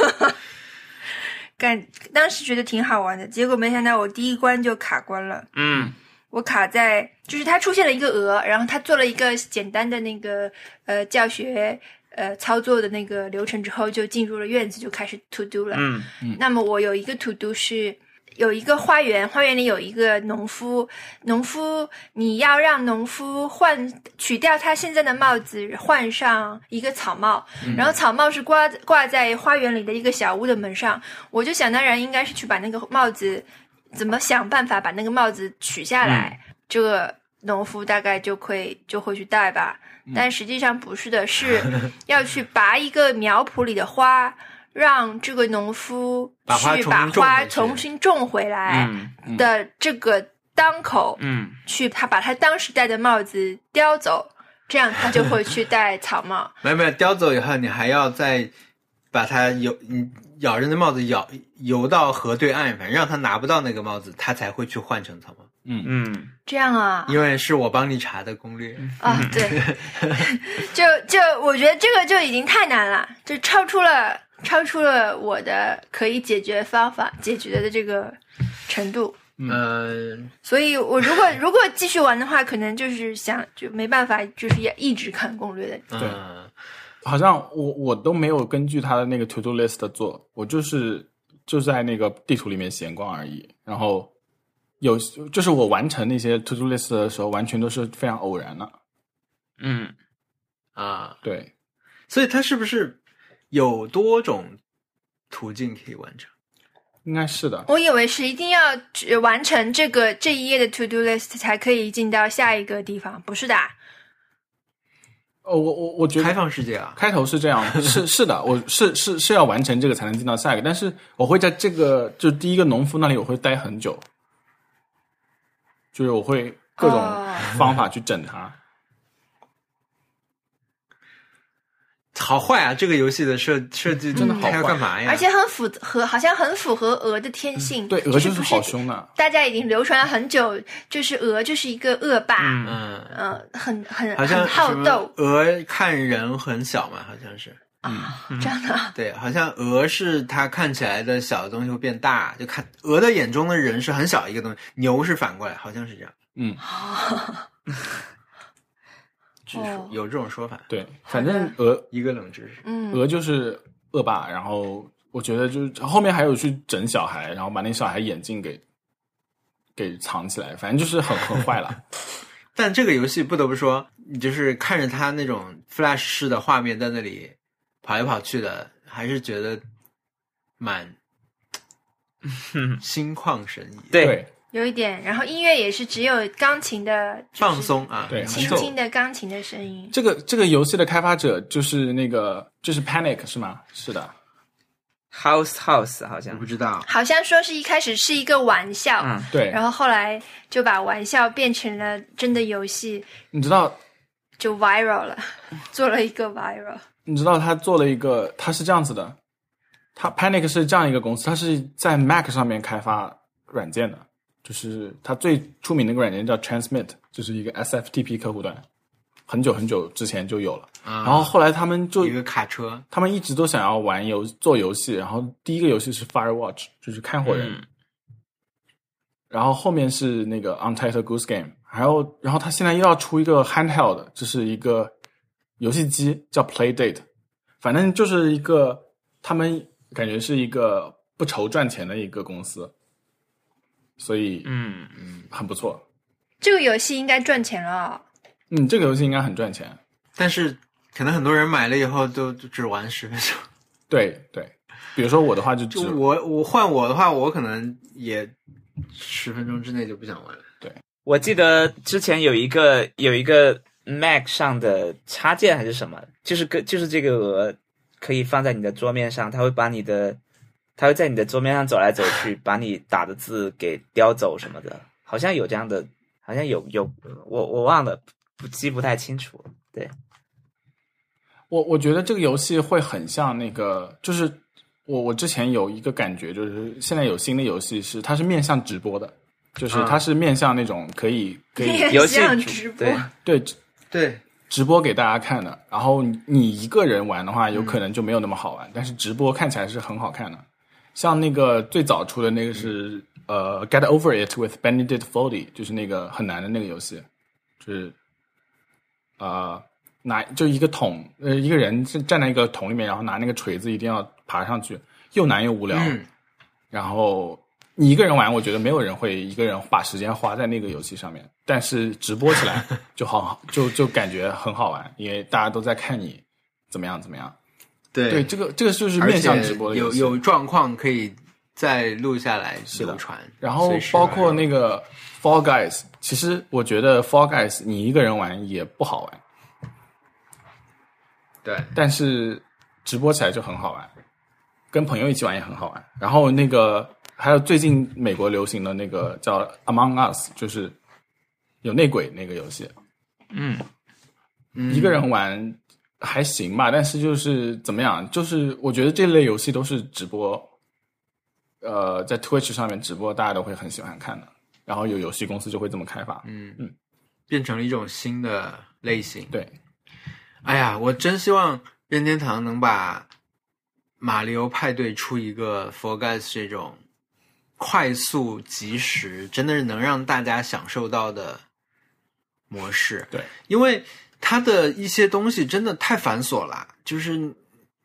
感当时觉得挺好玩的，结果没想到我第一关就卡关了。 嗯， 我卡在就是它出现了一个鹅，然后它做了一个简单的那个呃教学呃操作的那个流程之后，就进入了院子，就开始 to do 了。 嗯嗯，那么我有一个 to do 是。有一个花园，花园里有一个农夫，农夫你要让农夫换取掉他现在的帽子，换上一个草帽，嗯、然后草帽是挂挂在花园里的一个小屋的门上。我就想当然应该是去把那个帽子怎么想办法把那个帽子取下来，嗯、这个农夫大概就会就会去戴吧，嗯、但实际上不是的，是要去拔一个苗圃里的花。让这个农夫去把花重新种回来的这个当口， 嗯， 去他把他当时戴的帽子叼走，这样他就会去戴草帽。 没有没有，叼走以后，你还要再把它游你咬人的帽子咬游到河对岸，反正让他拿不到那个帽子，他才会去换成草帽。 嗯嗯， 这样啊， 因为是我帮你查的攻略啊，对，就就我觉得这个就已经太难了，就超出了。超出了我的可以解决方法解决的这个程度， 嗯， 所以我如果如果继续玩的话，可能就是想就没办法，就是也一直看攻略的。 对，好像我我都没有根据他的那个 to do list 做，我就是就在那个地图里面闲逛而已。然后有就是我完成那些 to do list 的时候，完全都是非常偶然的。 嗯啊， 对， 所以他是不是？有多种途径可以完成， 应该是的。 我以为是一定要完成这个这一页的 to do list 才可以进到下一个地方，不是的。 哦，我我我觉得开放世界啊， 开头是这样，是是的，我是是是要完成这个才能进到下一个，但是我会在这个就第一个农夫那里我会待很久，就是我会各种方法去整它。 哦好坏啊！这个游戏的设设计真的好坏，要干嘛呀？ 而且很符合，好像很符合鹅的天性。 嗯、对，鹅就是好凶的。 大家已经流传了很久，就是鹅就是一个恶霸， 嗯嗯、呃，很很好像很好斗。 鹅看人很小嘛，好像是。 啊、嗯，这样的。 对，好像鹅是它看起来的小的东西会变大，就看鹅的眼中的人是很小一个东西，牛是反过来，好像是这样。 嗯。 据说有这种说法， 对，反正鹅一个冷知识， 嗯， 鹅就是恶霸，然后我觉得就是后面还有去整小孩，然后把那小孩眼镜给给藏起来，反正就是很很坏了。 但这个游戏不得不说，你就是看着它那种 Flash 式的画面在那里跑来跑去的，还是觉得蛮心旷神怡。 对。 有一点，然后音乐也是只有钢琴的、就是、 放松啊， 对， 轻轻的钢琴的声音。 这个这个游戏的开发者就是那个就是 Panic 是吗？是的 ，House House 好像我不知道， 好像说是一开始是一个玩笑， 嗯， 对， 然后后来就把玩笑变成了真的游戏， 你知道， 就 viral 了，做了一个 viral。 你知道他做了一个，他是这样子的，他 Panic 是这样一个公司，他是在 Mac 上面开发软件的。就是它最出名的一个软件叫 Transmit， 就是一个 S F T P 客户端，很久很久之前就有了。 嗯、 然后后来他们就一个卡车， 他们一直都想要玩游做游戏，然后第一个游戏是 Firewatch， 就是看火人，嗯、然后后面是那个 Untitled Goose Game， 还有然后他现在又要出一个 handheld， 就是一个游戏机叫 Playdate， 反正就是一个他们感觉是一个不愁赚钱的一个公司。所以， 嗯嗯，很不错。 这个游戏应该赚钱了。 嗯，这个游戏应该很赚钱， 但是可能很多人买了以后都只玩十分钟。 对对，比如说我的话就只就我我换我的话，我可能也十分钟之内就不想玩了。 对， 我记得之前有一个有一个 Mac 上的插件还是什么，就是个就是这个鹅可以放在你的桌面上，它会把你的。他会在你的桌面上走来走去，把你打的字给叼走什么的，好像有这样的，好像有有，我我忘了，不记不太清楚。对， 我我觉得这个游戏会很像那个，就是我我之前有一个感觉，就是现在有新的游戏是它是面向直播的，就是它是面向那种可以、嗯、可以游戏直播， 对对对。 直播给大家看的，然后你一个人玩的话，有可能就没有那么好玩，嗯、但是直播看起来是很好看的。像那个最早出的那个是、嗯、呃 Get Over It with Benedict Foley， 就是那个很难的那个游戏，就是呃拿就一个桶呃一个人是站在一个桶里面，然后拿那个锤子一定要爬上去，又难又无聊。 嗯、 然后你一个人玩，我觉得没有人会一个人把时间花在那个游戏上面，但是直播起来就好就就感觉很好玩，因为大家都在看你怎么样怎么样。 对对，这个这个就是面向直播的游戏， 有有状况可以再录下来流传。 然后包括那个 Fall Guys， 其实我觉得 Fall Guys 你一个人玩也不好玩， 对， 但是直播起来就很好玩，跟朋友一起玩也很好玩。然后那个还有最近美国流行的那个叫 Among Us， 就是有内鬼那个游戏， 嗯， 一个人玩。还行吧，但是就是怎么样，就是我觉得这类游戏都是直播，呃，在 Twitch 上面直播，大家都会很喜欢看的。然后有游戏公司就会这么开发， 嗯嗯， 变成了一种新的类型。 对， 哎呀，我真希望任天堂能把马里奥派对出一个 Fall Guys 这种快速及时，真的是能让大家享受到的模式。 对， 因为它的一些东西真的太繁琐了，就是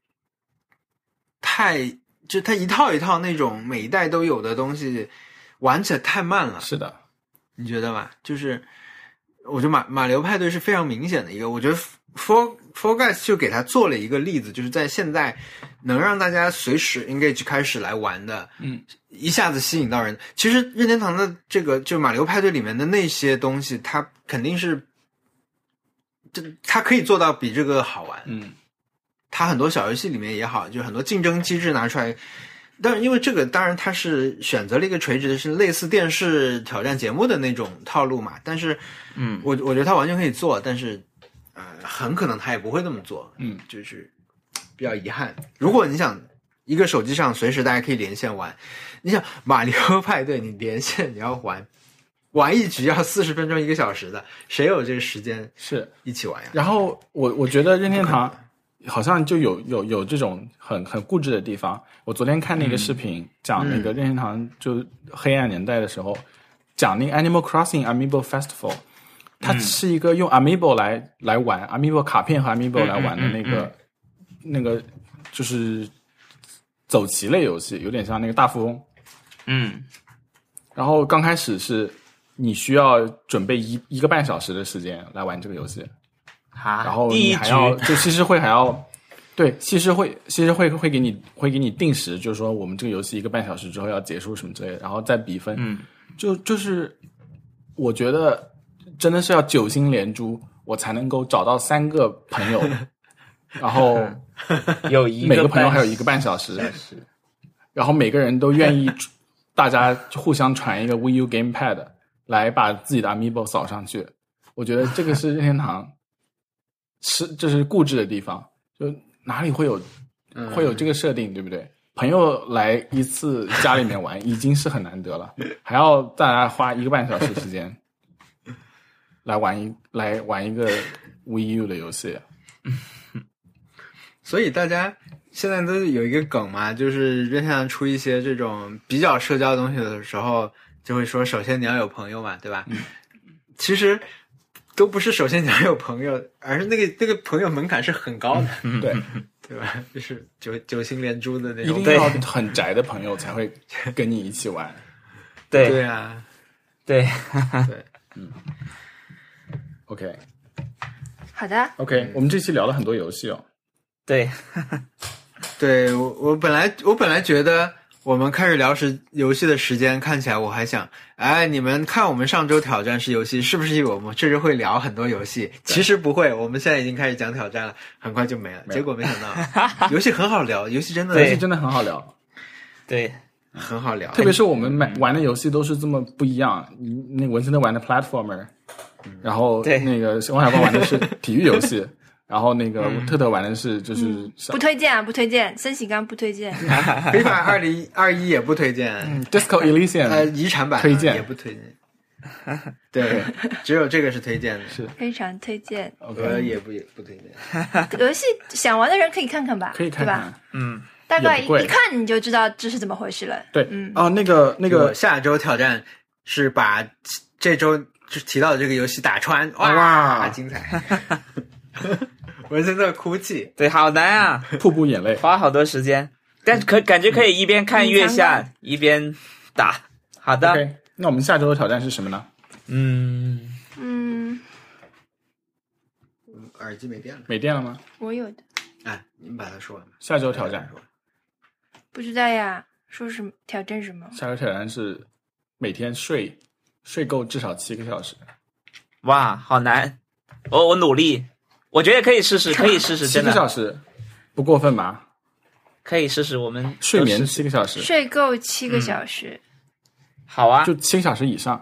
太就它一套一套那种每一代都有的东西玩起来太慢了。 是的， 你觉得吧？就是我觉得马马里奥派对是非常明显的一个，我觉得 Fall Fall Guys 就给他做了一个例子，就是在现在能让大家随时 engage 开始来玩的， 嗯， 一下子吸引到人。其实任天堂的这个就马里奥派对里面的那些东西，它肯定是。这它可以做到比这个好玩， 嗯， 它很多小游戏里面也好，就很多竞争机制拿出来，但是因为这个当然它是选择了一个垂直的是类似电视挑战节目的那种套路嘛，但是嗯， 我我觉得它完全可以做，但是呃很可能它也不会这么做， 嗯， 就是比较遗憾。如果你想一个手机上随时大家可以连线玩，你想马里奥派对你连线你要玩玩一局要四十分钟一个小时的，谁有这个时间是一起玩呀？ 然后我我觉得任天堂好像就有有有这种很很固执的地方。我昨天看那个视频、嗯、讲那个任天堂就黑暗年代的时候、嗯、讲那个 Animal Crossing Amiibo Festival， 它是一个用 Amiibo 来来玩 Amiibo 卡片和 Amiibo 来玩的那个、嗯嗯嗯、那个就是走棋类游戏，有点像那个大富翁。 嗯， 然后刚开始是你需要准备一一个半小时的时间来玩这个游戏。 啊， 然后你还要就西施会还要对西施会西施会会给你会给你定时，就是说我们这个游戏一个半小时之后要结束什么之类的，然后再比分。 嗯， 就就是我觉得真的是要九星连珠，我才能够找到三个朋友，然后有一个每个朋友还有一个半小时，然后每个人都愿意，大家互相传一个 Wii U Gamepad 来把自己的 Amiibo 扫上去。我觉得这个是任天堂。是，这是固执的地方，就哪里会有会有这个设定，对不对？朋友来一次家里面玩已经是很难得了，还要大家花一个半小时时间来玩一来玩一个 Wii U 的游戏。 所以大家现在都有一个梗嘛，就是任天堂出一些这种比较社交的东西的时候，就会说首先你要有朋友嘛，对吧？ 嗯、 其实。都不是首先你要有朋友，而是那个那个朋友门槛是很高的， 嗯、对对吧？就是九九星连珠的那种， 一定要很宅的朋友才会跟你一起玩。 对对啊， 对对， 嗯 ，OK， 好的 ，OK， 我们这期聊了很多游戏哦。 对， 对我我本来我本来觉得。我们开始聊时游戏的时间，看起来我还想，哎，你们看我们上周挑战是游戏，是不是以为我们这周会聊很多游戏？其实不会，我们现在已经开始讲挑战了，很快就没了。没结果没想到，游戏很好聊，游戏真的游戏真的很好聊， 对， 很好聊。 特别是我们买玩的游戏都是这么不一样，那文森特玩的 platformer，、嗯、然后那个王小光玩的是体育游戏。然后那个特特玩的是就是、嗯、 不推荐啊，不推荐，森喜刚不推荐， 非法二零二一也不推荐、 嗯、，Disco Elysium 呃遗产版推荐也不推荐，对，只有这个是推荐的， 是非常推荐， 我也不也不推荐。 游戏想玩的人可以看看吧， 可以看看， 对吧？ 嗯， 大概一看你就知道这是怎么回事了。 对， 嗯， 哦，那个那个下周挑战是把这周就提到的这个游戏打穿，哇， 哇精彩！文森特哭泣， 对，好难啊， 瀑布眼泪， 花好多时间，但可感觉可以一边看月下、嗯、一边打。好的， okay, 那我们下周的挑战是什么呢？ 嗯嗯， 耳机没电了， 没电了吗？ 我有的。 哎，你们把它说完吧。 下周挑战不知道呀，说什么挑战什么？ 下周挑战是每天睡睡够至少七个小时。 哇，好难！我我努力。我觉得可以试试，可以试试，真的。 七个小时不过分吧？ 可以试试，我们睡眠七个小时， 睡够七个小时、 嗯，好啊， 就七个小时以上。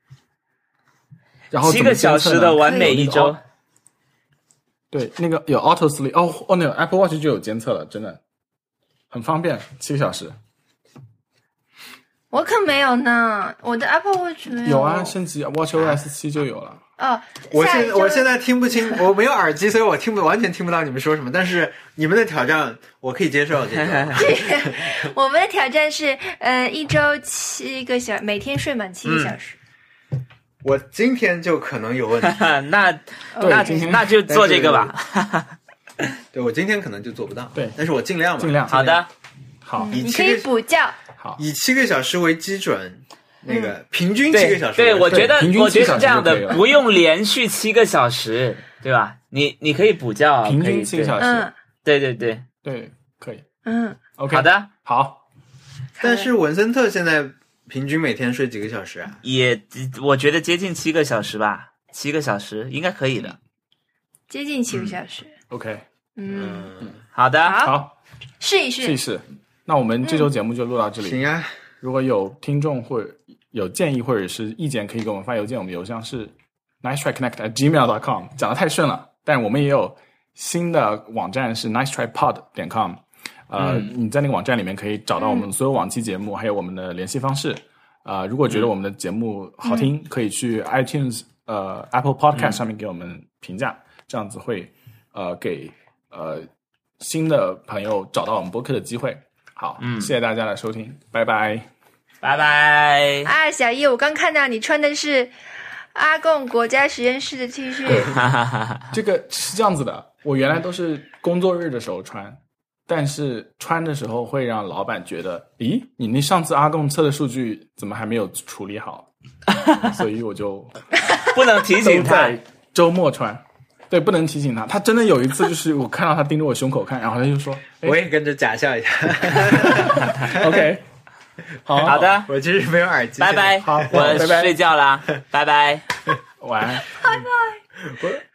然后七个小时的完美一周。 对，那个有 Auto Sleep， 哦哦，那个 Apple Watch 就有监测了，真的很方便，七个小时。 我可没有呢，我的 Apple Watch 没有。 有啊，升级 WatchOS 七就有了。 哦， 我现我现在听不清，我没有耳机，所以我听不完全听不到你们说什么。但是你们的挑战我可以接受。这个我们的挑战是呃一周七个小，每天睡满七个小时。 嗯、我今天就可能有问题。 那那那就做这个吧。 对，我今天可能就做不到。 对， 但是我尽量吧。 尽量。 好的， 好， 你可以补觉。 好， 以七个小时为基准。那个、嗯、平均七个小时， 对，对我觉得我觉得是这样的， 不用连续七个小时，对吧？你你可以补觉， 平均七个小时， 嗯， 对对对对，可以， 嗯 ，OK， 好的， 好。 但是文森特现在平均每天睡几个小时啊？ 也我觉得接近七个小时吧，七个小时应该可以的， 接近七个小时、 嗯、，OK， 嗯， 嗯好的， 好， 试一试， 试一试。那我们这周节目就录到这里。 行、嗯、啊。 如果有听众或者有建议或者是意见，可以给我们发邮件，我们邮箱是 nice try connect at gmail dot com。讲得太顺了，但我们也有新的网站是 nice try pod 点 com， 呃、嗯，你在那个网站里面可以找到我们所有往期节目，嗯、还有我们的联系方式。呃，如果觉得我们的节目好听，嗯、可以去 iTunes 呃 Apple Podcast 上面给我们评价，嗯、这样子会呃给呃新的朋友找到我们播客的机会。好，嗯，谢谢大家的收听，拜拜， 拜拜。 啊，小叶，我刚看到你穿的是阿贡国家实验室的 T 恤。 这个是这样子的，我原来都是工作日的时候穿。但是穿的时候会让老板觉得，咦，你那上次阿贡测的数据怎么还没有处理好？所以我就不能提醒他， 周末穿。对，不能提醒他。他真的有一次，就是我看到他盯着我胸口看，然后他就说：“ 我也跟着假笑一下。 ”OK， 好好的， 我其实没有耳机。 拜拜， 好， 我睡觉啦，拜拜， 晚安， 拜拜。